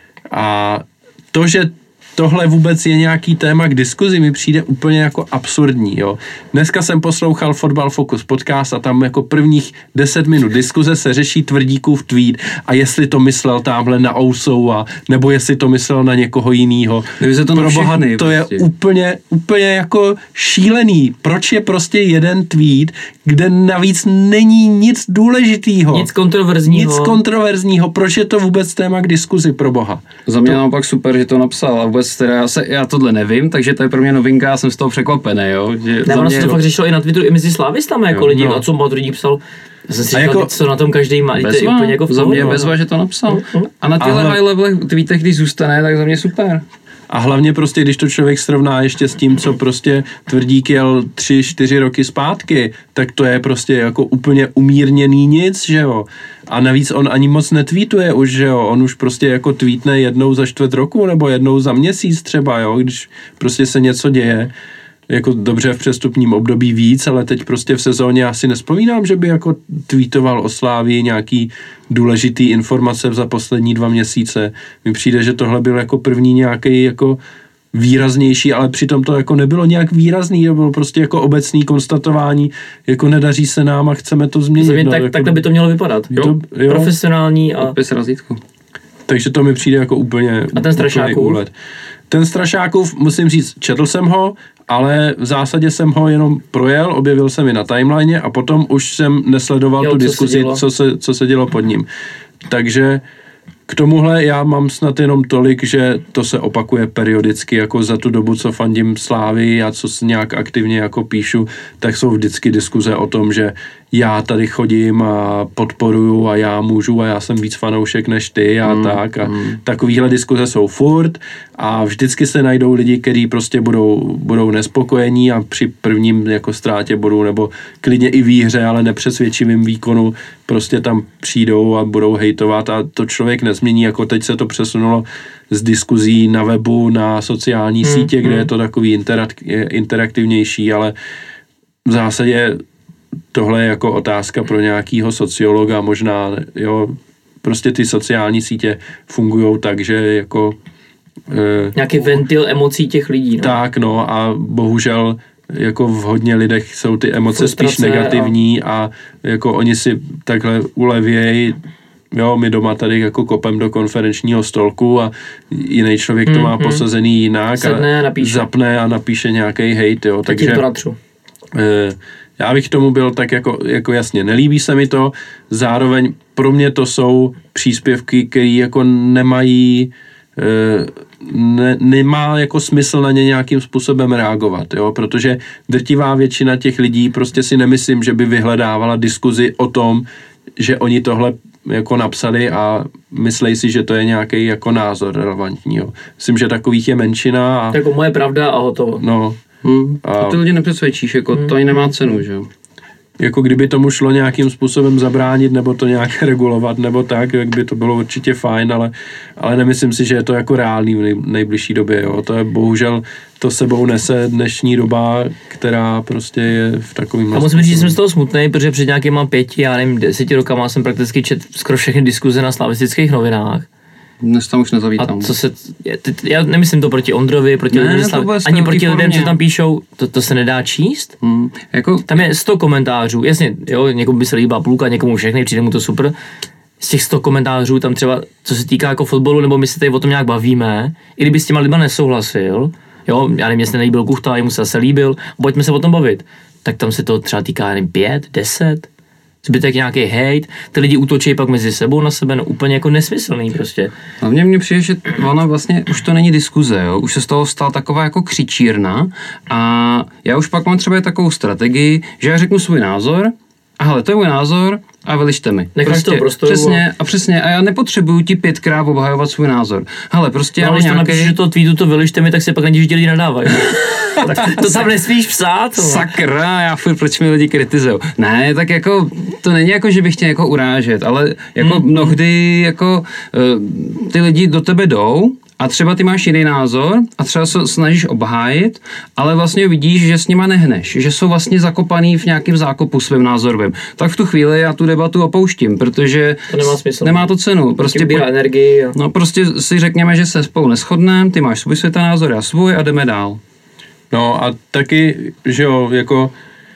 A to, že tohle vůbec je nějaký téma k diskuzi, mi přijde úplně jako absurdní, jo. Dneska jsem poslouchal Fotbal Focus podcast a tam jako prvních deset minut diskuze se řeší Tvrdíkův tweet a jestli to myslel tamhle na Ousou a nebo jestli to myslel na někoho jinýho. To, Pro boha, to prostě. je úplně, úplně jako šílený. Proč je prostě jeden tweet, kde navíc není nic důležitýho. Nic kontroverzního. Nic kontroverzního. Proč je to vůbec téma k diskuzi, pro boha? Za mě to... naopak super, že to napsal a vůbec teda já, se, já tohle nevím, takže to je pro mě novinka, já jsem z toho překvapený, jo. Že ne, ono se to fakt řešilo i na Twitteru, i mezi slávistami jako jo, lidi, no. A co Madridík psal, já jsem si říkal, jako, co na tom každý má, to je úplně jako v za mě bezva, že to napsal. Uh, uh. A na těchto high levelech tweetech, když zůstane, tak za mě super. A hlavně prostě, když to člověk srovná ještě s tím, co prostě Tvrdík jel tři, čtyři roky zpátky, tak to je prostě jako úplně umírněný nic, že jo. A navíc on ani moc netweetuje už, že jo. On už prostě jako tweetne jednou za čtvrt roku nebo jednou za měsíc třeba, jo, když prostě se něco děje. Jako dobře v přestupním období víc, ale teď prostě v sezóně já si nespomínám, že by jako tweetoval o Slávii nějaký důležitý informace za poslední dva měsíce. Mi přijde, že tohle byl jako první nějaký jako výraznější, ale přitom to jako nebylo nějak výrazný, to bylo prostě jako obecný konstatování, jako nedaří se nám a chceme to změnit. No, tak, jako, takhle by to mělo vypadat. Jo? To, jo. Profesionální a... Bez razítku. Takže to mi přijde jako úplně... A ten Strašákův? Ten Strašákův, musím říct, četl jsem ho, ale v zásadě jsem ho jenom projel, objevil jsem ji na timeline a potom už jsem nesledoval jo, tu diskuzi, co se, co se dělo pod ním. Takže k tomuhle já mám snad jenom tolik, že to se opakuje periodicky, jako za tu dobu, co fandím Slávy a co nějak aktivně jako píšu, tak jsou vždycky diskuze o tom, že já tady chodím a podporuju a já můžu a já jsem víc fanoušek než ty a mm, tak a mm. takovýhle diskuze jsou furt a vždycky se najdou lidi, kteří prostě budou, budou nespokojení a při prvním jako ztrátě bodů nebo klidně i výhře, ale nepřesvědčivým výkonu prostě tam přijdou a budou hejtovat a to člověk nezmění, jako teď se to přesunulo z diskuzí na webu, na sociální mm, sítě, kde mm. je to takový interak- interaktivnější, ale v zásadě tohle je jako otázka pro nějakýho sociologa, možná, jo, prostě ty sociální sítě fungujou tak, že jako... E, Nějaký ventil emocí těch lidí, no. Tak, no a bohužel jako v hodně lidech jsou ty emoce Frustrace spíš negativní a... a jako oni si takhle ulevějí. Jo, my doma tady jako kopem do konferenčního stolku a jiný člověk to má hmm, posazený jinak Sedne a, a zapne a napíše nějaký hejt, jo, takže e, já bych tomu byl tak jako, jako jasně, nelíbí se mi to, zároveň pro mě to jsou příspěvky, které jako nemají e, ne, nemá jako smysl na ně nějakým způsobem reagovat, jo, protože drtivá většina těch lidí prostě si nemyslím, že by vyhledávala diskuzi o tom, že oni tohle jako napsali a myslej si, že to je nějaký jako názor relevantní. Jo. Myslím, že takových je menšina. A, jako moje pravda a hotovo. No. Hmm. A, a ty lidi nepřesvědčíš, jako hmm. to ani nemá cenu, že jo? Jako kdyby tomu šlo nějakým způsobem zabránit, nebo to nějak regulovat, nebo tak, jak by to bylo určitě fajn, ale, ale nemyslím si, že je to jako reálný v nejbližší době. Jo. To je bohužel, to sebou nese dnešní doba, která prostě je v takovým... A musím říct, že jsem z toho smutnej, protože před nějakýma pěti, já nevím, deseti rokama jsem prakticky čet skoro všechny diskuze na slavistických novinách. Dnes tam už nezavítám. A co se, já nemyslím to proti Ondrovi, proti ne, lidem, slav, ani proti lidem, co tam píšou, to, to se nedá číst. Hmm, jako... Tam je sto komentářů, jasně, jo, někomu by se líbila půlka, někomu všechny, přijde mu to super. Z těch sto komentářů tam třeba, co se týká jako fotbalu, nebo my se tady o tom nějak bavíme, i kdyby s těma lidma nesouhlasil, jo, já nevím, jestli nelíbil Kuchta, jemu se zase líbil, pojďme se o tom bavit, tak tam se to třeba týká, nevím, pět, deset, zbytek nějaký hejt, ty lidi útočí pak mezi sebou na sebe, no úplně jako nesmyslný prostě. Hlavně mně přijde, že ona vlastně už to není diskuze, jo? Už se z toho stala taková jako křičírna a já už pak mám třeba takovou strategii, že já řeknu svůj názor a hele, to je můj názor a velište mi. Necháš prostě, to prostoru. Přesně a přesně a já nepotřebuju ti pětkrát obhajovat svůj názor. Hele, prostě no, já když nějaký... to napíšeš, že to tweetu to velište mi, tak se pak nedíš, že ti lidi nadávají. Tak to tam nesmíš psát. Sakra, já furt, proč mi lidi kritizujou. Ne, tak jako, to není jako, že bych chtěl jako urážet, ale jako hmm. mnohdy jako uh, ty lidi do tebe jdou a třeba ty máš jiný názor a třeba se snažíš obhájit, ale vlastně vidíš, že s nima nehneš, že jsou vlastně zakopaný v nějakém zákopu svým názorovým. Tak v tu chvíli já tu debatu opouštím, protože to nemá smysl. Nemá to cenu. Prostě vybírá energii. A... No prostě si řekněme, že se spolu neshodneme, ty máš svůj světa názor, já svůj a jdeme dál. No a taky, že jo, jako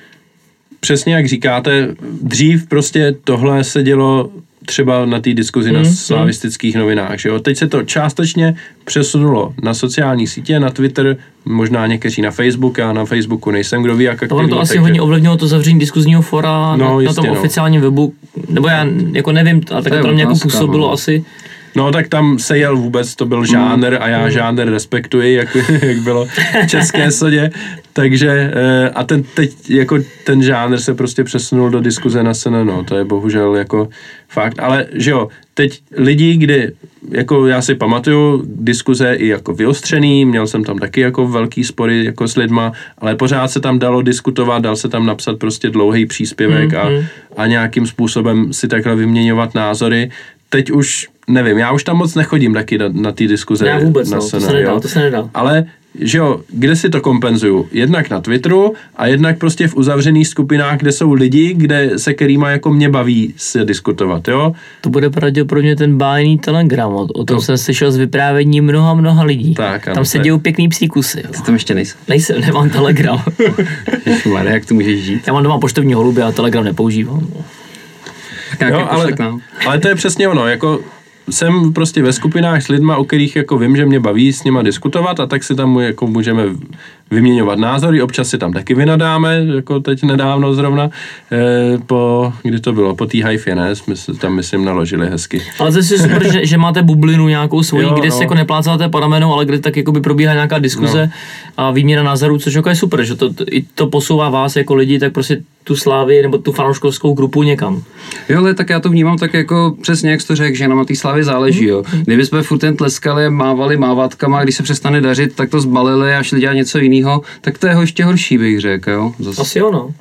přesně jak říkáte, dřív prostě tohle se dělo třeba na té diskuzi mm, na slavistických mm. novinách, že jo. Teď se to částečně přesunulo na sociální sítě, na Twitter, možná někteří na Facebook, já na Facebooku nejsem, kdo ví, jak aktivní. To, to asi takže... hodně ovlivnilo to zavření diskuzního fora no, na, jistě, na tom no. oficiálním webu, nebo já jako nevím, ale tak to tam nějakou působilo no. asi. No tak tam se jel vůbec, to byl žánr a já žánr respektuji, jak, jak bylo v České sodě, takže a ten teď jako ten žánr se prostě přesunul do diskuze na S N, no, to je bohužel jako fakt, ale že jo, teď lidi, kdy, jako já si pamatuju diskuze i jako vyostřený, měl jsem tam taky jako velký spory jako s lidma, ale pořád se tam dalo diskutovat, dal se tam napsat prostě dlouhý příspěvek a, a nějakým způsobem si takhle vyměňovat názory. Teď už nevím, já už tam moc nechodím taky na, na ty diskuze. Já vůbec, na no, Sena, to se nedá, to se nedá. Ale, že jo, kde si to kompenzuju? Jednak na Twitteru a jednak prostě v uzavřených skupinách, kde jsou lidi, kde se kterýma jako mě baví se diskutovat, jo? To bude pravděpodobně ten bájný Telegram, o, o tom to... jsem slyšel z vyprávění mnoha, mnoha lidí. Tak, ano, tam se dějou pěkný psíkusy. Ty tam ještě nejsi? Nejsem, nemám Telegram. Ježišmarja, jak to můžeš žít? Já mám doma poštovní holuby a Telegram nepoužívám. Jo, ale, ale to je přesně ono, jako jsem prostě ve skupinách s lidma, o kterých jako vím, že mě baví s nima diskutovat a tak si tam jako můžeme vyměňovat názory, občas si tam taky vynadáme, jako teď nedávno zrovna, e, po, kdy to bylo, po té hajfě, ne, jsme se tam, myslím, naložili hezky. Ale to je super, že, že máte bublinu nějakou svoji, jo, kde no. se jako neplácáte po ramenu, ale kde tak jako by probíhá nějaká diskuze no. a výměna názorů, což jako je super, že to, to, i to posouvá vás jako lidi, tak prostě tu Slávy nebo tu fanouškovskou grupu někam. Jo, ale tak já to vnímám tak jako přesně, jak jsi to řekl, že nám na té Slávy záleží, jo. Kdyby jsme furt ten tleskali, mávali mávátkama, když se přestane dařit, tak to zbalili a šli dělat něco jiného, tak to je ho ještě horší, bych řekl, jo. Zas... Asi ono.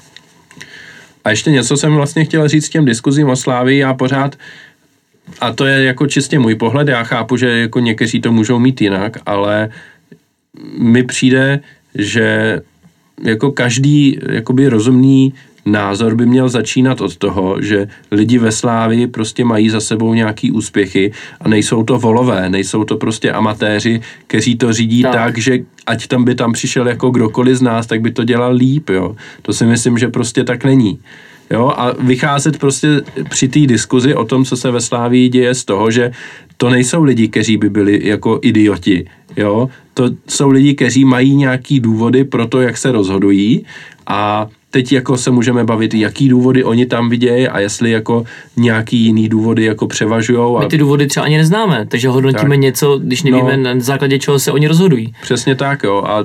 A ještě něco jsem vlastně chtěl říct s těm diskuzím o Slávii, já pořád, a to je jako čistě můj pohled, já chápu, že jako někteří to můžou mít jinak, ale mi přijde, že jako každý jakoby rozumný názor by měl začínat od toho, že lidi ve Slávii prostě mají za sebou nějaký úspěchy a nejsou to volové, nejsou to prostě amatéři, kteří to řídí tak, tak že ať tam by tam přišel jako kdokoliv z nás, tak by to dělal líp, jo. To si myslím, že prostě tak není. Jo, a vycházet prostě při té diskuzi o tom, co se ve Slávii děje z toho, že to nejsou lidi, kteří by byli jako idioti, jo, to jsou lidi, kteří mají nějaký důvody pro to, jak se rozhodují a teď jako se můžeme bavit, jaký důvody oni tam vidějí a jestli jako nějaký jiný důvody jako převažujou. A... My ty důvody třeba ani neznáme, takže hodnotíme tak. něco, když nevíme no, na základě čeho se oni rozhodují. Přesně tak, jo, a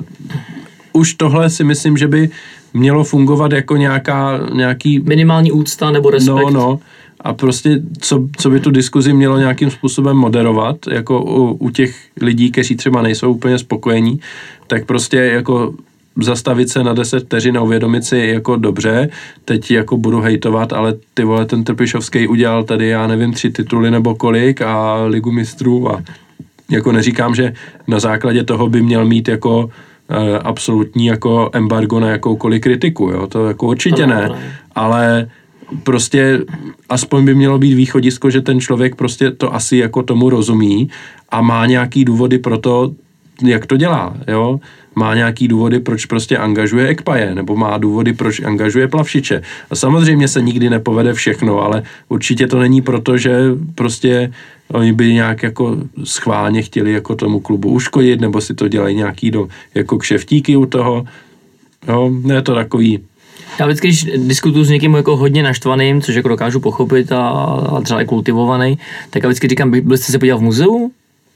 už tohle si myslím, že by mělo fungovat jako nějaká, nějaký... minimální úcta nebo respekt. No, no. A prostě, co, co by tu diskuzi mělo nějakým způsobem moderovat, jako u, u těch lidí, kteří třeba nejsou úplně spokojení, tak prostě jako zastavit se na deset vteřin a uvědomit si jako dobře, teď jako budu hejtovat, ale ty vole, ten Trpišovský udělal tady, já nevím, tři tituly nebo kolik a Ligu mistrů a jako neříkám, že na základě toho by měl mít jako absolutní jako embargo na jakoukoliv kritiku, jo, to jako určitě ne, ale prostě aspoň by mělo být východisko, že ten člověk prostě to asi jako tomu rozumí a má nějaký důvody pro to, jak to dělá, jo, má nějaký důvody, proč prostě angažuje Ekpaje, nebo má důvody, proč angažuje Plavšiče. A samozřejmě se nikdy nepovede všechno, ale určitě to není proto, že prostě oni by nějak jako schválně chtěli jako tomu klubu uškodit, nebo si to dělají nějaký do, jako kšeftíky u toho. Jo, je to takový. Já vždycky, když diskutuju s někým jako hodně naštvaným, což jako dokážu pochopit a, a třeba i kultivovaný, tak já vždycky říkám, byli jste se podívat v muzeu?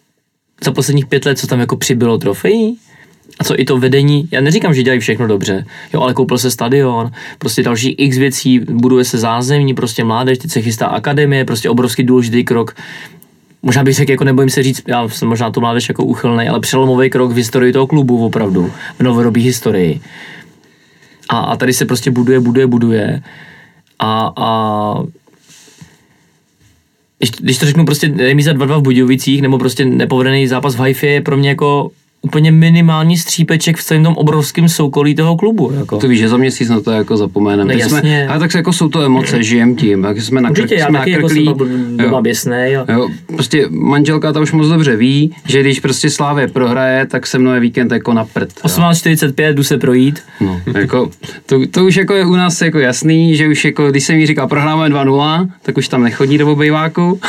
Za posledních pět let, co tam jako přibylo trofejí? A co i to vedení, já neříkám, že dělají všechno dobře, jo, ale koupil se stadion, prostě další x věcí, buduje se zázemí, prostě mládež, teď se chystá akademie, prostě obrovský důležitý krok. Možná bych řekl, jako nebojím se říct, já jsem možná to mládež jako úchylnej, ale přelomový krok v historii toho klubu opravdu, v novodobé historii. A, a tady se prostě buduje, buduje, buduje. A, a když, když to řeknu prostě remíza dva dva v Budějovicích nebo prostě nepovedený zápas v Haifě je pro mě jako úplně minimální střípeček v celém tom obrovském soukolí toho klubu. Jako. To víš, že za měsíc na to jako zapomeneme. No, jsme, ale tak jako jsou to emoce, žijem tím. Jak jsme na Určitě, já taky jako jsem doma běsnej. Jo. Jo, prostě manželka ta už moc dobře ví, že když prostě Slávě prohraje, tak se mnou je víkend jako na prd. osmnáct čtyřicet pět, jdu se projít. No, jako, to, to už jako je u nás jako jasný, že už jako, když se mi říká prohráme dva nula, tak už tam nechodí do obejváku.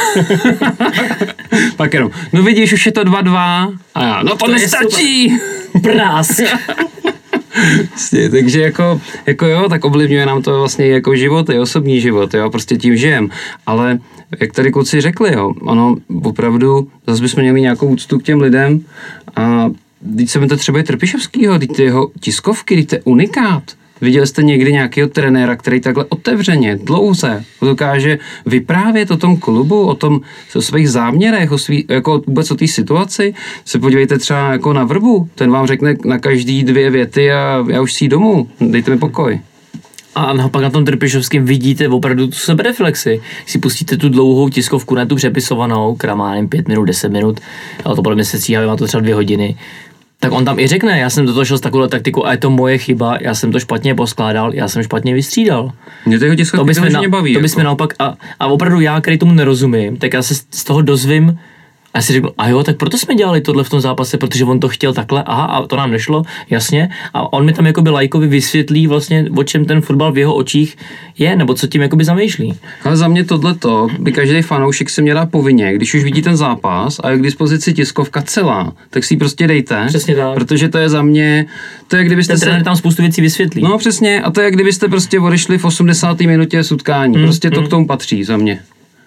Pak jenom, no vidíš, už je to dva dva. A já, no to, to nestačí. Prás. Vlastně, takže jako, jako jo, tak ovlivňuje nám to vlastně jako život, i osobní život, jo, prostě tím žijem. Ale jak tady kluci řekli, jo, ono opravdu, zase bychom měli nějakou úctu k těm lidem a když se to třeba i Trpišovskýho, teď ty jeho tiskovky, teď to je unikát. Viděli jste někdy nějakého trenéra, který takhle otevřeně, dlouze dokáže vyprávět o tom klubu, o tom, o svých záměrech, o svý, jako vůbec o té situaci? Se podívejte třeba jako na Vrbu, ten vám řekne na každý dvě věty a já už si jdu domů, dejte mi pokoj. A naopak na tom Trpišovském vidíte opravdu tu sebereflexi. Si pustíte tu dlouhou tiskovku, ne tu přepisovanou, která má jen pět minut, deset minut, ale to podle mě se stříhá, má to třeba dvě hodiny. Tak on tam i řekne, já jsem do toho šel s takovou taktikou a je to moje chyba, já jsem to špatně poskládal, já jsem špatně vystřídal. Mě to jeho tiskovky to na, baví. To bys jako. mi naopak, a, a opravdu já, který tomu nerozumím, tak já se z toho dozvím a já si řeknu, a jo, tak proto jsme dělali tohle v tom zápase, protože on to chtěl takhle, aha, a to nám nešlo, jasně. A on mi tam jakoby lajkovi vysvětlí vlastně, o čem ten fotbal v jeho očích je, nebo co tím jakoby zamýšlí. Ale za mě tohleto by každý fanoušek si měl dát povinně, když už vidí ten zápas a je k dispozici tiskovka celá, tak si ji prostě dejte. Přesně tak. Protože to je za mě, to je kdybyste ten trenér se... tam spoustu věcí vysvětlí. No přesně, a to je kdybyste prostě odešli v osmdesáté minutě z utkání, mm, prostě to mm. k tomu patří za mě.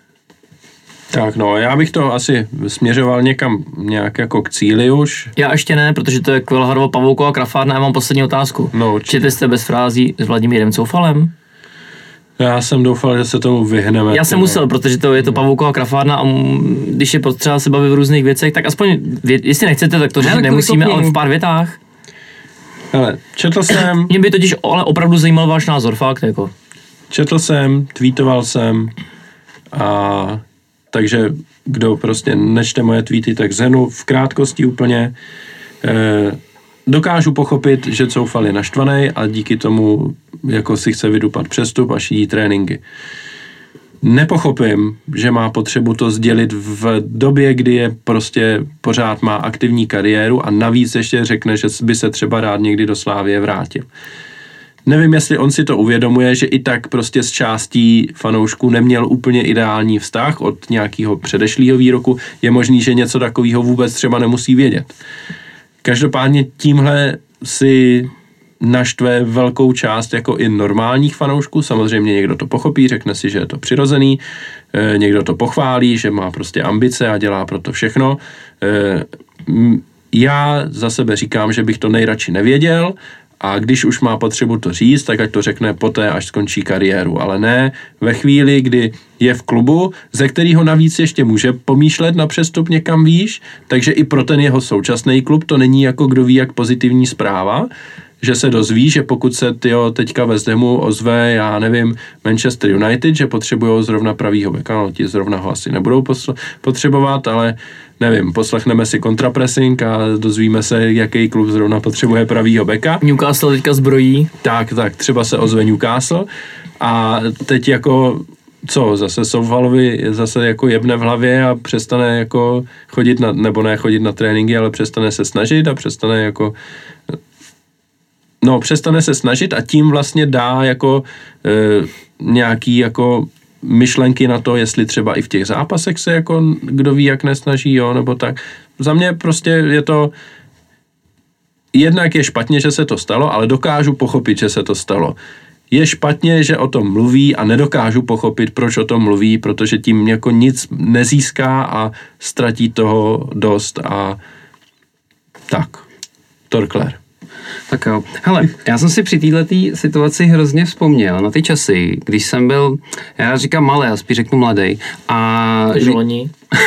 Tak no, já bych to asi směřoval někam nějak jako k cíli už. Já ještě ne, protože to je Kvelharova, Pavouková, Krafárna, já mám poslední otázku. No, Četli jste bez frází s Vladimírem Coufalem? Já jsem doufal, že se tomu vyhneme. Já jsem no. musel, protože to je to Pavouková Krafárna a když je potřeba se bavit v různých věcech, tak aspoň, jestli nechcete, tak to říct nemusíme, ale v pár větách. Hele, četl jsem... Mě by totiž ale opravdu zajímal váš názor, fakt jako. Četl jsem, tweetoval jsem a... Takže kdo prostě nečte moje tweety, tak zhrnu v krátkosti úplně. E, dokážu pochopit, že Coufal je naštvaný a díky tomu jako si chce vydupat přestup a šídí tréninky. Nepochopím, že má potřebu to sdělit v době, kdy je prostě pořád má aktivní kariéru a navíc ještě řekne, že by se třeba rád někdy do Slávie vrátil. Nevím, jestli on si to uvědomuje, že i tak prostě s částí fanoušků neměl úplně ideální vztah od nějakého předešlého výroku. Je možný, že něco takového vůbec třeba nemusí vědět. Každopádně tímhle si naštve velkou část jako i normálních fanoušků. Samozřejmě někdo to pochopí, řekne si, že je to přirozený, e, někdo to pochválí, že má prostě ambice a dělá pro to všechno. E, já za sebe říkám, že bych to nejradši nevěděl a když už má potřebu to říct, tak ať to řekne poté, až skončí kariéru, ale ne ve chvíli, kdy je v klubu, ze kterého navíc ještě může pomýšlet na přestup někam výš, takže i pro ten jeho současný klub to není jako kdo ví jak pozitivní zpráva, že se dozví, že pokud se tyjo, teďka West Hamu ozve, já nevím, Manchester United, že potřebujou zrovna pravýho beka, no ti zrovna ho asi nebudou posl- potřebovat, ale nevím, poslechneme si kontrapressing a dozvíme se, jaký klub zrovna potřebuje pravýho beka. Newcastle teďka zbrojí. Tak, tak, třeba se ozve Newcastle a teď jako co, zase Soufalovi zase jako jebne v hlavě a přestane jako chodit na, nebo ne chodit na tréninky, ale přestane se snažit a přestane jako no, přestane se snažit a tím vlastně dá jako e, nějaký jako myšlenky na to, jestli třeba i v těch zápasech se jako kdo ví, jak nesnaží, jo, nebo tak. Za mě prostě je to jednak je špatně, že se to stalo, ale dokážu pochopit, že se to stalo. Je špatně, že o tom mluví a nedokážu pochopit, proč o tom mluví, protože tím jako nic nezíská a ztratí toho dost a tak. Torkler. Tak jo. Hele, já jsem si při této situaci hrozně vzpomněl na ty časy, když jsem byl, já říkám malý, já spíš řeknu mladý. A Žolní.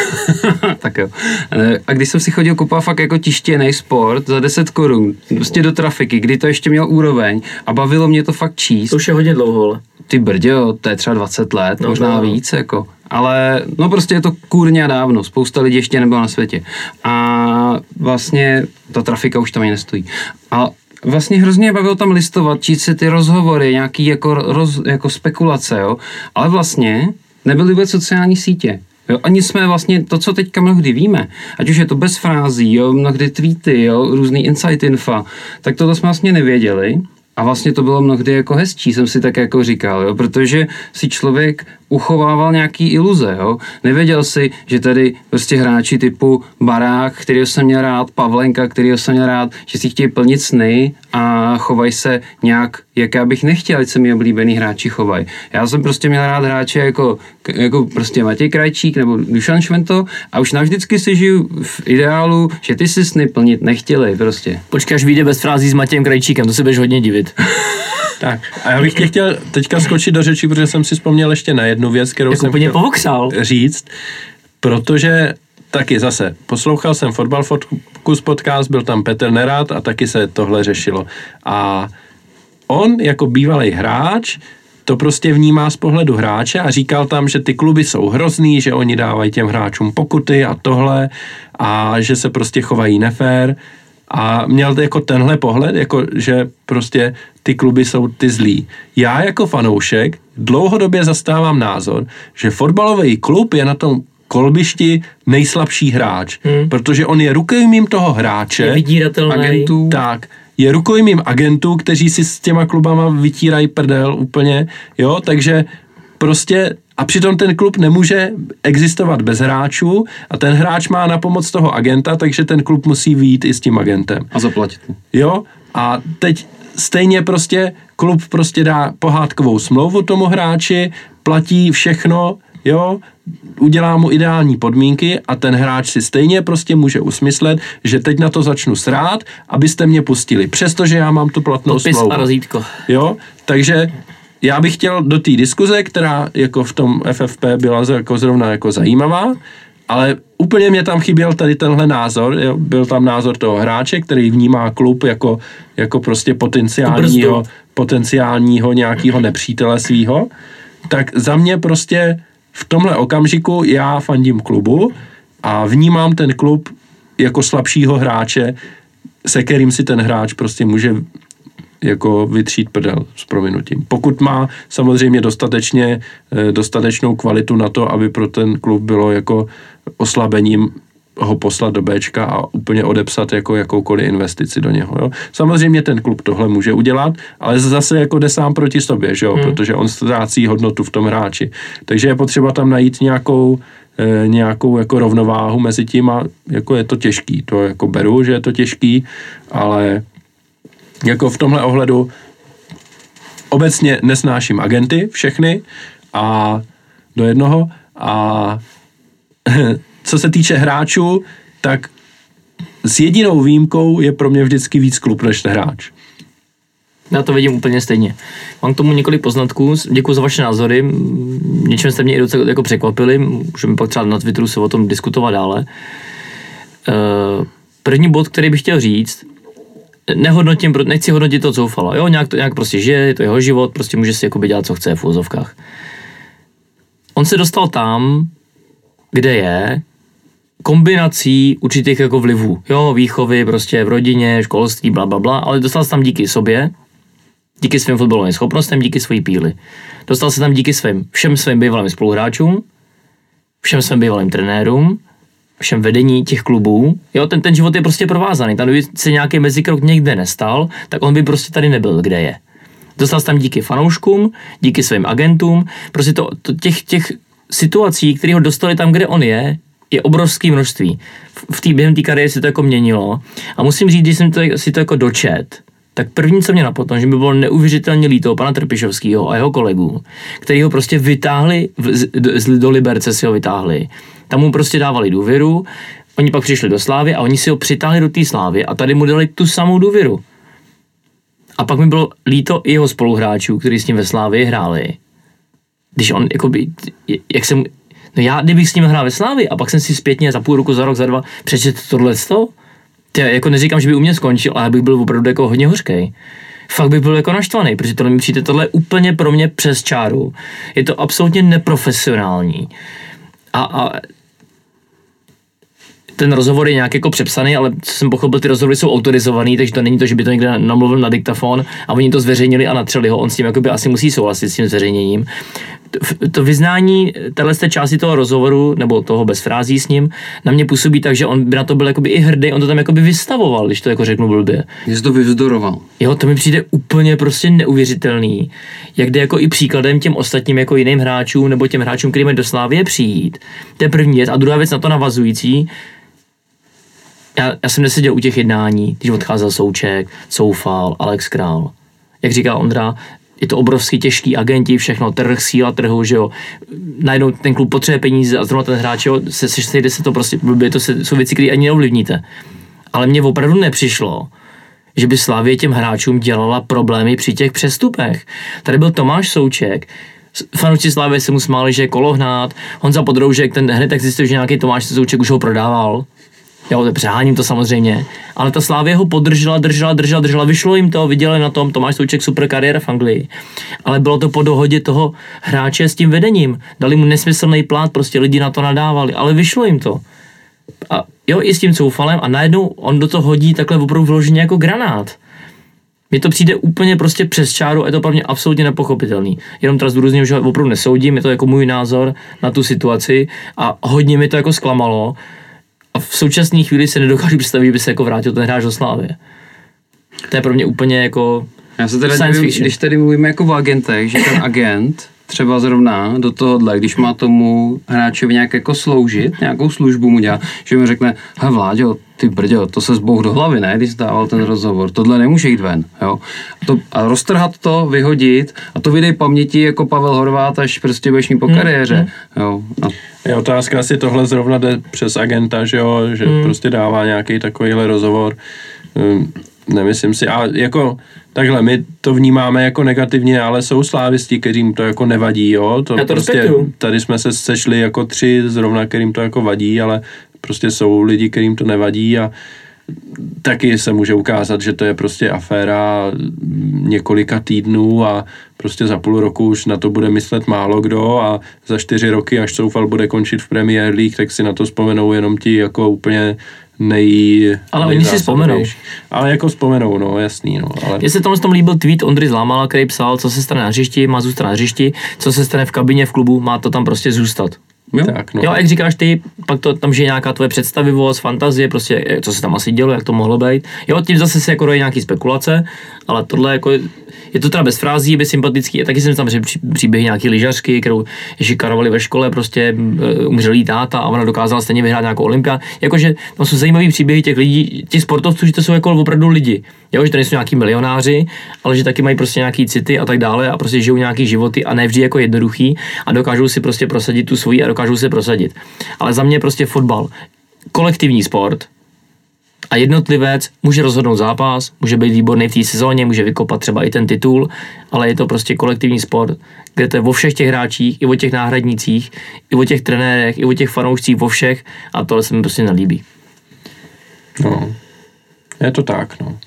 Tak jo. A když jsem si chodil kupovat fakt jako tištěnej sport za deset korun, prostě do trafiky, kdy to ještě měl úroveň a bavilo mě to fakt číst. To už je hodně dlouho, ale. Ty brďo, to je třeba dvacet let, no, možná no. víc, jako. Ale no prostě je to kůrně a dávno, spousta lidí ještě nebylo na světě. A vlastně ta trafika už tam ani nestojí. A vlastně hrozně bavilo tam listovat, číst si ty rozhovory, nějaký jako, roz, jako spekulace, jo. Ale vlastně nebyly vůbec sociální sítě. Jo, ani jsme vlastně to, co teďka mnohdy víme, ať už je to bez frází, jo, mnohdy tweety, jo, různý insight infa, tak tohle jsme vlastně nevěděli. A vlastně to bylo mnohdy jako hezčí, jsem si tak jako říkal, jo, protože si člověk uchovával nějaký iluze, jo. Nevěděl si, že tady prostě hráči typu Barák, kterýho jsem měl rád, Pavlenka, kterýho jsem měl rád, že si chtějí plnit sny a chovají se nějak, jak já bych nechtěl, ať se mi oblíbený hráči chovají. Já jsem prostě měl rád hráče jako, jako prostě Matěj Krajčík nebo Dušan Švento a už navždycky si žiju v ideálu, že ty si sny plnit nechtěli prostě. Počkej, až vyjde bez frází s Matějem Krajčíkem, to se budeš hodně divit. Tak, a já bych tě chtěl teďka skočit do řeči, protože jsem si vzpomněl ještě na jednu věc, kterou jako jsem úplně chtěl povokřál. říct, protože taky zase, poslouchal jsem Fotbal Focus podcast, byl tam Petr Nerad a taky se tohle řešilo. A on jako bývalý hráč to prostě vnímá z pohledu hráče a říkal tam, že ty kluby jsou hrozný, že oni dávají těm hráčům pokuty a tohle a že se prostě chovají nefér. A měl jako tenhle pohled, jako že prostě ty kluby jsou ty zlí. Já jako fanoušek dlouhodobě zastávám názor, že fotbalový klub je na tom kolbišti nejslabší hráč, hmm. protože on je rukojmím toho hráče, je vydíratelný. Agentů, tak, je rukojmím agentů, kteří si s těma klubama vytírají prdel úplně, jo, takže prostě a přitom ten klub nemůže existovat bez hráčů a ten hráč má na pomoc toho agenta, takže ten klub musí vyjít i s tím agentem. A zaplatit. Jo, a teď stejně prostě klub prostě dá pohádkovou smlouvu tomu hráči, platí všechno, jo, udělá mu ideální podmínky a ten hráč si stejně prostě může usmyslet, že teď na to začnu srát, abyste mě pustili, přestože já mám tu platnou Podpis smlouvu. A razítko. Jo, takže já bych chtěl do té diskuze, která jako v tom F F P byla jako zrovna jako zajímavá, ale úplně mě tam chyběl tady tenhle názor, jo? Byl tam názor toho hráče, který vnímá klub jako, jako prostě potenciálního, potenciálního nějakého nepřítele svýho, tak za mě prostě v tomhle okamžiku já fandím klubu a vnímám ten klub jako slabšího hráče se kterým si ten hráč prostě může jako vytřít prdel s prominutím. Pokud má samozřejmě dostatečně, dostatečnou kvalitu na to, aby pro ten klub bylo jako oslabením ho poslat do Bčka a úplně odepsat jako jakoukoliv investici do něho. Jo. Samozřejmě ten klub tohle může udělat, ale zase jako jde sám proti sobě, že jo, hmm. protože on ztrácí hodnotu v tom hráči. Takže je potřeba tam najít nějakou, e, nějakou jako rovnováhu mezi tím a jako je to těžký. To jako beru, že je to těžký, ale jako v tomhle ohledu obecně nesnáším agenty všechny a do jednoho a co se týče hráčů, tak s jedinou výjimkou je pro mě vždycky víc klub než hráč. Já to vidím úplně stejně. Mám k tomu několik poznatků, děkuji za vaše názory, něčem jste mě i docela jako překvapili, můžeme pak třeba na Twitteru se o tom diskutovat dále. První bod, který bych chtěl říct, nehodnotím, nechci hodnotit to Zoufala, jo, nějak, to, nějak prostě žije, to je jeho život, prostě může si jakoby dělat, co chce v úvozovkách. On se dostal tam, kde je, kombinací určitých jako vlivů, jo, výchovy prostě v rodině, školství, bla, bla, bla, ale dostal se tam díky sobě, díky svým fotbalovým schopnostem, díky svojí píli. Dostal se tam díky svým, všem svým bývalým spoluhráčům, všem svým bývalým trenérům, všem vedení těch klubů, jo, ten, ten život je prostě provázaný, tam kdyby se nějaký mezikrok někde nestal, tak on by prostě tady nebyl, kde je. Dostal se tam díky fanouškům, díky svým agentům, prostě to, to těch, těch situací, které ho dostali tam, kde on je, je obrovské množství. V té během té kariéry se to jako měnilo a musím říct, když jsem to, si to jako dočet, tak první, co mě napadlo, že by bylo neuvěřitelně líto pana Trpišovského a jeho kolegů, který ho prostě vytáhli, v, do, do Liberce si ho vytáhli, tam mu prostě dávali důvěru, oni pak přišli do Slávy a oni si ho přitáhli do té Slávy a tady mu dali tu samou důvěru. A pak mi bylo líto i jeho spoluhráčů, kteří s ním ve Slávii hráli. Když on, jakoby, jak jsem, no já, kdybych s ním hrál ve Slávii a pak jsem si zpětně za půl roku, za rok, za dva přečetl tohleto, já jako neříkám, že by u mě skončil, ale já bych byl opravdu jako hodně hořkej. Fakt bych byl jako naštvaný, protože tohle mi přijde, tohle je úplně pro mě přes čáru. Je to absolutně neprofesionální. A, a ten rozhovor je nějak jako přepsaný, ale co jsem pochopil, ty rozhovory jsou autorizovaný, takže to není to, že by to někde namluvil na diktafon a oni to zveřejnili a natřeli ho. On s tím jakoby asi musí souhlasit s tím zveřejněním. To, to vyznání téhle části toho rozhovoru, nebo toho bez frází s ním, na mě působí tak, že on by na to byl jakoby i hrdý, on to tam jakoby vystavoval, když to jako řeknu blbě. Že to vyvzdoroval. Jo, to mi přijde úplně prostě neuvěřitelný, jak jde jako i příkladem těm ostatním jako jiným hráčům, nebo těm hráčům, který mají do Slávie přijít. To je první věc. A druhá věc na to navazující, Já, já jsem neseděl u těch jednání, když odcházel Souček, Coufal, Alex Král. Jak říká Ondra, je to obrovský těžký agenti, všechno, trh, síla trhu, že jo. Najednou ten klub potřebuje peníze a zrovna ten hráč, jo, se, se, sejde se to prostě, to se, jsou věci, které ani neovlivníte. Ale mně opravdu nepřišlo, že by Slavie těm hráčům dělala problémy při těch přestupech. Tady byl Tomáš Souček, fanoušci Slavie se mu smáli, že je kolohnát, Honza Podroužek, ten hned tak zjistil, že nějaký Tomáš Souček už ho prodával. Jo, přeháním to samozřejmě, ale ta Slavie ho podržela, držela, držela, držela, vyšlo jim to, viděli na tom, Tomáš Souček super kariéra v Anglii, ale bylo to po dohodě toho hráče s tím vedením, dali mu nesmyslný plát, prostě lidi na to nadávali, ale vyšlo jim to. A jo, i s tím Coufalem a najednou on do toho hodí takhle opravdu vloženě jako granát. Mně to přijde úplně prostě přes čáru a je to pro mě absolutně nepochopitelný. Jenom teda zdůrazňuji, že ho opravdu nesoudím, je to jako můj názor na tu situaci a hodně mi to jako zklamalo. A v současné chvíli se nedokážu představit, že by se jako vrátil ten hráč do Slávie. To je pro mě úplně jako Já se teda divím, když tady mluvíme jako o agentech, že ten agent třeba zrovna do tohohle, když má tomu hráčovi nějak jako sloužit, nějakou službu mu dělá, že mi řekne, he Vláďo, ty brďo, to se zbouch do hlavy, ne, když dával ten rozhovor, tohle nemůže jít ven, jo. A, to, a roztrhat to, vyhodit a to vydej paměti jako Pavel Horváth, až prostě budeš mít po kariéře, hmm. jo. A je otázka, jestli tohle zrovna jde přes agenta, že jo, že hmm. prostě dává nějaký takovýhle rozhovor, um, nemyslím si, a jako takhle, my to vnímáme jako negativně, ale jsou slávisti, kterým to jako nevadí, jo, to, to prostě, respektuju. Tady jsme se sešli jako tři, zrovna kterým to jako vadí, ale prostě jsou lidi, kterým to nevadí a taky se může ukázat, že to je prostě aféra několika týdnů a prostě za půl roku už na to bude myslet málo kdo a za čtyři roky, až Soufal bude končit v Premier League, tak si na to vzpomenou jenom ti jako úplně nej... Ale oni si vzpomenou. Ale jako vzpomenou, no, jasný, no. Ale... Mně se tomu tom líbil tweet Ondry Zlámala, který psal, co se stane na hřišti, má zůstat na hřišti, co se stane v kabině, v klubu, má to tam prostě zůstat. Jo? Tak, no. Jo, jak říkáš ty, pak to tam žije nějaká tvoje představivost, fantazie, prostě co se tam asi dělo, jak to mohlo být. Jo, tím zase se jako rojí nějaký spekulace, ale tohle jako, je to teda bez frází, je bez sympatický. A taky jsem tam příběhy nějaký lyžařky, kterou je šikarovali ve škole, prostě umřelý táta a ona dokázala stejně vyhrát nějakou olympiádu. Jakože tam jsou zajímavý příběhy těch lidí, těch sportovců, že to jsou jako opravdu lidi. Jo, že to nejsou nějaký milionáři, ale že taky mají prostě nějaký city a tak dále a prostě žijou nějaký životy a ne vždy jako jednoduchý a dokážou si prostě prosadit tu svoji a dokážou se prosadit. Ale za mě prostě fotbal, kolektivní sport a jednotlivec může rozhodnout zápas, může být výborný v té sezóně, může vykopat třeba i ten titul, ale je to prostě kolektivní sport, kde to je o všech těch hráčích, i o těch náhradnících, i o těch trenérech, i o těch fanoušcích, o všech a tohle se mi prostě nelíbí. No, je to tak, no.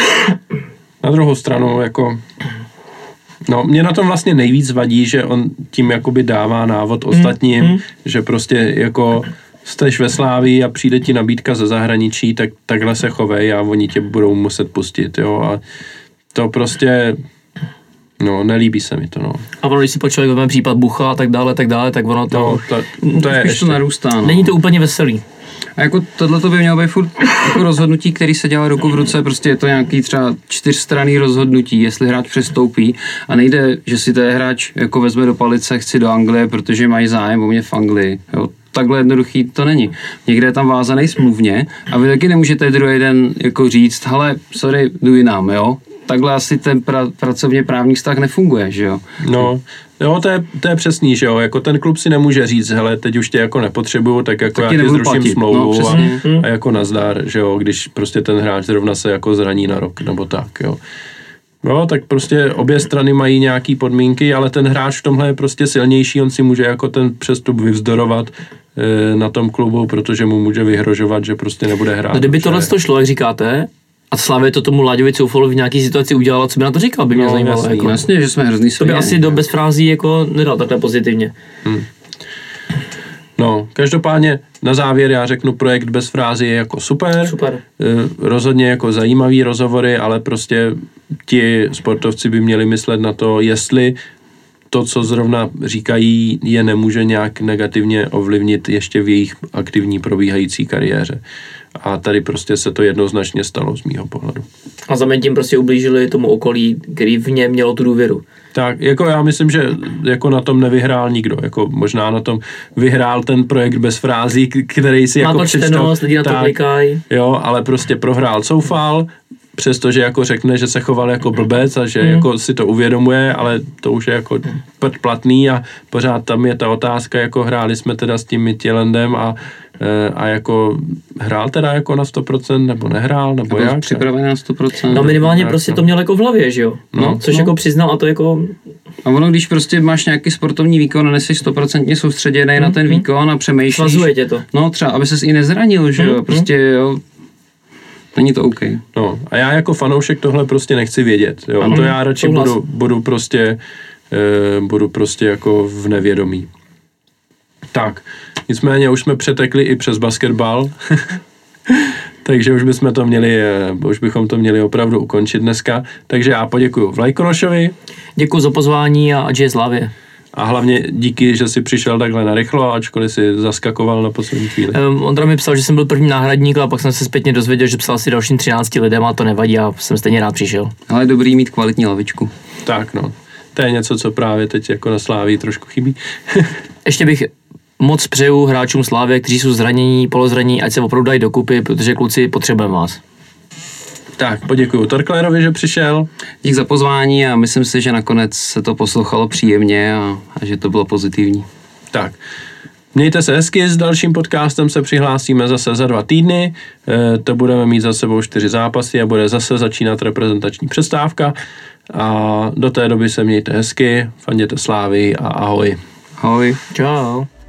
Na druhou stranu, jako, no, mě na tom vlastně nejvíc vadí, že on tím jakoby dává návod ostatním, mm, mm. že prostě jako jsteš ve Slávii a přijde ti nabídka ze zahraničí, tak takhle se chovej a oni tě budou muset pustit, jo, a to prostě, no, nelíbí se mi to, no. A ono, když si po člověk vezme případ Bucha a tak dále, tak dále, tak ono to, no, to, to je ještě, to narůstá, no. Není to úplně veselý. A jako tohleto by mělo být furt jako rozhodnutí, který se dělá ruku v ruce, prostě je to nějaký třeba čtyřstranný rozhodnutí, jestli hráč přestoupí a nejde, že si ten hráč jako vezme do palice, chci do Anglie, protože mají zájem o mě v Anglii, jo. Takhle jednoduchý to není. Někde je tam vázaný smluvně a vy taky nemůžete druhý den jako říct, hele, sorry, jdu jinam, jo. Takhle asi ten pra, pracovně právní vztah nefunguje, že jo. No, jo, to je, to je přesný, že jo, jako ten klub si nemůže říct, hele, teď už tě jako nepotřebuju, tak jako tak já ti zruším platit. Smlouvu no, a, a jako nazdar, že jo, když prostě ten hráč zrovna se jako zraní na rok, nebo tak, jo. No, tak prostě obě strany mají nějaký podmínky, ale ten hráč v tomhle je prostě silnější, on si může jako ten přestup vyvzdorovat e, na tom klubu, protože mu může vyhrožovat, že prostě nebude hrát. No, kdyby tohle to šlo, jak říkáte, a Slavě to tomu Láďovi Coufalovi v nějaký situaci udělala, co by na to říkal, by mě no, zajímalo. Jasný, jako. Jasně, že jsme hrozný To by asi do bez frází jako nedal takhle pozitivně. Hmm. No, každopádně na závěr já řeknu, projekt bez frázy je jako super. Super. Rozhodně jako zajímavý rozhovory, ale prostě ti sportovci by měli myslet na to, jestli to, co zrovna říkají, je nemůže nějak negativně ovlivnit ještě v jejich aktivní probíhající kariéře. A tady prostě se to jednoznačně stalo z mýho pohledu. A za mě tím prostě ublížili tomu okolí, který v něm mělo tu důvěru. Tak, jako já myslím, že jako na tom nevyhrál nikdo, jako možná na tom vyhrál ten projekt bez frází, který si má jako přečtou. Má to čtenost, lidi na to klikají. Jo, ale prostě prohrál Coufal, přestože jako řekne, že se choval jako blbec a že mm. jako si to uvědomuje, ale to už je jako prd platný a pořád tam je ta otázka, jako hráli jsme teda s tím Midtjyllandem a a jako hrál teda jako na sto procent nebo nehrál, nebo jak? Připravený na sto procent. No minimálně prostě to měl jako v hlavě, že jo? No, což no. jako přiznal a to jako... A ono, když prostě máš nějaký sportovní výkon a nejsi sto procent soustředěný mm, na ten mm. výkon a přemýšlíš... Svazuje tě to. No třeba, aby ses i nezranil, že jo? Mm, prostě jo... Není to OK. No a já jako fanoušek tohle prostě nechci vědět, jo? Ano, to já radši budu, budu prostě eh, budu prostě jako v nevědomí. Tak, nicméně už jsme přetekli i přes basketbal, takže už bychom to měli, už bychom to měli opravdu ukončit dneska. Takže já poděkuju Vlajkonošovi. Děkuju za pozvání a ať je Slavie. A hlavně díky, že jsi přišel takhle narychlo, ačkoliv jsi zaskakoval na poslední chvíli. Um, Ondra mi psal, že jsem byl první náhradník, a pak jsem se zpětně dozvěděl, že psal si dalším třinácti lidem a to nevadí a jsem stejně rád přišel. Ale je dobrý mít kvalitní lavičku. Tak no, to je něco, co právě teď jako na Slávii trošku chybí. Ještě bych moc přeju hráčům Slávie, kteří jsou zranění, polozranění, ať se opravdu dají dokupy, protože kluci, potřebujeme vás. Tak, poděkuju Torklérovi, že přišel. Dík za pozvání a myslím si, že nakonec se to poslouchalo příjemně a, a že to bylo pozitivní. Tak, mějte se hezky, s dalším podcastem se přihlásíme zase za dva týdny, e, to budeme mít za sebou čtyři zápasy a bude zase začínat reprezentační přestávka a do té doby se mějte hezky, fanděte Slávii a ahoj. Ahoj. Čau.